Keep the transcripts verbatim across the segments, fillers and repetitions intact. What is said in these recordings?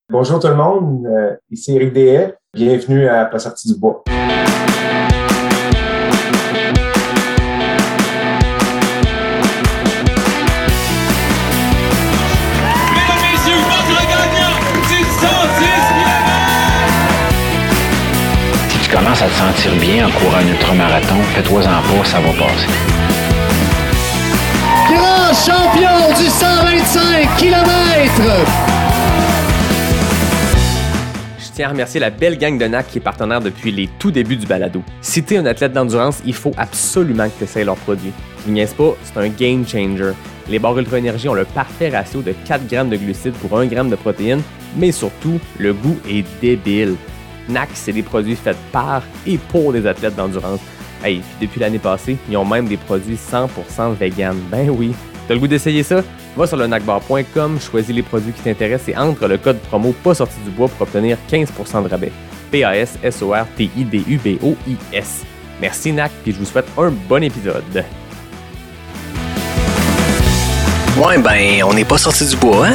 Bonjour tout le monde, euh, ici Éric Deshaies. Bienvenue à Pas sorti du bois. Si tu commences à te sentir bien en courant un ultramarathon, fais-toi-en pas, ça va passer. Grand champion du cent vingt-cinq kilomètres! Je tiens à remercier la belle gang de N A C qui est partenaire depuis les tout débuts du balado. Si t'es un athlète d'endurance, il faut absolument que tu essaies leurs produits. Je ne niaise pas, c'est un game changer. Les barres Ultra Énergie ont le parfait ratio de quatre grammes de glucides pour un gramme de protéines, mais surtout, le goût est débile. N A C, c'est des produits faits par et pour des athlètes d'endurance. Hey, puis depuis l'année passée, ils ont même des produits cent pour cent vegan. Ben oui, t'as le goût d'essayer ça? Va sur le nacbar point com, choisis les produits qui t'intéressent et entre le code promo pas sorti du bois pour obtenir quinze pour cent de rabais. P A S S O R T I D U B O I S. Merci N A C, puis je vous souhaite un bon épisode. Ouais, ben, on n'est pas sorti du bois, hein?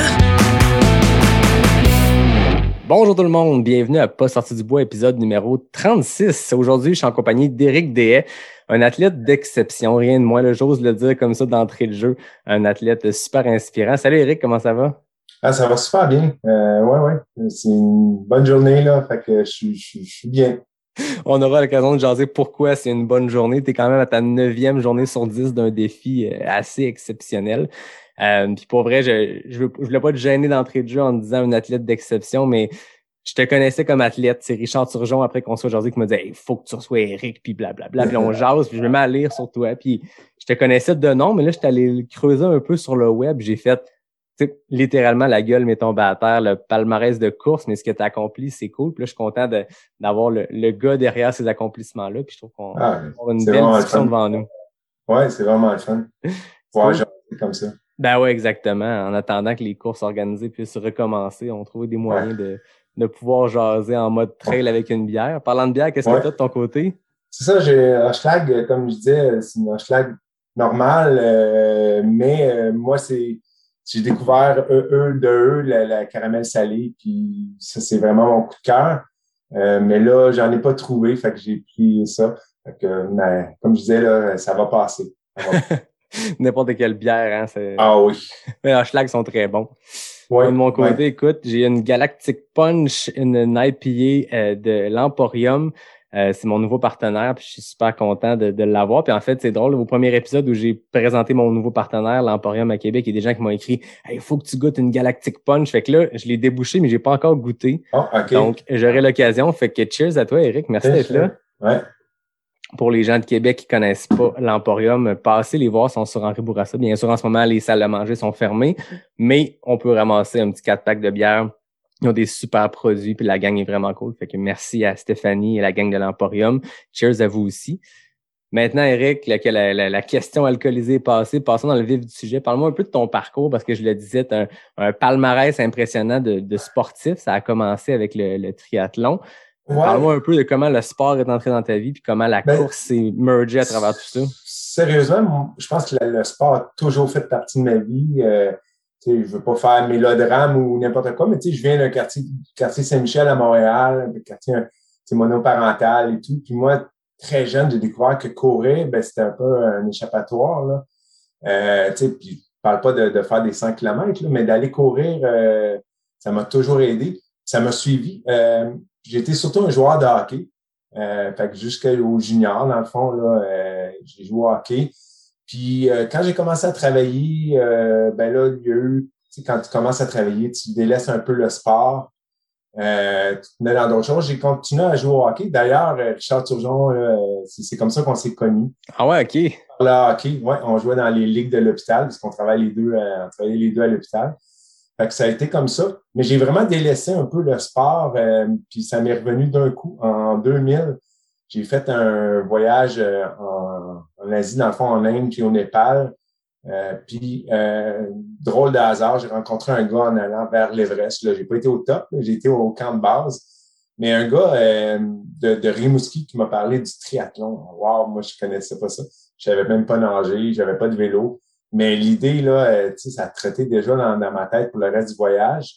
Bonjour tout le monde, bienvenue à Pas sorti du bois, épisode numéro trente-six. Aujourd'hui, je suis en compagnie d'Éric Deshaies, un athlète d'exception, rien de moins, là, j'ose le dire comme ça d'entrée de jeu, un athlète super inspirant. Salut Éric, comment ça va? Ah, ça va super bien. Euh, ouais, ouais. C'est une bonne journée, là. Fait que je suis, je suis, je suis bien. On aura l'occasion de jaser pourquoi c'est une bonne journée. Tu es quand même à ta neuvième journée sur dix d'un défi assez exceptionnel. Euh, puis pour vrai, je je, veux, je voulais pas te gêner d'entrée de jeu en te disant un athlète d'exception, mais je te connaissais comme athlète. C'est Richard Turgeon, après qu'on soit jasé, qui me disait « Il faut que tu reçois Éric, puis blablabla. » Puis on jase, puis je me mets à lire sur toi. Puis je te connaissais de nom, mais là, je suis allé creuser un peu sur le web. J'ai fait, tu sais, littéralement, la gueule m'est tombée à terre, le palmarès de course, mais ce que tu as accompli, c'est cool. Puis là, je suis content de, d'avoir le, le gars derrière ces accomplissements-là. Puis je trouve qu'on ah, a une belle discussion devant nous. Ouais, c'est vraiment le fun. Pouvoir cool. jaser comme ça. Ben ouais, exactement. En attendant que les courses organisées puissent recommencer, on trouve des moyens ouais. de, de pouvoir jaser en mode trail ouais. avec une bière. Parlant de bière, qu'est-ce ouais. que tu as de ton côté? C'est ça, j'ai un Hochelag, comme je disais, c'est une Hochelag normale, euh, mais euh, moi, c'est j'ai découvert eux, eux de eux, la, la caramel salée, puis ça, c'est vraiment mon coup de cœur. Euh, mais là, j'en ai pas trouvé, fait que j'ai pris ça. Fait que, mais, comme je disais, là, ça va passer. Ça va passer. N'importe quelle bière, hein. C'est... Ah oui. Les Hochelag sont très bons. Ouais, de mon côté, ouais. écoute, j'ai une Galactic Punch, une I P A euh, de l'Emporium. Euh, c'est mon nouveau partenaire, puis je suis super content de, de l'avoir. Puis en fait, c'est drôle, au premier épisode où j'ai présenté mon nouveau partenaire, l'Emporium à Québec, il y a des gens qui m'ont écrit « Hey, il faut que tu goûtes une Galactic Punch ». Fait que là, je l'ai débouché, mais j'ai pas encore goûté. Oh, okay. Donc, j'aurai l'occasion. Fait que cheers à toi, Éric. Merci c'est d'être là. Ouais. Pour les gens de Québec qui connaissent pas l'Emporium, passez les voir, sont sur Henri Bourassa. Bien sûr, en ce moment, les salles à manger sont fermées, mais on peut ramasser un petit quatre packs de bière. Ils ont des super produits, puis la gang est vraiment cool. Fait que merci à Stéphanie et la gang de l'Emporium. Cheers à vous aussi. Maintenant, Éric, la, la, la, la question alcoolisée est passée. Passons dans le vif du sujet. Parle-moi un peu de ton parcours, parce que je le disais, tu as un, un palmarès impressionnant de, de sportif. Ça a commencé avec le, le triathlon. Ouais. Parle-moi un peu de comment le sport est entré dans ta vie puis comment la ben, course s'est mergée à travers tout ça. Sérieusement, je pense que le, le sport a toujours fait partie de ma vie. Euh, je ne veux pas faire mélodrame ou n'importe quoi, mais je viens d'un quartier, quartier Saint-Michel à Montréal, un quartier monoparental et tout. Puis moi, très jeune, j'ai découvert que courir, ben, c'était un peu un échappatoire. Là. Euh, puis je ne parle pas de, de faire des cent kilomètres, là, mais d'aller courir, euh, ça m'a toujours aidé. Ça m'a suivi. Euh, J'étais surtout un joueur de hockey. Euh, fait que jusqu'au junior, dans le fond, là, euh, j'ai joué au hockey. Puis euh, quand j'ai commencé à travailler, euh, ben là, il y a eu, tu sais, quand tu commences à travailler, tu délaisses un peu le sport. Euh, tu te mets dans d'autres choses. J'ai continué à jouer au hockey. D'ailleurs, Richard Turgeon, là, c'est, c'est comme ça qu'on s'est connus. Ah ouais, OK. Le hockey, ouais, on jouait dans les ligues de l'hôpital, parce qu'on travaille les deux, euh, on travaillait les deux à l'hôpital. Fait que ça a été comme ça. Mais j'ai vraiment délaissé un peu le sport, euh, puis ça m'est revenu d'un coup. En deux mille, j'ai fait un voyage euh, en, en Asie, dans le fond, en Inde, puis au Népal. Euh, puis, euh, drôle de hasard, j'ai rencontré un gars en allant vers l'Everest. Là, j'ai pas été au top, là, j'ai été au camp de base. Mais un gars euh, de, de Rimouski qui m'a parlé du triathlon. Wow, moi, je connaissais pas ça. Je savais même pas nager, j'avais pas de vélo. Mais l'idée, là, euh, tu sais, ça trottait déjà dans, dans ma tête pour le reste du voyage.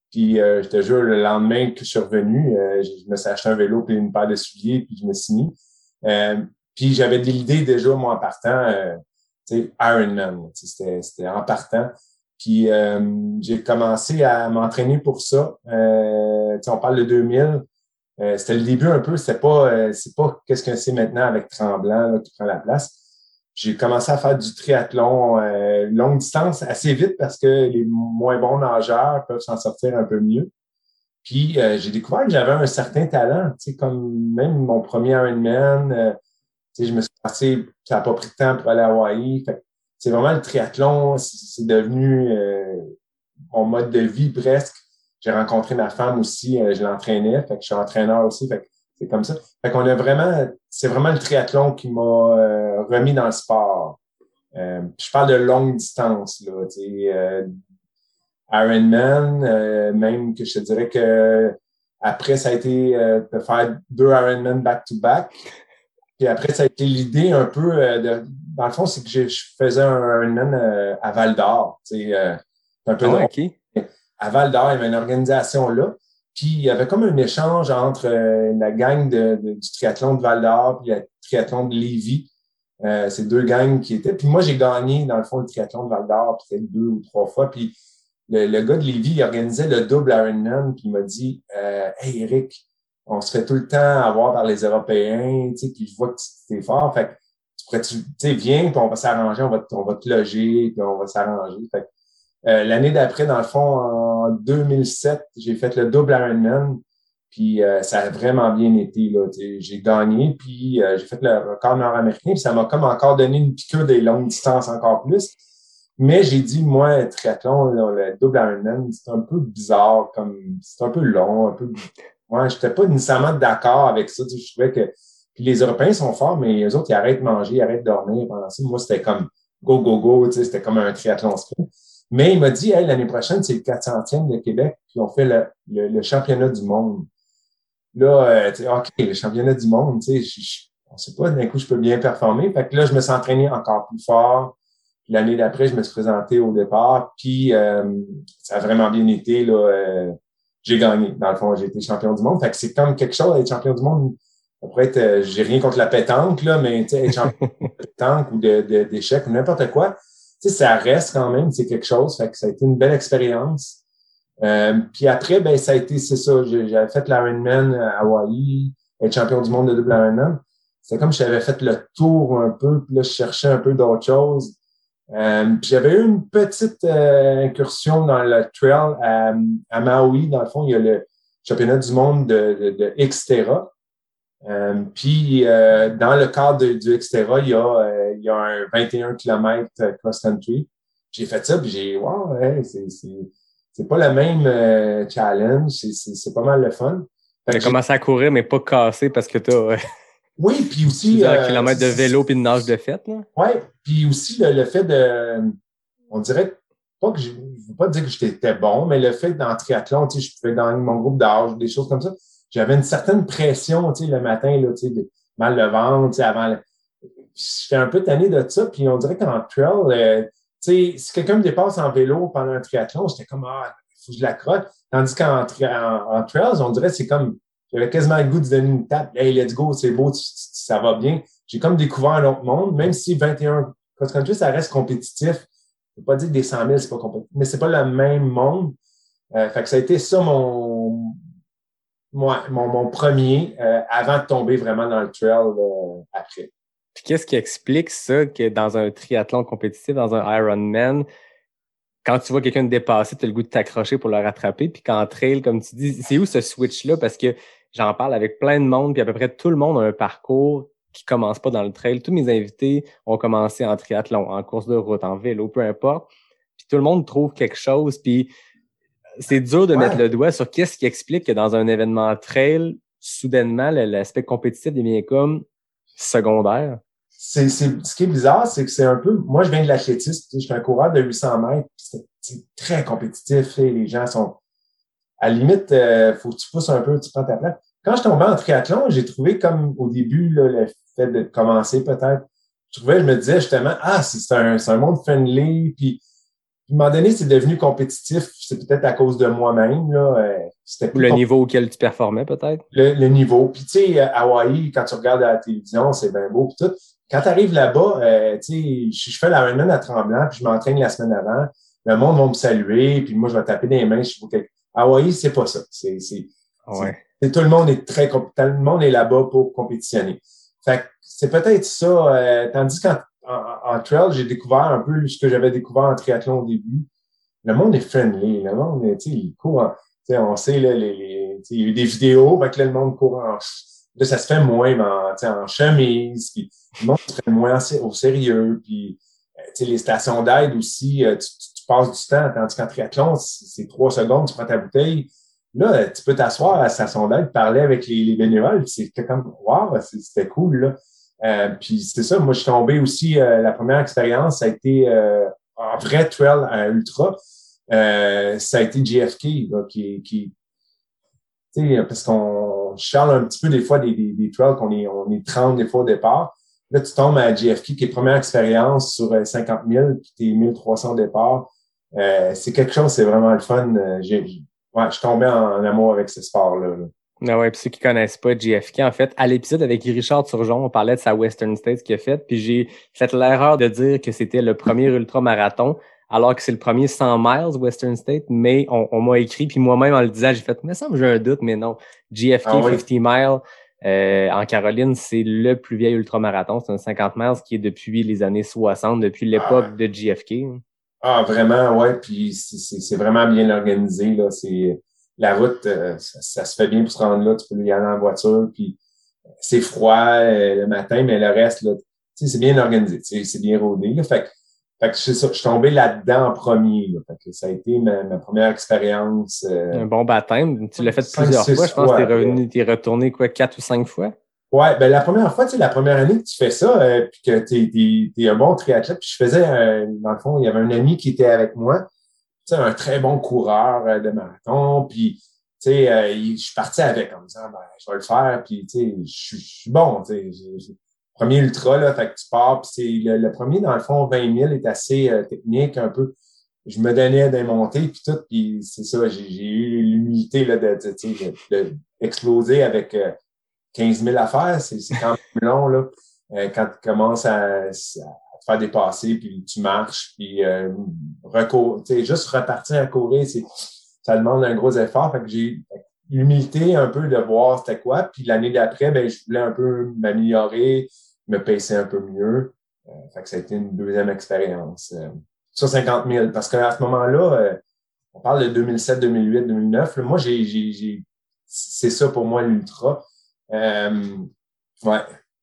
Puis euh, je te jure, le lendemain que je suis revenu, euh, je me suis acheté un vélo puis une paire de souliers, puis je me suis mis. Euh, puis j'avais de l'idée déjà, moi, en partant, euh, tu sais, Ironman. C'était, c'était en partant. Puis euh, j'ai commencé à m'entraîner pour ça. Euh, on parle de deux mille. Euh, c'était le début un peu. C'est pas, euh, c'est pas qu'est-ce que c'est maintenant avec Tremblant là, qui prend la place. J'ai commencé à faire du triathlon euh, longue distance assez vite parce que les moins bons nageurs peuvent s'en sortir un peu mieux. Puis euh, j'ai découvert que j'avais un certain talent, tu sais, comme même mon premier Ironman, euh, tu sais, je me suis passé, ça n'a pas pris de temps pour aller à Hawaï. Fait c'est vraiment le triathlon, c'est, c'est devenu euh, mon mode de vie presque. J'ai rencontré ma femme aussi, euh, je l'entraînais, fait que je suis entraîneur aussi, fait que c'est comme ça. Fait qu'on a vraiment, c'est vraiment le triathlon qui m'a euh, remis dans le sport. Euh, je parle de longue distance, là, tu sais, euh, Ironman, euh, même que je te dirais que après, ça a été euh, de faire deux Ironman back-to-back. Puis après, ça a été l'idée un peu euh, de... Dans le fond, c'est que je, je faisais un Ironman euh, à Val-d'Or. Tu sais, euh, un peu oh, okay. À Val-d'Or, il y avait une organisation là. Puis il y avait comme un échange entre euh, la gang de, de, du triathlon de Val-d'Or puis le triathlon de Lévis. Euh, c'est deux gangs qui étaient. Puis moi, j'ai gagné, dans le fond, le triathlon de Val-d'Or peut-être deux ou trois fois. Puis le, le gars de Lévis, il organisait le double Ironman. Puis il m'a dit euh, « Hey, Eric, on se fait tout le temps avoir par les Européens, tu sais, puis je vois que tu es fort. Fait que tu pourrais, tu sais, viens, puis on va s'arranger, on va, te, on va te loger, puis on va s'arranger. » Fait que euh, l'année d'après, dans le fond, en deux mille sept, j'ai fait le double Ironman. Puis euh, ça a vraiment bien été, là. J'ai gagné, puis euh, j'ai fait le record nord-américain, puis ça m'a comme encore donné une piqûre des longues distances encore plus. Mais j'ai dit, moi, triathlon, là, le double Ironman, c'est un peu bizarre, comme c'est un peu long, un peu. Moi, j'étais pas nécessairement d'accord avec ça. Je trouvais que. Puis les Européens sont forts, mais les autres, ils arrêtent de manger, ils arrêtent de dormir pendant ça. Moi, c'était comme go, go, go, c'était comme un triathlon sprint. Mais il m'a dit, hey, l'année prochaine, c'est le quatre centième de Québec, puis on fait le, le, le championnat du monde. Là, euh, tu sais, OK, le championnat du monde, tu sais, je, je, on sait pas, d'un coup, je peux bien performer. Fait que là, je me suis entraîné encore plus fort. Puis l'année d'après, je me suis présenté au départ, puis euh, ça a vraiment bien été, là. Euh, j'ai gagné. Dans le fond, j'ai été champion du monde. Fait que c'est comme quelque chose, être champion du monde. Ça pourrait être, euh, j'ai rien contre la pétanque, là, mais tu sais, être champion de pétanque ou de, de, d'échecs ou n'importe quoi, tu sais, ça reste quand même, c'est quelque chose. Fait que ça a été une belle expérience. Euh, puis après, ben, ça a été, c'est ça, j'avais fait l'Ironman à Hawaï, être champion du monde de double Ironman. C'était comme si j'avais fait le tour un peu, puis là, je cherchais un peu d'autres choses. Euh, puis j'avais eu une petite euh, incursion dans le trail à, à Maui. Dans le fond, il y a le championnat du monde de, de, de Xterra. Euh, puis euh, dans le cadre de, du Xterra, il y a, euh, il y a un vingt et un kilomètres cross-country. J'ai fait ça, puis j'ai wow, ouais, c'est, c'est, c'est pas le même euh, challenge, c'est, c'est, c'est pas mal le fun. Tu as commencé à courir, mais pas cassé parce que tu as... Oui, puis aussi... un euh, kilomètre de vélo puis de nage de fête, là? Oui, puis aussi le, le fait de... On dirait pas que je ne veux pas dire que j'étais bon, mais le fait dans le triathlon, tu sais, je pouvais gagner mon groupe d'âge, des choses comme ça. J'avais une certaine pression, tu sais, le matin, là, tu sais, de mal le ventre, tu sais, avant... Le... J'étais un peu tanné de ça, puis on dirait qu'en trail, euh, tu sais, si quelqu'un me dépasse en vélo pendant un triathlon, j'étais comme, ah, il faut que je la crotte. Tandis qu'en en, en trails, on dirait c'est comme... J'avais quasiment le goût de donner une tape. Hey, let's go, c'est beau, tu, tu, ça va bien. J'ai comme découvert un autre monde, même si vingt et un cross-country, ça reste compétitif. Je ne veux pas dire que des cent mille, c'est pas compétitif, mais c'est pas le même monde. Euh, fait que ça a été ça mon, mon, mon, mon premier, euh, avant de tomber vraiment dans le trail euh, après. Puis qu'est-ce qui explique ça, que dans un triathlon compétitif, dans un Ironman, quand tu vois quelqu'un te dépasser, tu as le goût de t'accrocher pour le rattraper. Puis qu'en trail, comme tu dis, c'est où ce switch-là? Parce que j'en parle avec plein de monde, puis à peu près tout le monde a un parcours qui commence pas dans le trail. Tous mes invités ont commencé en triathlon, en course de route, en vélo, peu importe. Puis tout le monde trouve quelque chose, puis c'est dur de ouais. mettre le doigt sur qu'est-ce qui explique que dans un événement trail, soudainement, l'aspect compétitif devient comme secondaire. C'est, c'est, ce qui est bizarre, c'est que c'est un peu... Moi, je viens de l'athlétisme. Je suis un coureur de huit cents mètres. C'est, c'est très compétitif. Et les gens sont... À la limite, euh, faut que tu pousses un peu, tu prends ta place. Quand je tombais en triathlon, j'ai trouvé comme au début, là, le fait de commencer peut-être, je trouvais, je me disais justement, ah, c'est, c'est, un, c'est un monde friendly. Puis à un moment donné, c'est devenu compétitif. C'est peut-être à cause de moi-même. Là. Euh, c'était Ou le niveau auquel tu performais, peut-être? Le, le niveau. Puis, tu sais, Hawaï, quand tu regardes à la télévision, c'est bien beau. Puis tout. Quand tu arrives là-bas, euh, tu sais, je, je fais la Ironman à Tremblant, puis je m'entraîne la semaine avant. Le monde va me saluer, puis moi, je vais taper des mains. Je sais pas quel... Hawaï, c'est pas ça. C'est, c'est, ouais. c'est, tout le monde est très, tout le monde est là-bas pour compétitionner. Fait que c'est peut-être ça. Euh, tandis qu'en en, en trail, j'ai découvert un peu ce que j'avais découvert en triathlon au début. Le monde est friendly. Le monde, tu sais, il court en, tu sais, on sait, là, les, les, il y a eu des vidéos, fait que là, le monde court en, là, ça se fait moins, mais en, tu sais, en chemise, puis le monde se fait moins au sérieux, puis, tu sais, les stations d'aide aussi, tu, tu, tu passes du temps, tandis qu'en triathlon, c'est trois secondes, tu prends ta bouteille. Là, tu peux t'asseoir à la station d'aide, parler avec les, les bénévoles, puis c'était comme, wow, c'était cool, là. Euh, puis c'est ça, moi, je suis tombé aussi, euh, la première expérience, ça a été euh, en vrai trail à ultra. Euh, ça a été J F K, là, qui, qui tu sais, parce qu'on charle un petit peu des fois des, des, des trails qu'on est, on est trente des fois au départ. Là, tu tombes à J F K, qui est première expérience sur cinquante mille, puis t'es mille trois cents au départ. Euh, c'est quelque chose, c'est vraiment le fun. J'ai, ouais, je suis tombé en, en amour avec ce sport-là, là. Ah ouais, puis ceux qui connaissent pas J F K, en fait, à l'épisode avec Richard Turgeon, on parlait de sa Western States qu'il a fait, puis j'ai fait l'erreur de dire que c'était le premier ultramarathon, alors que c'est le premier cent miles Western States, mais on, on m'a écrit, puis moi-même en le disant, j'ai fait, mais ça me j'ai un doute, mais non. J F K Ah oui. cinquante miles euh, en Caroline, c'est le plus vieil ultramarathon, c'est un cinquante miles qui est depuis les années soixante, depuis l'époque Ah. de J F K. Ah, vraiment, ouais, puis c'est, c'est vraiment bien organisé, là, c'est... La route, euh, ça, ça se fait bien pour se rendre là. Tu peux y aller en voiture, puis c'est froid euh, le matin, mais le reste, là, tu sais, c'est bien organisé, tu sais, c'est bien rodé. Là. Fait que, fait que je, je suis tombé là-dedans en premier. Là. Fait que ça a été ma, ma première expérience. Euh, Un bon baptême. Tu l'as fait cinq, plusieurs fois. Je pense que t'es fois, revenu, t'es retourné quoi, quatre ou cinq fois? Ouais, ben la première fois, tu sais, la première année que tu fais ça, euh, puis que t'es, t'es, t'es un bon triathlète, puis je faisais, euh, dans le fond, il y avait un ami qui était avec moi. Tu sais, un très bon coureur euh, de marathon, puis tu sais, euh, je suis parti avec en me disant, ben, je vais le faire, puis tu sais, je suis bon, tu sais, j'ai- j'ai- premier ultra, là, fait que tu pars, puis c'est le, le premier, dans le fond, vingt mille est assez euh, technique, un peu, je me donnais des montées, puis tout, puis c'est ça, j'ai, j'ai eu l'humilité, là, de, de, tu sais, de, de exploser avec euh, quinze mille à faire, c'est, c'est quand même long, là, euh, quand tu commences à, à te faire dépasser, puis tu marches, puis euh, recours, tu sais, juste repartir à courir, c'est, ça demande un gros effort. Fait que j'ai l'humilité un peu de voir c'était quoi. Puis l'année d'après, ben, je voulais un peu m'améliorer, me pacer un peu mieux. Euh, fait que ça a été une deuxième expérience. Euh, sur cinquante mille. Parce qu'à ce moment-là, euh, on parle de deux mille sept, deux mille huit, deux mille neuf. Là, moi, j'ai, j'ai, j'ai, c'est ça pour moi l'ultra. Euh, ouais.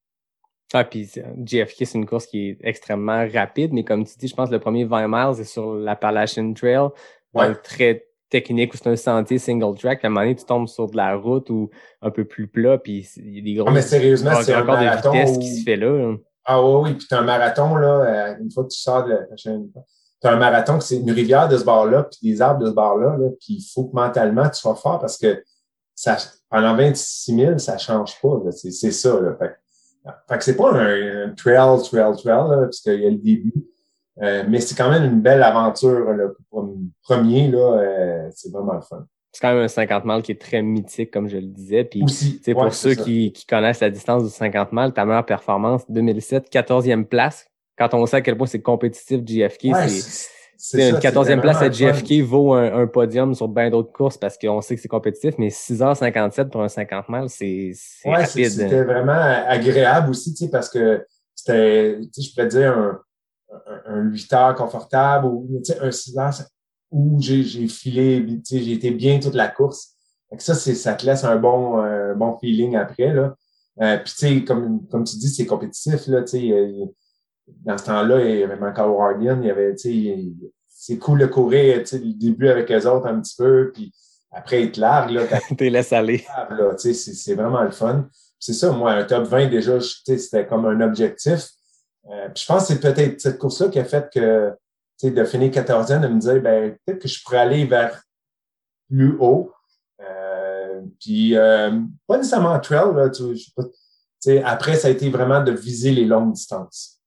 Ah, puis J F K, c'est une course qui est extrêmement rapide, mais comme tu dis, je pense que le premier vingt miles est sur l'Appalachian Trail, Ouais. donc très technique, où c'est un sentier single track. À un moment donné, tu tombes sur de la route ou un peu plus plat, puis il y a des gros Ah, mais sérieusement, c'est un records de marathon vitesse où... qui se fait là. là. Ah oui, oui, puis t'as un marathon, là, une fois que tu sors de la prochaine... T'as un marathon que c'est une rivière de ce bord-là, puis des arbres de ce bord-là, là, puis il faut que mentalement, tu sois fort parce que ça, pendant vingt-six mille, ça change pas, là. C'est, c'est ça, là. Fait, fait que c'est pas un, un trail, trail, trail, là, parce qu'il y a le début. Euh, mais c'est quand même une belle aventure, là. Pour un premier, là, euh, c'est vraiment le fun. C'est quand même un cinquante miles qui est très mythique, comme je le disais. Puis, Aussi, ouais, pour ceux ça. qui, qui connaissent la distance du cinquante miles, ta meilleure performance, deux mille sept, quatorzième place. Quand on sait à quel point c'est compétitif, J F K, ouais, c'est, c'est, c'est ça, une quatorzième place à J F K fun. vaut un, un podium sur bien d'autres courses parce qu'on sait que c'est compétitif, mais six heures cinquante-sept pour un cinquante miles, c'est, c'est ouais, rapide. C'était vraiment agréable aussi, tu sais, parce que c'était, tu sais, je pourrais dire un, un, un huit heures confortable ou, tu sais, un six heures où j'ai, j'ai filé, tu sais, j'ai été bien toute la course. Fait que ça, c'est, ça te laisse un bon, un bon feeling après, là. Euh, puis, tu sais, comme, comme tu dis, c'est compétitif, là, tu sais, dans ce temps-là, il y avait Michael Wardian, il y avait, tu sais, c'est cool de courir, tu sais, le début avec eux autres un petit peu, puis après, ils te larguent, là. T'es laisse aller. Là, tu sais, c'est, c'est vraiment le fun. C'est ça, moi, un top vingt, déjà, tu sais, c'était comme un objectif. Euh, puis je pense que c'est peut-être cette course-là qui a fait que, tu sais, de finir quatorzième, de me dire, ben, peut-être que je pourrais aller vers plus haut. Euh, puis, euh, pas nécessairement trail, là, tu sais, je sais pas. Tu sais, après, ça a été vraiment de viser les longues distances.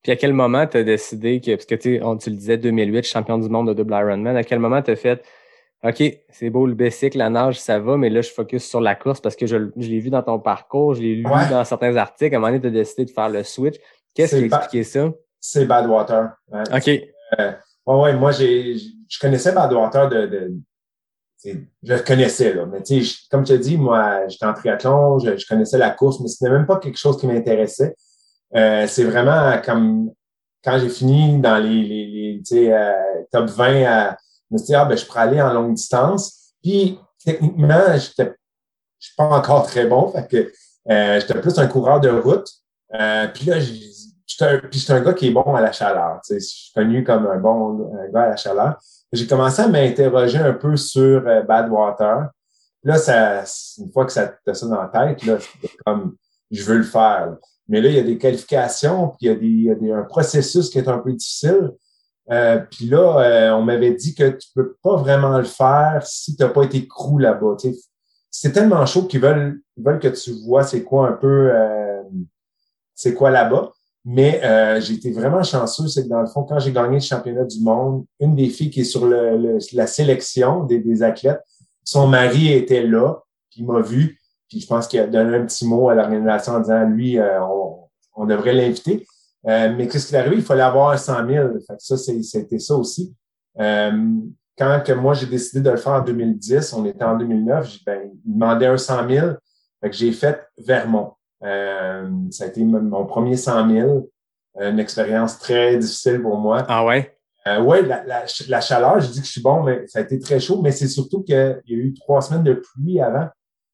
Puis à quel moment tu as décidé que, parce que tu tu le disais, deux mille huit, champion du monde de double Ironman, à quel moment tu as fait, OK, c'est beau le bicycle, la nage, ça va, mais là, je focus sur la course parce que je, je l'ai vu dans ton parcours, je l'ai lu Ouais. dans certains articles. À un moment donné, tu as décidé de faire le switch. Qu'est-ce qui a expliqué ça? C'est Badwater. Hein. OK. Euh, ouais, ouais, moi, j'ai, je connaissais Badwater de, de je le connaissais, là. Mais tu sais, comme je te dis, moi, j'étais en triathlon, je, je connaissais la course, mais c'était même pas quelque chose qui m'intéressait. Euh, c'est vraiment comme quand j'ai fini dans les, les, les tu sais, euh, top vingt, euh, je me suis dit, ah, ben, je pourrais aller en longue distance. Puis, techniquement, j'étais, je suis pas encore très bon, fait que euh, j'étais plus un coureur de route. Euh, puis là, j'étais un, puis j'étais un gars qui est bon à la chaleur. Tu sais, je suis connu comme un bon un gars à la chaleur. J'ai commencé à m'interroger un peu sur euh, Badwater. Là, ça, une fois que ça t'as ça dans la tête, là, c'est comme je veux le faire. Là. Mais là, il y a des qualifications, puis il y a, des, il y a des, un processus qui est un peu difficile. Euh, puis là, euh, on m'avait dit que tu peux pas vraiment le faire si tu n'as pas été crew là-bas. Tu sais, c'est tellement chaud qu'ils veulent, ils veulent que tu vois c'est quoi un peu euh, c'est quoi là-bas. Mais euh, j'ai été vraiment chanceux, c'est que dans le fond, quand j'ai gagné le championnat du monde, une des filles qui est sur le, le, la sélection des, des athlètes, son mari était là, puis il m'a vu, puis je pense qu'il a donné un petit mot à l'organisation en disant, lui, euh, on, on devrait l'inviter. Euh, mais qu'est-ce qui est arrivé? Il fallait avoir un cent mille. Fait que ça, c'est, c'était ça aussi. Euh, quand que moi, j'ai décidé de le faire en deux mille dix, on était en deux mille neuf, j'ai, ben, il demandait un cent mille. Fait que j'ai fait Vermont. Euh, ça a été mon premier cent mille. Une expérience très difficile pour moi. Ah ouais? Euh, ouais, la, la, la chaleur, je dis que je suis bon, mais ça a été très chaud. Mais c'est surtout qu'il y a eu trois semaines de pluie avant.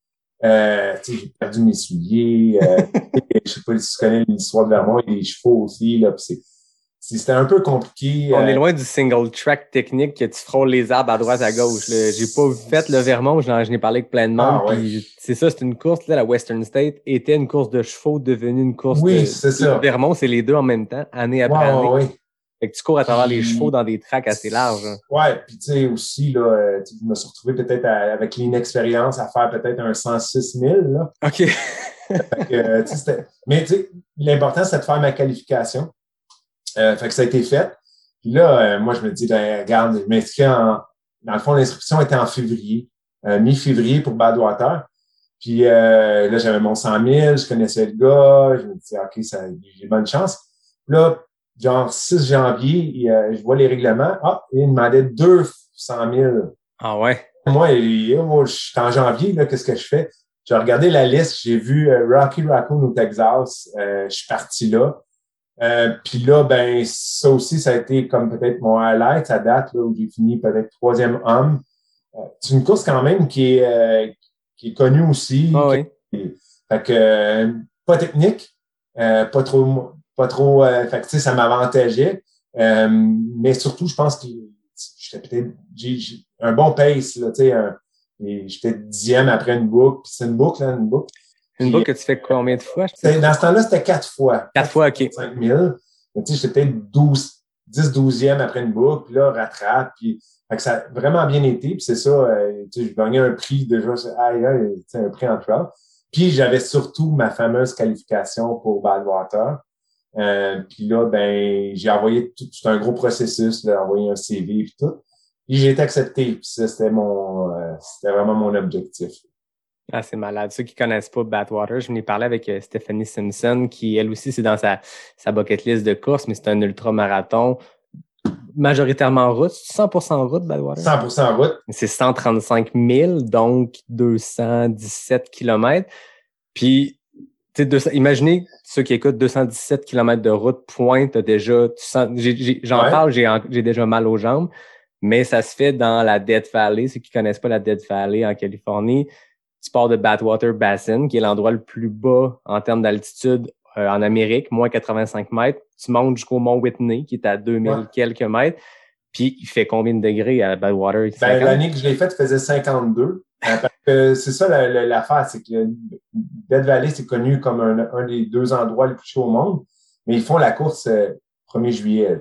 Euh, tu sais, j'ai perdu mes souliers. Euh, je sais pas si tu connais l'histoire de Vermont, il y a des chevaux aussi. Là, c'est, c'est, c'était un peu compliqué. On euh, est loin du single track technique que tu frôles les arbres à droite, à gauche. Là. J'ai pas fait le Vermont, j'en, j'en ai parlé avec plein de monde. Ah, ouais. Puis c'est ça, c'est une course. Là, la Western State était une course de chevaux devenue une course oui, de... c'est ça. Le Vermont, c'est les deux en même temps, année après wow, année. ouais. Fait que tu cours à travers puis, les chevaux dans des tracks assez larges. Hein. Ouais, puis tu sais aussi, là, je me suis retrouvé peut-être à, avec l'inexpérience à faire peut-être un cent six mille. Là. OK. fait que, c'était... Mais tu sais, l'important, c'est de faire ma qualification. Euh, fait que ça a été fait. Puis là, euh, moi, je me dis, ben, regarde, je m'inscris en... Dans le fond, l'inscription était en février, euh, mi-février pour Badwater. Puis euh, là, j'avais mon cent mille, je connaissais le gars, je me disais, OK, ça, j'ai bonne chance. Là, genre six janvier, euh, je vois les règlements. Ah, il demandait deux cent mille. Ah ouais? Moi, et, moi, je suis en janvier, là, qu'est-ce que je fais? J'ai regardé la liste, j'ai vu euh, Rocky Raccoon au Texas, euh, je suis parti là. Euh, puis là, ben ça aussi, ça a été comme peut-être mon highlight, ça date là, où j'ai fini peut-être troisième homme. Euh, c'est une course quand même qui est, euh, qui est connue aussi. Ah oui. Est, fait que euh, pas technique, euh, pas trop... Pas trop, euh, fait que, tu sais, ça m'avantageait. Euh, mais surtout, je pense que j'étais peut-être, j'ai, j'ai un bon pace, là, tu sais, un, et j'étais dixième après une boucle, puis c'est une boucle, là, une boucle. Une puis, boucle que tu fais combien de fois? Dans ce temps-là, c'était quatre fois. Quatre fois, OK. cinq mille. Mais tu sais, j'étais peut-être douze, dix, douzième après une boucle, puis là, rattrape, puis, fait que ça a vraiment bien été, puis c'est ça, euh, tu sais, je gagnais un prix déjà, aïe, aïe, tu sais, un prix en trail. Puis j'avais surtout ma fameuse qualification pour Badwater. Euh, puis là, ben, j'ai envoyé tout, tout un gros processus, là, envoyé un C V et tout. Puis j'ai été accepté. Puis ça, c'était mon, euh, c'était vraiment mon objectif. Ah, c'est malade. Ceux qui connaissent pas Badwater, je venais parler avec euh, Stephanie Simpson, qui, elle aussi, c'est dans sa, sa bucket list de course, mais c'est un ultra-marathon majoritairement en route. cent pour cent en route, Badwater? cent pour cent en route. C'est cent trente-cinq mille, donc deux cent dix-sept kilomètres. Puis, tu sais, imaginez ceux qui écoutent deux cent dix-sept kilomètres de route, point, t'as déjà, tu sens, j'ai, j'ai, j'en ouais. parle, j'ai, j'ai déjà mal aux jambes, mais ça se fait dans la Death Valley. Ceux qui connaissent pas la Death Valley en Californie, tu pars de Badwater Basin, qui est l'endroit le plus bas en termes d'altitude euh, en Amérique, moins quatre-vingt-cinq mètres. Tu montes jusqu'au mont Whitney, qui est à deux mille ouais. quelques mètres. Puis, il fait combien de degrés à Badwater? Ben, l'année que je l'ai faite, il faisait cinquante-deux. Parce que c'est ça la, la, l'affaire, c'est que Death Valley, c'est connu comme un, un des deux endroits les plus chauds au monde, mais ils font la course euh, premier juillet.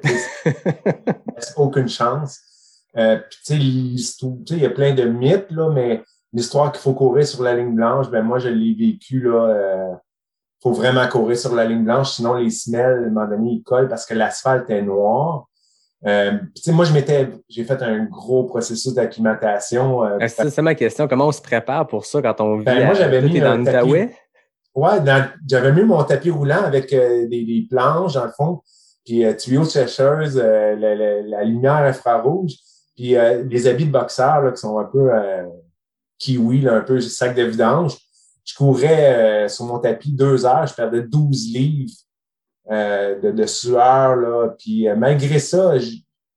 C'est aucune chance. Euh, puis tu sais, il y a plein de mythes, là, mais l'histoire qu'il faut courir sur la ligne blanche, ben moi, je l'ai vécu là. Euh, faut vraiment courir sur la ligne blanche, sinon les semelles, à un moment donné, ils collent parce que l'asphalte est noir. Euh, tu sais, moi, je m'étais, j'ai fait un gros processus d'acclimatation. Euh, c'est, c'est ma question. Comment on se prépare pour ça quand on vit ben, à, moi, j'avais mis dans un l'Outaouais? tapis. Ouais, dans, j'avais mis mon tapis roulant avec euh, des, des planches, dans le fond, puis euh, tuyaux de sécheuse, euh, la, la, la lumière infrarouge, puis euh, des habits de boxeur là, qui sont un peu euh, kiwi, là, un peu sac de vidange. Je courais euh, sur mon tapis deux heures, je perdais douze livres euh, de, de sueur, là. Puis euh, malgré ça, je,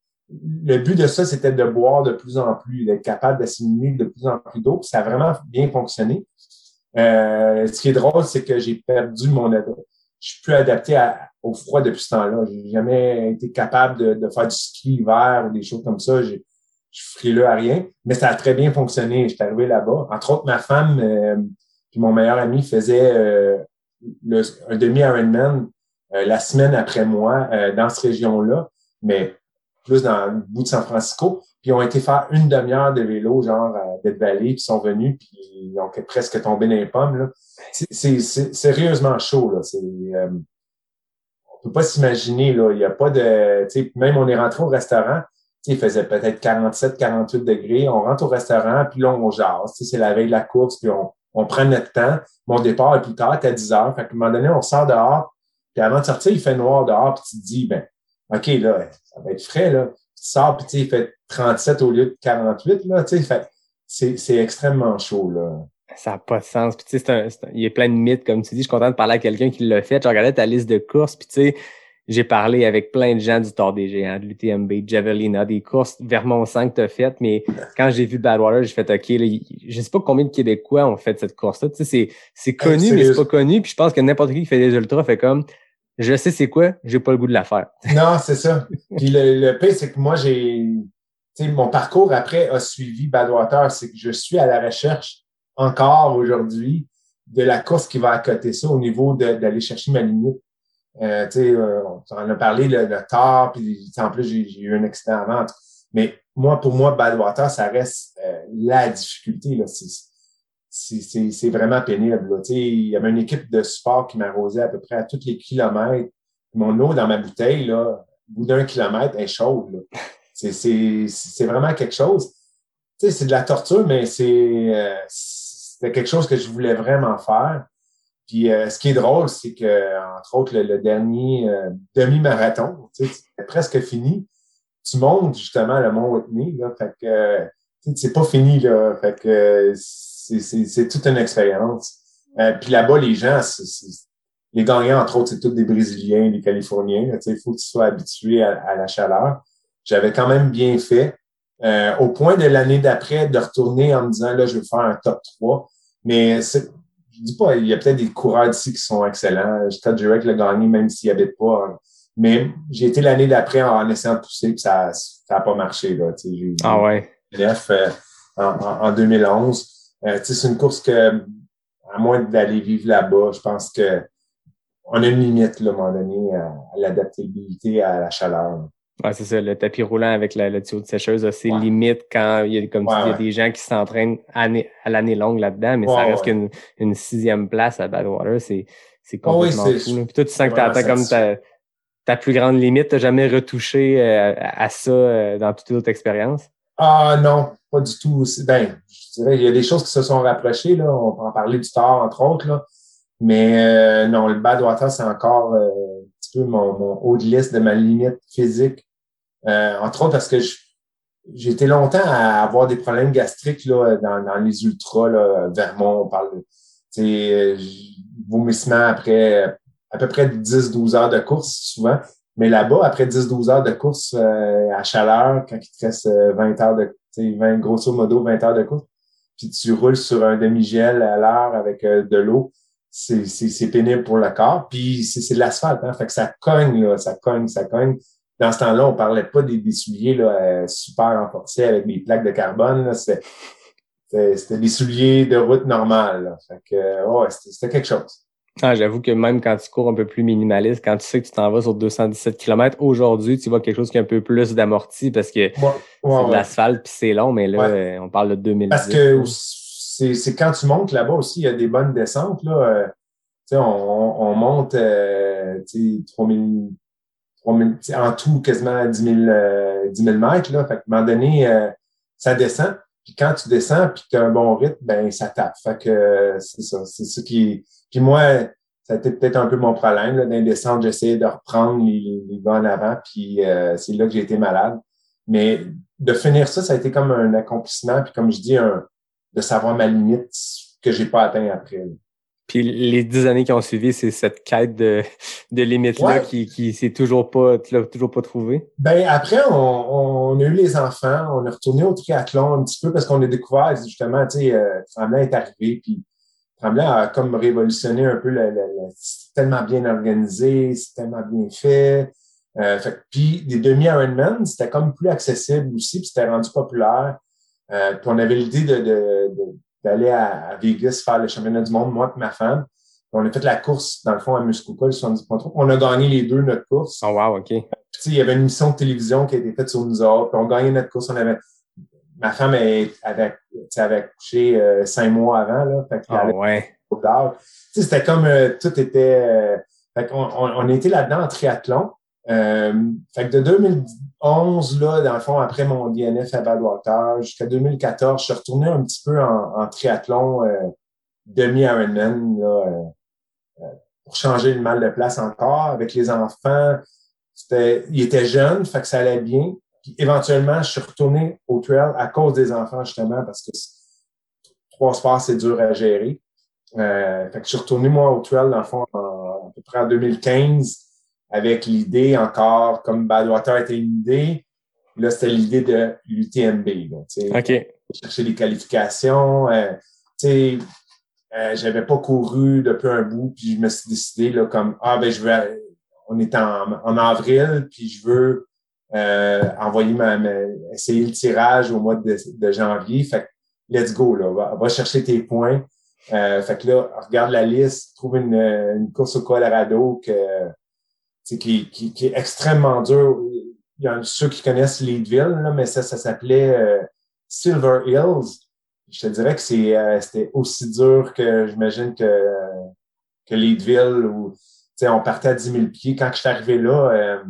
le but de ça, c'était de boire de plus en plus, d'être capable d'assimiler de plus en plus d'eau. Puis ça a vraiment bien fonctionné. Euh, ce qui est drôle, c'est que j'ai perdu mon... Je suis plus adapté à, au froid depuis ce temps-là. J'ai jamais été capable de, de faire du ski l'hiver ou des choses comme ça. J'ai, je suis frileux à rien. Mais ça a très bien fonctionné. J'étais arrivé là-bas. Entre autres, ma femme euh, puis mon meilleur ami faisait euh, le, un demi-Ironman euh, la semaine après moi euh, dans cette région-là, mais plus dans le bout de San Francisco. Puis ils ont été faire une demi-heure de vélo, genre à Death Valley, puis ils sont venus, puis ils ont presque tombé dans les pommes. Là. C'est, c'est, c'est sérieusement chaud. Là. C'est, euh, on peut pas s'imaginer, là. Il y a pas de. Même on est rentré au restaurant, il faisait peut-être quarante-sept, quarante-huit degrés. On rentre au restaurant, puis là, on jase. C'est la veille de la course, puis on, on prend notre temps. Mon départ est plus tard, c'est à dix heures. Fait qu'à un moment donné, on sort dehors, puis avant de sortir, il fait noir dehors, puis tu te dis, ben, OK, là, ça va être frais, là. Tu sors, puis tu sais, il fait trente-sept au lieu de quarante-huit, là, tu sais, fait, c'est, c'est extrêmement chaud, là. Ça n'a pas de sens. Puis tu sais, c'est un, c'est un, il y a plein de mythes, comme tu dis. Je suis content de parler à quelqu'un qui l'a fait. Je regardais ta liste de courses, puis tu sais, j'ai parlé avec plein de gens du Tour des Géants, de l'U T M B, de Javelina, des courses Vermont cinq que tu as faites, mais quand j'ai vu Badwater, j'ai fait OK, là, je sais pas combien de Québécois ont fait cette course-là. Tu sais, c'est, c'est connu, mais c'est pas connu. Puis je pense que n'importe qui qui fait des ultras fait comme je sais c'est quoi, j'ai pas le goût de la faire. Non, c'est ça. Puis le, le pire, c'est que moi, j'ai. Tu sais, mon parcours après a suivi Badwater, c'est que je suis à la recherche encore aujourd'hui de la course qui va accoter ça au niveau de, d'aller chercher ma limite. Euh, tu sais, euh, on en a parlé, le, le tard, puis en plus, j'ai, j'ai eu un accident avant. Mais moi, pour moi, Badwater, ça reste euh, la difficulté. Là. C'est, c'est, c'est, c'est vraiment pénible. Là. Tu sais, il y avait une équipe de support qui m'arrosait à peu près à tous les kilomètres. Mon eau dans ma bouteille, là, au bout d'un kilomètre, est chaude. Là. C'est, c'est, c'est vraiment quelque chose. Tu sais, c'est de la torture, mais c'est, euh, c'était quelque chose que je voulais vraiment faire. Puis euh, ce qui est drôle, c'est que, entre autres, le, le dernier euh, demi-marathon, tu sais, c'est presque fini. Tu montes justement le mont Whitney, là, fait que euh, c'est pas fini, là. Fait que euh, c'est, c'est, c'est toute une expérience. Euh, puis là-bas, les gens, c'est, c'est, les gagnants, entre autres, c'est tous des Brésiliens, des Californiens. Tu sais, il faut que tu sois habitué à, à la chaleur. J'avais quand même bien fait. Euh, au point de l'année d'après, de retourner en me disant, là, je vais faire un top trois. Mais c'est, je dis pas, il y a peut-être des coureurs d'ici qui sont excellents. Scott Jurek l'a gagné, même s'il habite pas. Hein. Mais j'ai été l'année d'après en essayant de pousser, puis ça ça a pas marché. Là, tu sais, j'ai, ah ouais. Bref, euh, en, en, en deux mille onze. Euh, tu sais, c'est une course que, à moins d'aller vivre là-bas, je pense que on a une limite, là, à un moment donné, à, à l'adaptabilité à la chaleur. Ouais, c'est ça. Le tapis roulant avec la, le tuyau de sécheuse a ses ouais. limites quand il y a, comme ouais, tu dis, il y a ouais. des gens qui s'entraînent année, à l'année longue là-dedans, mais ouais, ça reste ouais. qu'une une sixième place à Badwater, c'est, c'est complètement oh oui, c'est, fou. Là. Puis toi, tu sens que tu atteins comme ta, ta plus grande limite. Tu n'as jamais retouché euh, à, à ça euh, dans toute autre expérience? Ah non, pas du tout. Ben, je dirais, il y a des choses qui se sont rapprochées, là. On peut en parler du tard, entre autres, là. Mais euh, non, le Badwater, c'est encore euh, un petit peu mon, mon haut de liste de ma limite physique. Euh, entre autres parce que je, j'ai été longtemps à avoir des problèmes gastriques là, dans, dans les ultras, là, Vermont, on parle de euh, vomissement après à peu près dix douze heures de course, souvent. Mais là-bas, après dix douze heures de course euh, à chaleur, quand il te reste vingt heures de vingt, grosso modo vingt heures de course, puis tu roules sur un demi-gel à l'heure avec euh, de l'eau, c'est, c'est, c'est pénible pour le corps. Puis c'est, c'est de l'asphalte, hein, fait que ça cogne, là, ça cogne, ça cogne. Dans ce temps-là, on parlait pas des, des souliers là, euh, super renforcés avec des plaques de carbone. Là. C'était, c'était, c'était des souliers de route normale. Là. Fait que, euh, ouais, c'était, c'était quelque chose. Ah, j'avoue que même quand tu cours un peu plus minimaliste, quand tu sais que tu t'en vas sur deux cent dix-sept kilomètres, aujourd'hui, tu vois quelque chose qui a un peu plus d'amorti parce que ouais, ouais, c'est de ouais. l'asphalte puis c'est long, mais là, ouais. on parle de deux mille dix. Parce que c'est, c'est quand tu montes là-bas aussi, il y a des bonnes descentes. Là. Euh, sais, on, on monte euh, trois mille, trois mille, en tout quasiment dix mille, euh, dix mille mètres. Là. Fait qu'à un moment donné, euh, ça descend. Puis quand tu descends puis que tu as un bon rythme, ben ça tape. Fait que euh, c'est ça. C'est ça qui. Puis moi, ça a été peut-être un peu mon problème. Là, dans les descentes, j'essayais de reprendre les, les gars en avant, puis euh, c'est là que j'ai été malade. Mais de finir ça, ça a été comme un accomplissement, puis comme je dis, un, de savoir ma limite que j'ai pas atteint après. Là. Puis les dix années qui ont suivi, c'est cette quête de, de limite-là ouais. qui, qui s'est toujours pas, tu l'as toujours pas trouvé? Ben après, on, on a eu les enfants, on est retourné au triathlon un petit peu parce qu'on a découvert justement, tu sais, euh, Tremblant est arrivé, puis Tremblant a comme révolutionné un peu le, le, le c'est tellement bien organisé, c'est tellement bien fait. Euh, fait puis des demi-Ironman, c'était comme plus accessible aussi, puis c'était rendu populaire. Euh, puis on avait l'idée de, de, de d'aller à, à Vegas faire le championnat du monde, moi et ma femme. Puis on a fait la course, dans le fond, à Muskoka, le soixante-dix point trois. On a gagné les deux, notre course. Oh wow, OK. Puis il y avait une émission de télévision qui a été faite sur nous autres. Puis on gagnait notre course. On avait, ma femme elle, avait, avait accouché euh, cinq mois avant. Là, fait oh, ouais. Au dehors. C'était comme, euh, tout était... Euh, fait qu'on, on, on était là-dedans en triathlon. Euh, fait que de deux mille onze, là, dans le fond, après mon D N F à Badwater, jusqu'à deux mille quatorze, je suis retourné un petit peu en, en triathlon euh, demi-Ironman, là, euh, pour changer le mal de place encore. Avec les enfants, c'était, ils étaient jeunes, fait que ça allait bien. Puis éventuellement, je suis retourné au trail à cause des enfants, justement, parce que trois sports, c'est dur à gérer. Euh, fait que je suis retourné, moi, au trail, dans le fond, en, à peu près en deux mille quinze, avec l'idée encore, comme Badwater était une idée, là, c'était l'idée de l'U T M B. Là, OK. Chercher les qualifications. Euh, tu sais, euh, j'avais pas couru depuis un bout, puis je me suis décidé, là, comme, ah, ben, je veux, on est en, en avril, puis je veux euh, envoyer ma, ma, essayer le tirage au mois de, de janvier. Fait que, let's go, là, va, va chercher tes points. Euh, fait que là, regarde la liste, trouve une, une course au Colorado que, Qui, qui, qui est extrêmement dur. Il y en a ceux qui connaissent Leadville, là, mais ça, ça s'appelait euh, Silver Hills. Je te dirais que c'est euh, c'était aussi dur que j'imagine que que Leadville où on partait à dix mille pieds. Quand je suis arrivé là, euh,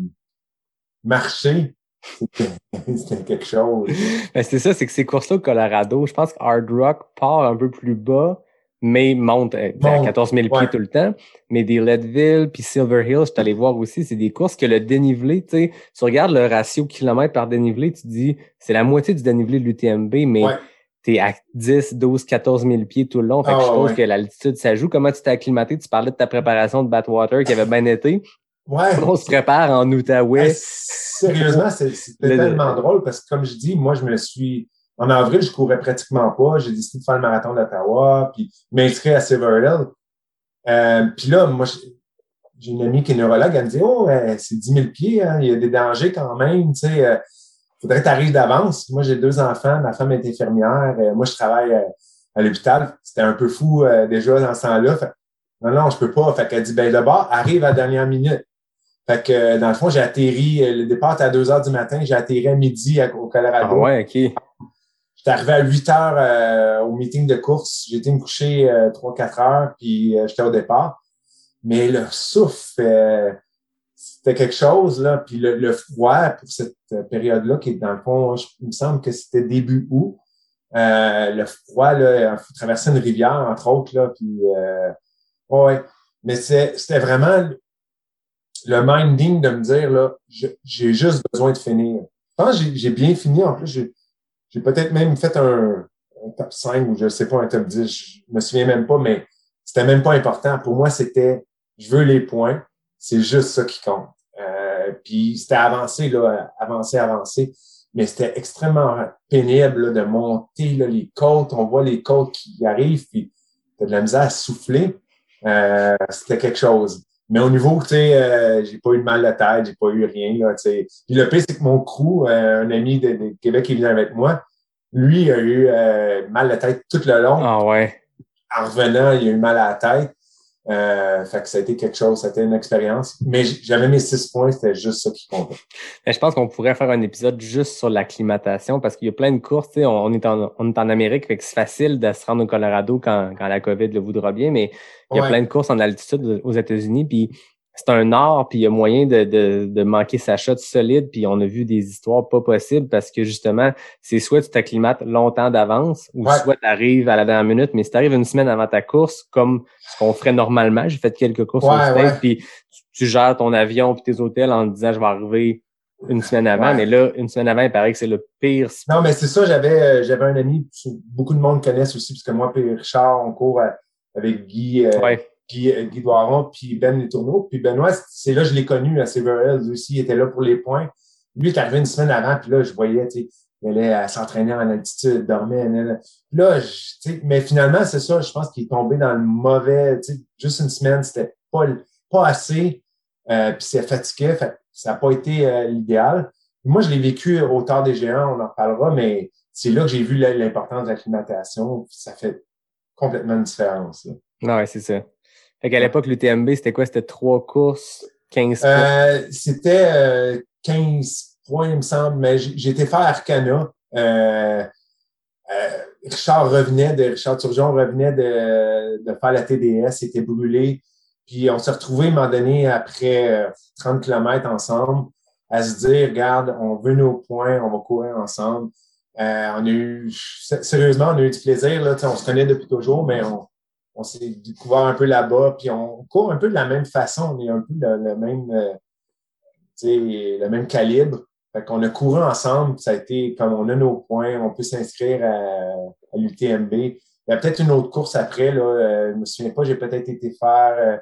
marcher, c'était, c'était quelque chose. Ben, c'est ça, c'est que ces courses-là au Colorado, je pense que Hard Rock part un peu plus bas, mais monte euh, bon, à quatorze mille pieds ouais. tout le temps. Mais des Leadville puis Silver Hill, je suis allé voir aussi, c'est des courses que le dénivelé, tu sais, tu regardes le ratio kilomètre par dénivelé, tu te dis, c'est la moitié du dénivelé de l'U T M B, mais ouais. t'es à dix, douze, quatorze mille pieds tout le long. Fait que oh, je suppose ouais. que l'altitude, ça joue. Comment tu t'es acclimaté? Tu parlais de ta préparation de Badwater qui avait bien été. Ouais. On se prépare en Outaouais. Hey, sérieusement, c'est, c'était le... tellement drôle parce que, comme je dis, moi, je me suis... En avril, je courais pratiquement pas. J'ai décidé de faire le marathon d'Ottawa, puis m'inscrire à Silver Hill. Euh, puis là, moi, j'ai une amie qui est neurologue, elle me dit « Oh, euh, c'est dix mille pieds, hein, il y a des dangers quand même, tu sais, euh, faudrait que tu arrives d'avance. » Moi, j'ai deux enfants, ma femme est infirmière, euh, moi, je travaille euh, à l'hôpital. C'était un peu fou euh, déjà dans ce temps-là. Fait, non, non, je peux pas. Fait qu'elle dit « Ben, le bar arrive à la dernière minute. » Fait que, dans le fond, j'ai atterri, le départ était à deux heures du matin, j'ai atterri à midi à, au Colorado. Ah ouais, OK. J'étais arrivé à huit heures euh, au meeting de course. J'ai été me coucher euh, trois quatre heures, puis euh, j'étais au départ. Mais le souffle, euh, c'était quelque chose, là. Puis le, le froid pour cette période-là, qui est dans le fond, je, il me semble que c'était début août. Euh, le froid, là, il faut traverser une rivière, entre autres, là. Puis, euh, ouais. Mais c'est, c'était vraiment le minding de me dire, là, je, j'ai juste besoin de finir. Je pense que j'ai, j'ai bien fini. En plus, j'ai, j'ai peut-être même fait un, un top cinq ou je sais pas, un top dix. Je me souviens même pas, mais c'était même pas important. Pour moi, c'était, je veux les points. C'est juste ça qui compte. Euh, puis c'était avancé, là, avancé, avancé. Mais c'était extrêmement pénible, là, de monter, là, les côtes. On voit les côtes qui arrivent, puis t'as de la misère à souffler. Euh, c'était quelque chose. Mais au niveau, tu sais, euh, j'ai pas eu de mal de tête, j'ai pas eu rien, là, tu sais. Puis le pire, c'est que mon crew, euh, un ami de, de Québec qui vient avec moi, lui a eu euh, mal de tête tout le long. Ah ouais. En revenant, il a eu mal à la tête. Euh, fait que ça a été quelque chose, ça a été une expérience. Mais j'avais mes six points, c'était juste ça qui comptait. Je pense qu'on pourrait faire un épisode juste sur l'acclimatation parce qu'il y a plein de courses. Tu sais, on, on, est en, on est en Amérique, fait que c'est facile de se rendre au Colorado quand, quand la COVID le voudra bien, mais il y a ouais. plein de courses en altitude aux États-Unis, puis c'est un art, puis il y a moyen de, de, de manquer sa shot solide, puis on a vu des histoires pas possibles parce que justement, c'est soit tu t'acclimates longtemps d'avance ou ouais. soit tu arrives à la dernière minute, mais si tu arrives une semaine avant ta course, comme ce qu'on ferait normalement, j'ai fait quelques courses ouais, au States, ouais. puis tu, tu gères ton avion puis tes hôtels en te disant je vais arriver une semaine avant, ouais. mais là, une semaine avant, il paraît que c'est le pire. Non, mais c'est ça, j'avais euh, j'avais un ami, beaucoup de monde connaissent aussi, parce que moi et Richard, on court à, avec Guy, euh, ouais. Guy, euh, Guy Doiron, puis Ben Letourneau. Puis Benoît, c'est là que je l'ai connu à Silver Hills aussi, il était là pour les points. Lui, il est arrivé une semaine avant, puis là, je voyais, tu sais, il allait à s'entraîner en altitude, dormait. Là, là tu sais, mais finalement, c'est ça, je pense qu'il est tombé dans le mauvais, tu sais, juste une semaine, c'était pas, pas assez, euh, puis c'est fatigué, fait ça n'a pas été euh, l'idéal. Moi, je l'ai vécu au Tard des Géants, on en reparlera, mais c'est là que j'ai vu l'importance de l'acclimatation. Ça fait complètement une différence. Là. Non, ouais, c'est ça. Fait qu'à l'époque, l'U T M B, c'était quoi? C'était trois courses, quinze points? Euh, c'était euh, quinze points, il me semble, mais j'ai été faire Arcana. Euh, euh, Richard revenait de, Richard Turgeon revenait de, de faire la T D S, il était brûlé. Puis on s'est retrouvés, à un moment donné, après trente kilomètres ensemble, à se dire, regarde, on veut nos points, on va courir ensemble. Euh, on a eu, sérieusement, on a eu du plaisir, là, on se connaît depuis toujours, mais on, on s'est découvert un peu là-bas, puis on court un peu de la même façon, on est un peu le, le même, euh, tu sais, le même calibre. Fait qu'on a couru ensemble, ça a été, comme on a nos points, on peut s'inscrire à, à l'U T M B. Il y a peut-être une autre course après, là, euh, je me souviens pas, j'ai peut-être été faire, euh,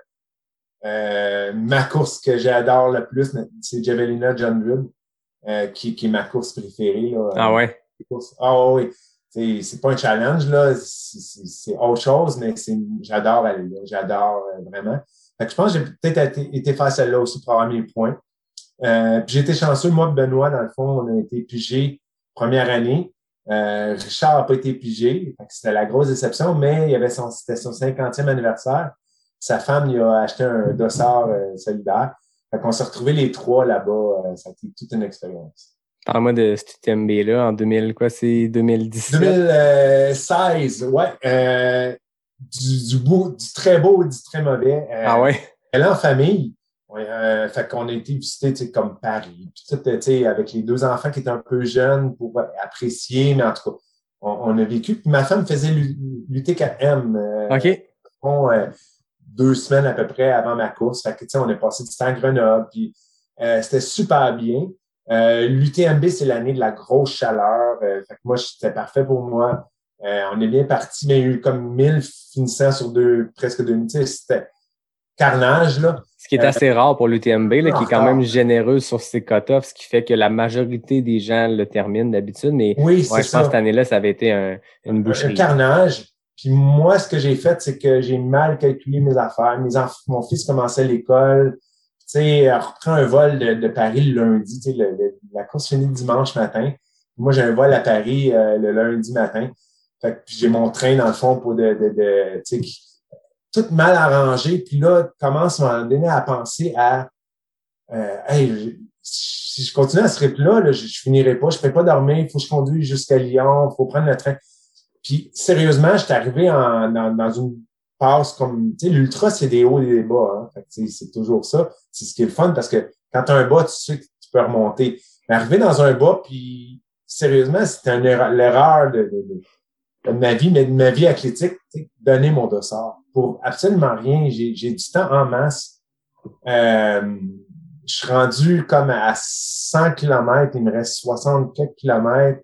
Euh, ma course que j'adore le plus, c'est Javelina John Wood, euh, qui, qui est ma course préférée. Là. Ah ouais? Ah oui, c'est, c'est pas un challenge, là, c'est, c'est, c'est autre chose, mais c'est, j'adore aller là, j'adore euh, vraiment. Fait que je pense que j'ai peut-être été, été faire celle-là aussi pour avoir mes points. Euh, puis j'ai été chanceux, moi et Benoît, dans le fond, on a été pigés première année. Euh, Richard n'a pas été pigé, fait que c'était la grosse déception, mais il y avait son, c'était son cinquantième anniversaire. Sa femme lui a acheté un dossard euh, solidaire. Fait qu'on s'est retrouvés les trois là-bas. Euh, ça a été toute une expérience. Parle-moi de ce U T M B-là en deux mille, quoi, c'est deux mille dix-sept? deux mille seize, ouais. Euh, du, du beau, du très beau, du très mauvais. Euh, ah ouais? Elle est en famille. Ouais, euh, fait qu'on a été visiter, tu sais, comme Paris. Puis tout, tu sais, avec les deux enfants qui étaient un peu jeunes pour apprécier, mais en tout cas, on, on a vécu. Puis ma femme faisait l'U T quatre M. Euh, OK. Bon, euh, deux semaines à peu près avant ma course. Fait que, tu sais, on est passé du temps à Grenoble, puis euh, c'était super bien. Euh, L'U T M B, c'est l'année de la grosse chaleur. Euh, fait que moi, c'était parfait pour moi. Euh, on est bien parti, mais il y a eu comme mille finissants sur deux, presque deux minutes. C'était carnage, là. Ce qui est assez euh, rare pour l'U T M B, là, qui est quand même généreux sur ses cut-offs, ce qui fait que la majorité des gens le terminent d'habitude. Mais oui, ouais, c'est je ça. pense que cette année-là, ça avait été un, une boucherie. Un carnage. Puis moi, ce que j'ai fait, c'est que j'ai mal calculé mes affaires. Mes enf- mon fils commençait l'école. Tu sais, on reprend un vol de, de Paris le lundi. Tu sais, le, le, la course finit le dimanche matin. Moi, j'ai un vol à Paris euh, le lundi matin. Fait que j'ai mon train, dans le fond, pour de, de, de tu sais, tout mal arrangé. Puis là, commence à m'en donner à penser à euh, hey, je, si je continue à ce rythme-là, là, je, je finirai pas. Je peux pas dormir. Il faut que je conduise jusqu'à Lyon. Il faut prendre le train. Puis, sérieusement, j'étais arrivé en, dans, dans une passe comme, tu sais, l'ultra, c'est des hauts et des bas, hein. Fait que, c'est toujours ça. C'est ce qui est le fun parce que quand tu as un bas, tu sais que tu peux remonter. Mais arriver dans un bas, puis, sérieusement, c'était une erreur, l'erreur de, de, de, de ma vie, mais de ma vie athlétique, tu sais, donner mon dossard. Pour absolument rien. J'ai, j'ai du temps en masse. Euh, je suis rendu comme à cent kilomètres. Il me reste soixante-quatre kilomètres.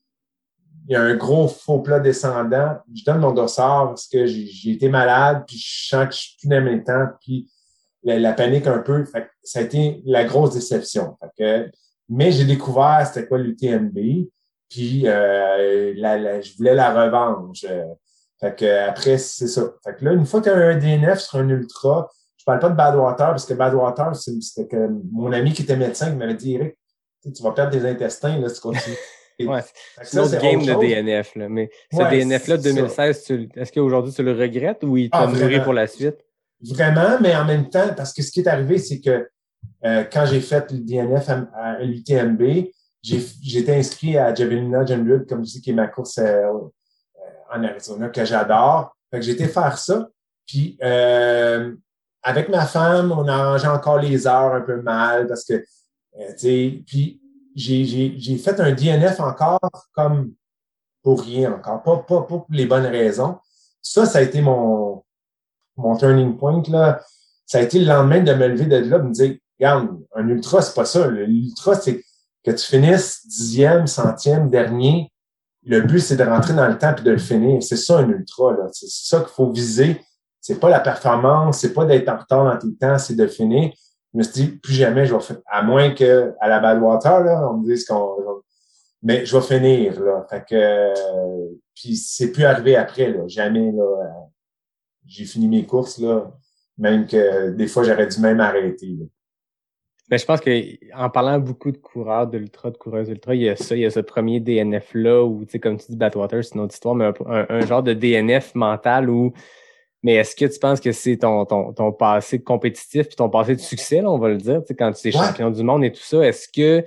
Il y a un gros faux plat descendant. Je donne mon dossard parce que j'ai, j'ai été malade, puis je sens que je suis plus dans mes temps, puis la, la panique un peu. Fait que ça a été la grosse déception. Fait que, mais j'ai découvert c'était quoi l'U T M B, puis euh, la, la, je voulais la revanche. Fait que après, c'est ça. Fait que là, une fois qu'il y a un D N F sur un ultra, je parle pas de Badwater, parce que Badwater, c'était que mon ami qui était médecin qui m'avait dit, Eric, tu vas perdre tes intestins là, si tu continues. Ouais, c'est une autre game de D N F. Là. Mais ce ouais, D N F-là de deux mille seize, tu, est-ce qu'aujourd'hui tu le regrettes ou il t'a ah, nourri pour la suite? vraiment, mais en même temps, parce que ce qui est arrivé, c'est que euh, quand j'ai fait le D N F à, à l'U T M B, j'ai, j'étais inscrit à Javelina cent, comme je dis, qui est ma course euh, en Arizona, que j'adore. Fait que j'ai été faire ça. Puis, euh, avec ma femme, on arrangeait encore les heures un peu mal parce que, euh, tu sais, puis j'ai, j'ai, j'ai fait un D N F encore comme pour rien encore, pas, pas, pas pour les bonnes raisons. Ça, ça a été mon, mon turning point, là. Ça a été le lendemain de me lever de là, de me dire, regarde, un ultra, c'est pas ça. L'ultra, c'est que tu finisses dixième, centième, dernier. Le but, c'est de rentrer dans le temps et de le finir. C'est ça, un ultra, là. C'est ça qu'il faut viser. C'est pas la performance, c'est pas d'être en retard dans tes temps, c'est de le finir. Je me suis dit, plus jamais je vais faire, à moins que, à la Badwater, là, on me dise qu'on, mais je vais finir, là. Fait que, euh, puis c'est plus arrivé après, là. Jamais, là. Euh, j'ai fini mes courses, là. Même que, des fois, j'aurais dû même arrêter, là. Mais je pense que en parlant à beaucoup de coureurs de l'ultra, de coureuses ultra, il y a ça, il y a ce premier D N F-là où, tu sais, comme tu dis, Badwater, c'est une autre histoire, mais un, un, un genre de D N F mental où, mais est-ce que tu penses que c'est ton, ton, ton passé compétitif puis ton passé de succès, là, on va le dire, tu sais, quand tu es ouais. champion du monde et tout ça, est-ce que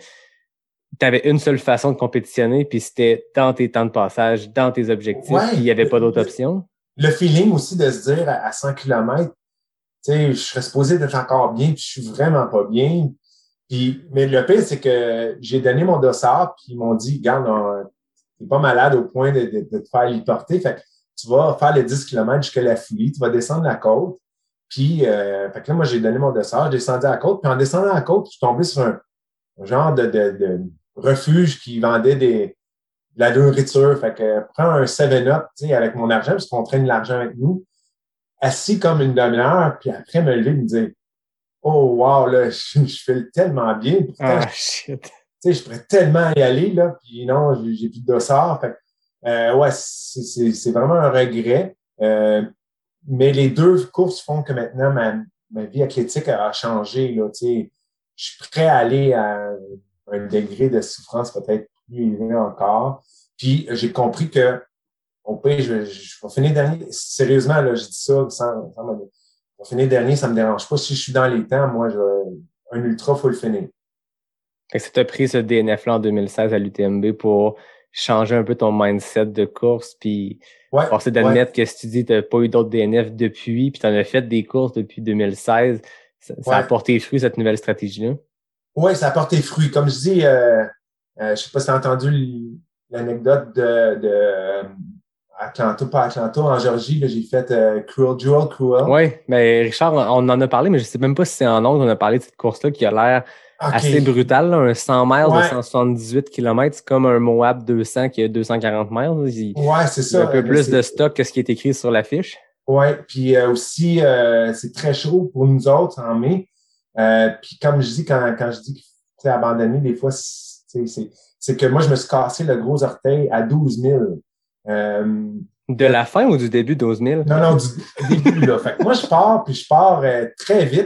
tu avais une seule façon de compétitionner puis c'était dans tes temps de passage, dans tes objectifs, ouais. puis il n'y avait pas d'autre option? Le feeling aussi de se dire à cent kilomètres, tu sais, je serais supposé d'être encore bien, puis je suis vraiment pas bien. Puis, mais le pire, c'est que j'ai donné mon dossard, puis ils m'ont dit, regarde, t'es pas malade au point de, de, de te faire l'hyporter, fait que tu vas faire les dix kilomètres jusqu'à la Foulie, tu vas descendre la côte. Puis, euh, fait que là, moi, j'ai donné mon dossard, j'ai descendu la côte, puis en descendant la côte, je suis tombé sur un, un genre de, de, de refuge qui vendait des, de la nourriture. Fait que prends un seven up, tu sais, avec mon argent, parce qu'on traîne l'argent avec nous, assis comme une demi-heure, puis après me lever et me dire, oh, wow, là, je, je fais tellement bien. Pourtant, ah, je, shit. Tu sais, je pourrais tellement y aller, là, puis non, j'ai, j'ai plus de dossard. Fait euh, ouais, c'est, c'est, c'est vraiment un regret. Euh, mais les deux courses font que maintenant, ma, ma vie athlétique a changé, là, tu sais. Je suis prêt à aller à un degré de souffrance peut-être plus élevé encore. Puis, j'ai compris que, au pire, je, je vais finir dernier. Sérieusement, là, je dis ça sans, sans me... Je vais finir dernier, ça me dérange pas. Si je suis dans les temps, moi, je, un ultra, faut le finir. Fait que tu as pris ce D N F-là en deux mille seize à l'U T M B pour changer un peu ton mindset de course, puis ouais, forcer d'admettre ouais. que si tu dis que tu n'as pas eu d'autres D N F depuis, puis tu en as fait des courses depuis deux mille seize, ça, ça ouais. a porté fruit, cette nouvelle stratégie-là? Oui, ça a porté fruit. Comme je dis, euh, euh, je sais pas si tu as entendu l'anecdote de, de euh, Atlanta, pas Atlanta, en Géorgie, là, j'ai fait euh, Cruel, Jewel Cruel. Oui, mais Richard, on en a parlé, mais je sais même pas si c'est en ondes, on a parlé de cette course-là qui a l'air okay. assez brutale, là, un cent miles ouais. de cent soixante-dix-huit kilomètres, c'est comme un Moab deux cents qui a deux cent quarante miles. Il, ouais, c'est ça. Il y a un peu plus de stock que ce qui est écrit sur l'affiche. Oui, puis euh, aussi, euh, c'est très chaud pour nous autres en mai. Euh, puis comme je dis, quand, quand je dis que c'est abandonné, des fois, c'est, c'est, c'est que moi, je me suis cassé le gros orteil à douze mille. Euh, de la fin ou du début douze mille? Non, non, du début, là. Fait que moi, je pars, puis je pars euh, très vite.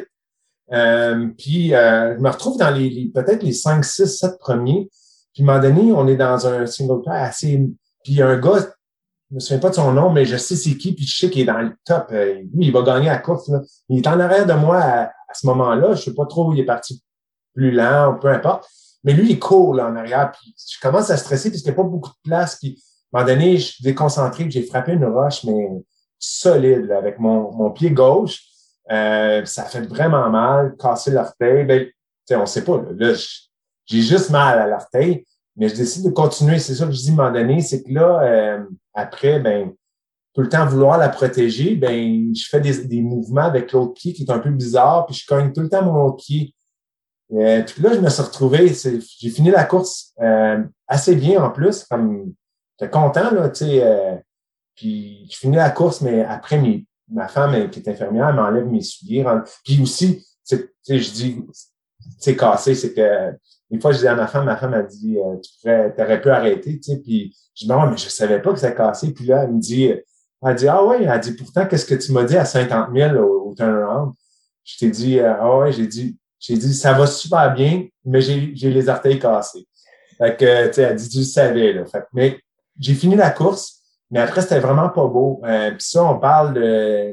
Euh, puis euh, je me retrouve dans les, les peut-être les cinq, six, sept premiers. Puis à un moment donné, on est dans un single player assez... Puis il y a un gars, je me souviens pas de son nom, mais je sais c'est qui, puis je sais qu'il est dans le top. Euh, lui, il va gagner la course, là. Il est en arrière de moi à, à ce moment-là. Je sais pas trop où il est parti plus lent, ou peu importe. Mais lui, il court là en arrière, puis je commence à stresser parce qu'il n'y a pas beaucoup de place. Puis à un moment donné, je suis déconcentré, puis j'ai frappé une roche, mais solide, là, avec mon, mon pied gauche. Euh, ça fait vraiment mal, casser l'orteil. Ben, tu sais, on sait pas, là, là j'ai juste mal à l'orteil, mais je décide de continuer. C'est ça que je dis à un moment donné, c'est que là, euh, après, ben, tout le temps vouloir la protéger, ben, je fais des, des mouvements avec l'autre pied qui est un peu bizarre, puis je cogne tout le temps mon autre pied. Euh, puis là, je me suis retrouvé, c'est, j'ai fini la course euh, assez bien en plus, comme j'étais content, là, tu sais, euh, puis je finis la course, mais après, mes, ma femme, qui est infirmière, elle m'enlève mes souliers. Puis aussi, tu sais, je dis, c'est cassé, c'est que une fois, je dis à ma femme, ma femme a dit, euh, tu pourrais, t'aurais pu arrêter, tu sais, puis je dis, non, mais je savais pas que ça cassé. Puis là, elle me dit, elle dit, ah ouais, elle dit, pourtant, qu'est-ce que tu m'as dit à cinquante mille au, au turnaround? Je t'ai dit, euh, ah ouais, j'ai dit, j'ai dit, ça va super bien, mais j'ai, j'ai les orteils cassés. Fait que, tu sais, elle dit, tu le savais, là. Fait que, mais j'ai fini la course, mais après, c'était vraiment pas beau. Euh, puis ça, on parle de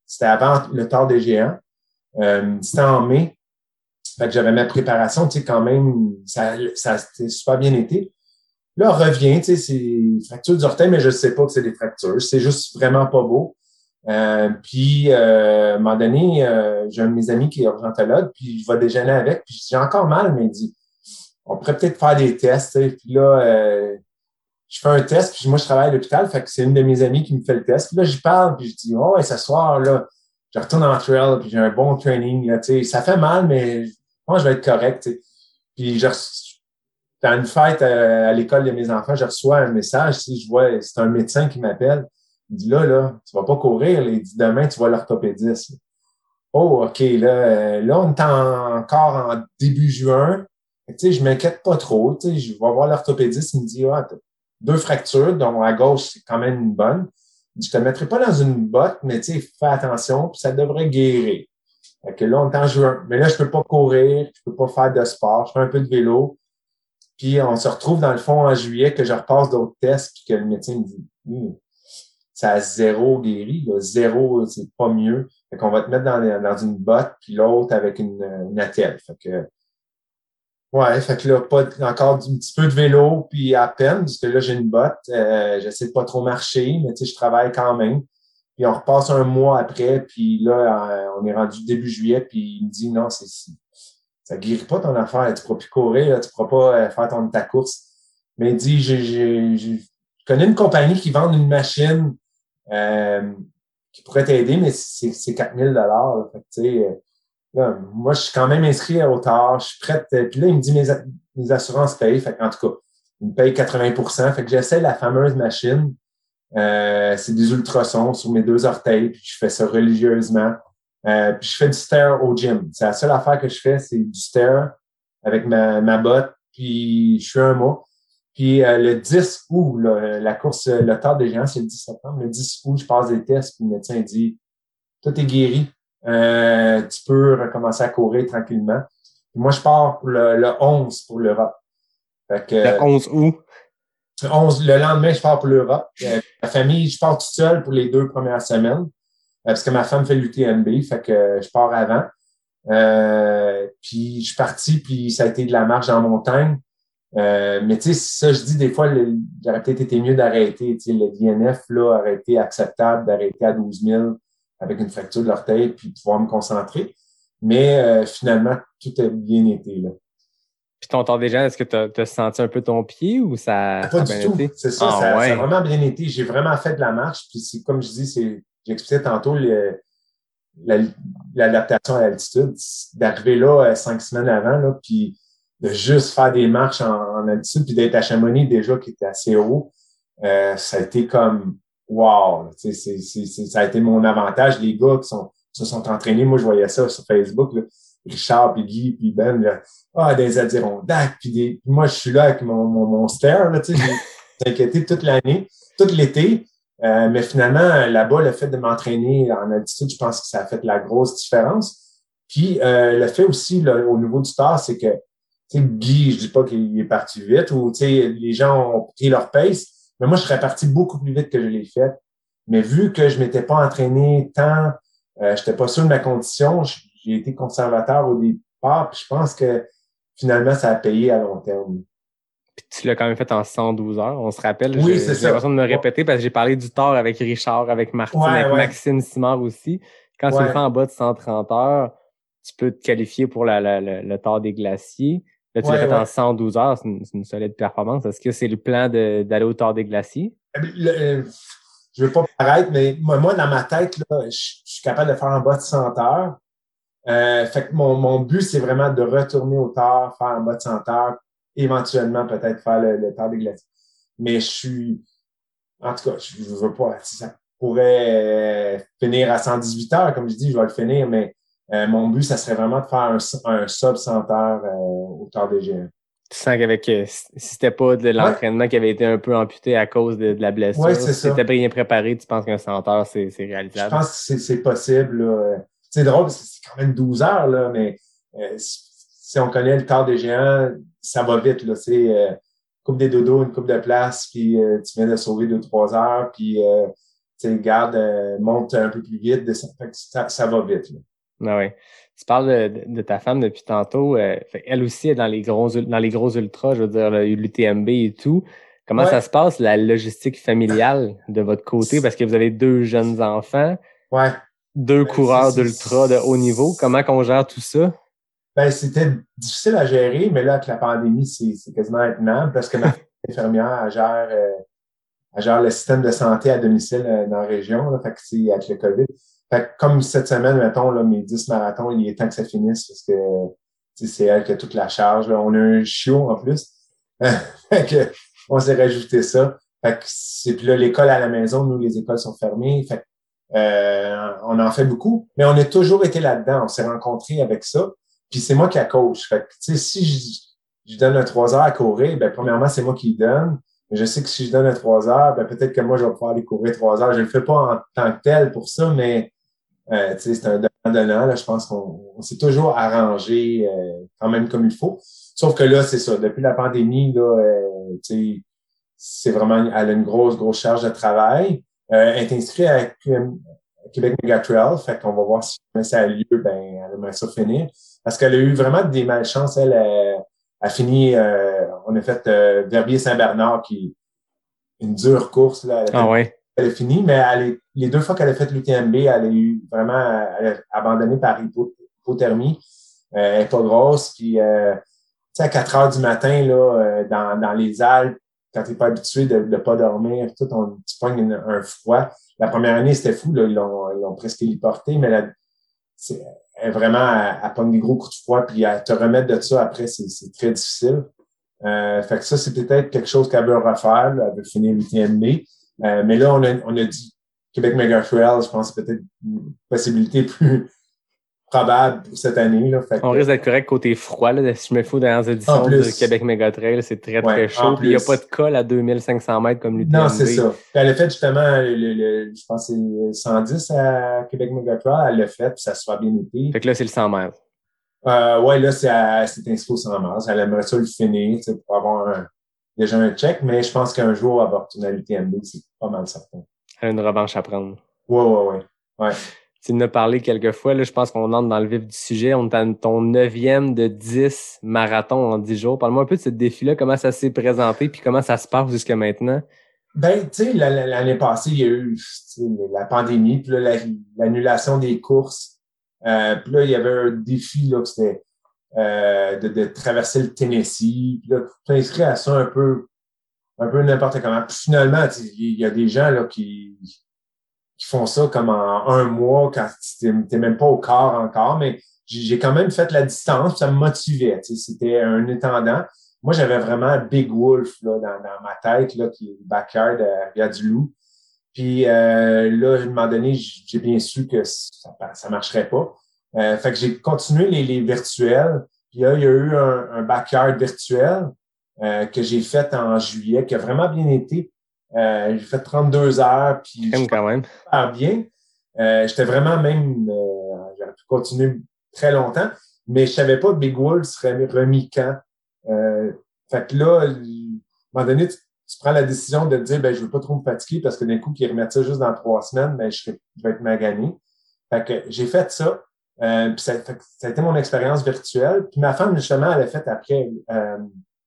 c'était avant le tort des géants. Euh, c'était en mai. Fait que j'avais ma préparation, tu sais, quand même, ça, ça a super bien été. Là, on revient, tu sais, c'est fracture du orteil, mais je sais pas que c'est des fractures. C'est juste vraiment pas beau. Euh, puis, euh, à un moment donné, euh, j'ai un de mes amis qui est urgentologue, puis je vais déjeuner avec, puis j'ai encore mal, mais il dit, on pourrait peut-être faire des tests, tu sais. Puis là, euh, je fais un test, puis moi, je travaille à l'hôpital, fait que c'est une de mes amies qui me fait le test. Puis là, j'y parle, puis je dis, oh, ouais, ce soir, là, je retourne en trail, puis j'ai un bon training, là, tu sais. Ça fait mal, mais moi, je vais être correct, tu sais. Puis, je dans une fête à, à l'école de mes enfants, je reçois un message, si je vois, c'est un médecin qui m'appelle. Il dit, là, là, tu vas pas courir. Là. Il dit, demain, tu vas à l'orthopédiste. Oh, OK, là, là, on est en, encore en début juin. Tu sais, je m'inquiète pas trop. Tu sais, je vais voir l'orthopédiste. Il me dit, ah, t'as deux fractures, dont à gauche, c'est quand même une bonne. Il dit, je te mettrai pas dans une botte, mais tu sais, fais attention, puis ça devrait guérir. Fait que là, on est en juin. Mais là, je peux pas courir, je peux pas faire de sport, je fais un peu de vélo. Puis on se retrouve dans le fond en juillet que je repasse d'autres tests puis que le médecin me dit hm, ça a zéro guéri, là, zéro, c'est pas mieux. Fait qu'on va te mettre dans, dans une botte puis l'autre avec une, une attelle. Fait que ouais, fait que là, pas encore un petit peu de vélo puis à peine, parce que là, j'ai une botte. Euh, j'essaie de pas trop marcher, mais tu sais, je travaille quand même. Puis on repasse un mois après, puis là, on est rendu début juillet, puis il me dit non, c'est ça guérit pas ton affaire. Tu pourras plus courir, là, tu pourras pas euh, faire ton, ta course. Mais il dit, j'ai, j'ai, j'ai, je connais une compagnie qui vend une machine euh, qui pourrait t'aider, mais c'est, c'est quatre mille dollars. Fait que, tu sais, là, moi, je suis quand même inscrit à hauteur. Je suis prête. Puis là, il me dit, mes, mes assurances payent. Fait en tout cas, il me paye quatre-vingts pour cent. Fait que j'essaie la fameuse machine. Euh, c'est des ultrasons sur mes deux orteils. Puis je fais ça religieusement. Euh, puis je fais du stair au gym. C'est la seule affaire que je fais, c'est du stair avec ma, ma botte, puis je suis un mois. Puis euh, le dix août, là, la course, le tard des géants, c'est le dix septembre. Le dix août, je passe des tests, puis le médecin dit « Tout est guéri. Euh, tu peux recommencer à courir tranquillement. » Puis moi, je pars pour le, le onze pour l'Europe. Fait que, le onze août? Le onze, le lendemain, je pars pour l'Europe. Euh, la famille, je pars toute seule pour les deux premières semaines. Parce que ma femme fait l'U T M B, fait que je pars avant. Euh, puis je suis parti, puis ça a été de la marche en montagne. Euh, mais tu sais, ça, je dis des fois, le, il aurait peut-être été mieux d'arrêter. Tu sais, le D N F là, aurait été acceptable d'arrêter à douze mille avec une fracture de l'orteil, puis de pouvoir me concentrer. Mais euh, finalement, tout a bien été là. Puis ton tort des gens, est-ce que tu as senti un peu ton pied ou ça, pas ça a du bien tout. été? C'est ça, ah, ça, ouais. ça a vraiment bien été. J'ai vraiment fait de la marche, puis c'est comme je dis, c'est j'expliquais tantôt le, la, l'adaptation à l'altitude, d'arriver là cinq semaines avant, là, puis de juste faire des marches en, en altitude, puis d'être à Chamonix déjà qui était assez haut, euh, ça a été comme wow, c'est, c'est, c'est, ça a été mon avantage. Les gars qui sont, se sont entraînés, moi je voyais ça sur Facebook, là, Richard, puis Guy, puis Ben, là, ah, des Adirondacks, puis des, puis moi je suis là avec mon, mon, mon stair, là, tu sais, j'ai inquiété toute l'année, tout l'été. Euh, mais finalement, là-bas, le fait de m'entraîner en altitude, je pense que ça a fait la grosse différence. Puis euh, le fait aussi, là, au niveau du tard, c'est que tu sais, Guy, je dis pas qu'il est parti vite, ou tu sais, les gens ont pris leur pace, mais moi, je serais parti beaucoup plus vite que je l'ai fait. Mais vu que je m'étais pas entraîné tant, euh, j'étais pas sûr de ma condition, j'ai été conservateur au départ, puis je pense que finalement, ça a payé à long terme. Puis tu l'as quand même fait en cent douze heures, on se rappelle. Oui, j'ai, c'est j'ai ça. l'impression de me répéter parce que j'ai parlé du tort avec Richard, avec Martine, ouais, avec ouais. Maxime Simard aussi. Quand ouais. tu le fais en bas de cent trente heures, tu peux te qualifier pour la, la, la, le tort des glaciers. Là, tu ouais, l'as fait ouais. en cent douze heures, c'est une, c'est une solide performance. Est-ce que c'est le plan de, d'aller au tort des glaciers? Le, euh, je veux pas paraître, mais moi, moi, dans ma tête, là, je, je suis capable de faire en bas de cent heures. Euh, fait que mon, mon but, c'est vraiment de retourner au tard, faire en bas de cent heures, éventuellement peut-être faire le, le tard des glaciers. Mais je suis, en tout cas, je, je veux pas, ça pourrait euh, finir à cent dix-huit heures, comme je dis, je vais le finir, mais euh, mon but, ça serait vraiment de faire un, un sub cent heures euh, au tard des géants. Tu sens qu'avec, euh, si c'était pas de l'entraînement ouais. qui avait été un peu amputé à cause de, de la blessure, ouais, c'est si t'étais bien préparé, tu penses qu'un cent heures, c'est, c'est réalisable? Je pense que c'est, c'est possible, là. C'est drôle parce que c'est quand même douze heures, là, mais euh, si on connaît le tard des géants, ça va vite, là. C'est euh, coupe des dodos, une coupe de place, puis euh, tu viens de sauver deux, trois heures, puis euh, tu sais, garde, euh, monte un peu plus vite, descend, fait que ça, ça va vite, là. Ah ouais. Tu parles de, de ta femme depuis tantôt. Euh, fait, elle aussi est dans les gros dans les gros ultras, je veux dire, l'U T M B et tout. Comment Ouais. ça se passe, la logistique familiale de votre côté? Parce que vous avez deux jeunes enfants, Ouais. deux Ben, coureurs c'est- d'ultra de haut niveau. Comment qu'on gère tout ça? Ben, c'était difficile à gérer, mais là, avec la pandémie, c'est, c'est quasiment intenable parce que ma fille est infirmière, elle gère, euh, elle gère le système de santé à domicile euh, dans la région, là, fait que c'est avec le COVID. Fait que comme cette semaine, mettons, là, mes dix marathons, il est temps que ça finisse parce que tu sais, c'est elle qui a toute la charge, là. On a un chiot en plus. Fait que on s'est rajouté ça. Fait que c'est puis là, l'école à la maison, nous, les écoles sont fermées. Fait que, euh, on en fait beaucoup, mais on a toujours été là-dedans. On s'est rencontrés avec ça. Puis c'est moi qui la coach. Fait que, tu sais, si je, je donne un trois heures à courir, ben premièrement, c'est moi qui le donne. Mais je sais que si je donne un trois heures, ben peut-être que moi, je vais pouvoir aller courir trois heures. Je le fais pas en tant que tel pour ça, mais euh, tu sais, c'est un donnant-donnant. Là, je pense qu'on on s'est toujours arrangé euh, quand même comme il faut. Sauf que là, c'est ça. Depuis la pandémie, là, euh, tu sais, c'est vraiment, elle a une grosse, grosse charge de travail. Euh, elle est inscrite à Québec Mega Trail, fait qu'on va voir si ça a lieu, ben, elle aimerait ça finir. Parce qu'elle a eu vraiment des malchances. Elle a, a fini, euh, on a fait euh, Verbier-Saint-Bernard, qui est une dure course, là. Elle a, Ah ouais. elle a fini, mais elle est, les deux fois qu'elle a fait l'U T M B, elle a eu vraiment, elle a abandonné par hypo, hypothermie. Euh, elle est pas grosse, puis euh, tu sais, à quatre heures du matin, là, euh, dans, dans les Alpes, quand t'es pas habitué de ne pas dormir, tout, on, tu pognes une, un froid. La première année, c'était fou, là, ils l'ont, ils l'ont presque héliporté, mais là, c'est, elle, vraiment, elle, elle pogne des gros coups de froid, puis à te remettre de ça après, c'est, c'est très difficile. Euh, fait que ça, c'est peut-être quelque chose qu'elle veut refaire, là, elle veut finir l'U T M B. Euh, mais là, on a, on a dit Québec Mega Trail, je pense que c'est peut-être une possibilité plus probable pour cette année. Là. Fait que, on risque d'être correct côté froid, là, si je me fous dans les éditions de Québec Mega Trail, c'est très, ouais, très chaud. Puis il n'y a pas de col à deux mille cinq cents mètres comme l'U T M B. Non, c'est ça. Puis elle a fait justement, le, le, le, je pense que c'est cent dix à Québec Mega Trail, elle l'a fait, puis ça se soit bien été. Fait que là, c'est le cent mètres. Euh, ouais, là, c'est, c'est inscrit au cent mètres. Elle aimerait ça le finir, tu sais, pour avoir un, déjà un check, mais je pense qu'un jour, elle va retourner à l'U T M B, c'est pas mal certain. Elle a une revanche à prendre. Ouais, ouais, ouais. ouais. Tu en as parlé quelques fois, là, je pense qu'on entre dans le vif du sujet. On est à ton neuvième de dix marathons en dix jours. Parle-moi un peu de ce défi-là, comment ça s'est présenté, puis comment ça se passe jusqu'à maintenant. Ben, tu sais, l'année passée, il y a eu la pandémie, puis là, la, l'annulation des courses. Euh, puis là, il y avait un défi, là, que c'était euh, de, de traverser le Tennessee. Puis là, tu t'inscris à ça un peu, un peu n'importe comment. Puis finalement, il y a des gens là qui, qui font ça comme en un mois, quand t'es, t'es même pas au quart encore, mais j'ai quand même fait la distance, puis ça me motivait. C'était un étendant. Moi, j'avais vraiment Big Wolf là, dans, dans ma tête, là, qui est le backyard à Rivière-du-Loup. Puis euh, là, à un moment donné, j'ai bien su que ça ça marcherait pas. Euh, fait que j'ai continué les, les virtuels. Puis là, il y a eu un, un backyard virtuel euh, que j'ai fait en juillet, qui a vraiment bien été. Euh, j'ai fait trente-deux heures, puis J'aime quand même. Super bien. Euh, j'étais vraiment même, euh, j'aurais pu continuer très longtemps, mais je savais pas que Big Wolf serait remis quand. Euh, fait que là, à un moment donné, tu, tu prends la décision de te dire, ben, je veux pas trop me fatiguer parce que d'un coup, qu'ils remettent ça juste dans trois semaines, ben, je, serais, je vais être magané. Fait que j'ai fait ça. Euh, puis ça, fait que ça a été mon expérience virtuelle. Puis ma femme, justement, elle a fait après, euh,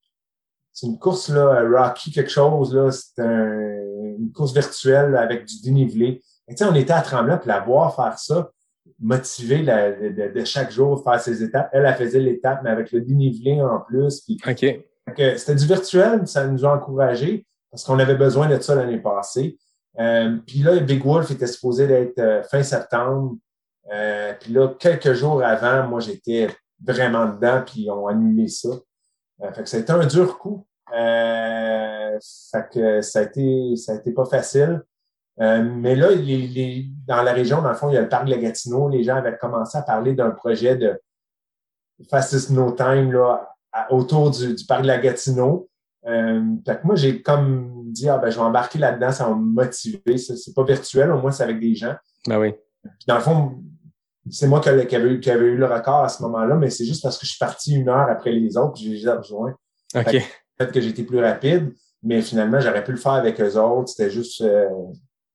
c'est une course, là, Rocky quelque chose, là, c'est un, une course virtuelle avec du dénivelé. Tu sais, on était à Tremblant, puis la voir faire ça, motivée de, de, de chaque jour, faire ses étapes. Elle, elle faisait l'étape, mais avec le dénivelé en plus. Puis, OK. que c'était du virtuel, ça nous a encouragés parce qu'on avait besoin de ça l'année passée. Euh, puis là, Big Wolf était supposé d'être euh, fin septembre. Euh, puis là, quelques jours avant, moi, j'étais vraiment dedans, puis ils ont annulé ça. Euh, fait que ça a été un dur coup. Euh, fait que ça a été, ça a été pas facile. Euh, mais là, les, les, dans la région, dans le fond, il y a le parc de la Gatineau. Les gens avaient commencé à parler d'un projet de Fastest No Time là, à, autour du, du parc de la Gatineau. Euh, fait que moi, j'ai comme dit, ah ben, je vais embarquer là-dedans, ça va me motiver. C'est, c'est pas virtuel, au moins, c'est avec des gens. Ben oui. Puis dans le fond, c'est moi qui avait, qui, avait eu, qui avait eu le record à ce moment-là, mais c'est juste parce que je suis parti une heure après les autres, puis j'ai déjà rejoint. OK. Peut-être que j'étais plus rapide, mais finalement, j'aurais pu le faire avec eux autres. C'était juste... Euh,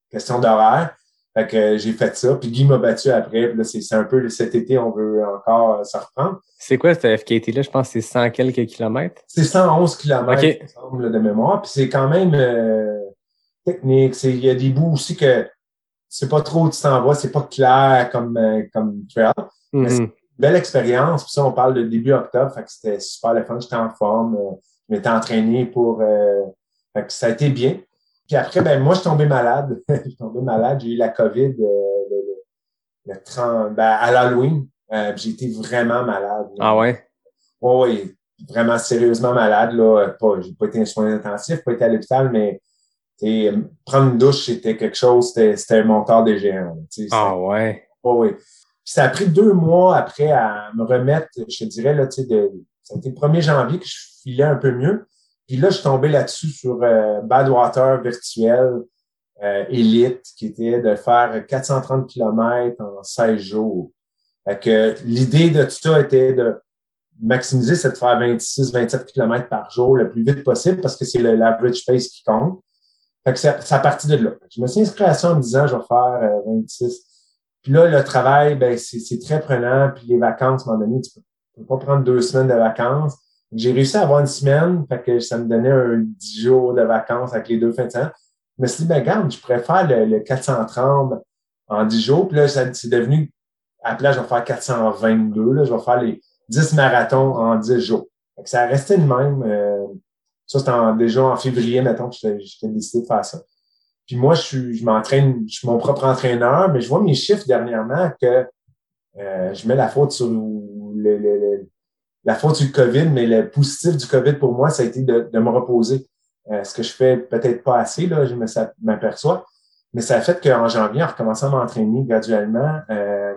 question d'horaire. Fait que euh, j'ai fait ça. Puis Guy m'a battu après. Puis là, c'est, c'est un peu cet été, on veut encore euh, se reprendre. C'est quoi cette F K T-là? Je pense que c'est cent quelques kilomètres. C'est cent onze kilomètres, okay. il me semble, de mémoire. Puis c'est quand même euh, technique. C'est, il y a des bouts aussi que c'est pas trop où tu t'en vas, c'est pas clair comme, euh, comme trail. Mm-hmm. Mais c'est une belle expérience. Puis ça, on parle de début octobre. Fait que c'était super le fun. J'étais en forme. Euh, je m'étais entraîné pour... Euh, fait que ça a été bien. Puis après, ben moi, je suis tombé malade. Je suis tombé malade. J'ai eu la COVID euh, le, le, le trente, ben, à l'Halloween. Euh, j'ai été vraiment malade. Ah ouais? Oui, oui. Vraiment sérieusement malade. Là. Pas, j'ai pas été en soins intensifs, pas été à l'hôpital, mais t'sais, prendre une douche, c'était quelque chose, c'était, c'était un monteur des géants. Ah ouais? Oui, oui. Puis ça a pris deux mois après à me remettre, je te dirais, là, tu sais, de, ça a été le premier janvier que je filais un peu mieux. Puis là, je suis tombé là-dessus sur euh, Badwater virtuel euh, Elite, qui était de faire quatre cent trente kilomètres en seize jours. Fait que l'idée de tout ça était de maximiser, c'est de faire vingt-six à vingt-sept kilomètres par jour le plus vite possible parce que c'est le, l'average pace qui compte. Fait que ça, ça a parti de là. Je me suis inscrit à ça en me disant, je vais faire euh, vingt-six. Puis là, le travail, ben c'est, c'est très prenant. Puis les vacances, à un moment donné, tu peux, tu peux pas prendre deux semaines de vacances. J'ai réussi à avoir une semaine, fait que ça me donnait un dix jours de vacances avec les deux fins de semaine. Je me suis dit, ben regarde, je pourrais faire le, le quatre cent trente en dix jours. Puis là, ça, c'est devenu, à la place, je vais faire quatre cent vingt-deux. Là, je vais faire les dix marathons en dix jours. Fait que ça a resté le même. Euh, ça, c'était en, déjà en février, mettons, que j'étais, j'étais décidé de faire ça. Puis moi, je suis, je m'entraîne, je suis mon propre entraîneur, mais je vois mes chiffres dernièrement que euh, je mets la faute sur le, le, le la faute du COVID, mais le positif du COVID pour moi, ça a été de, de me reposer. Euh, ce que je fais peut-être pas assez, là, je me, ça, m'aperçois. Mais ça a fait qu'en janvier, en recommençant à m'entraîner graduellement, euh,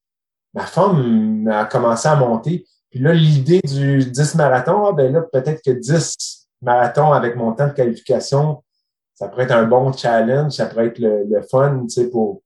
ma forme a commencé à monter. Puis là, l'idée du dix marathons, ah, ben là, peut-être que dix marathons avec mon temps de qualification, ça pourrait être un bon challenge, ça pourrait être le, le fun, tu sais, pour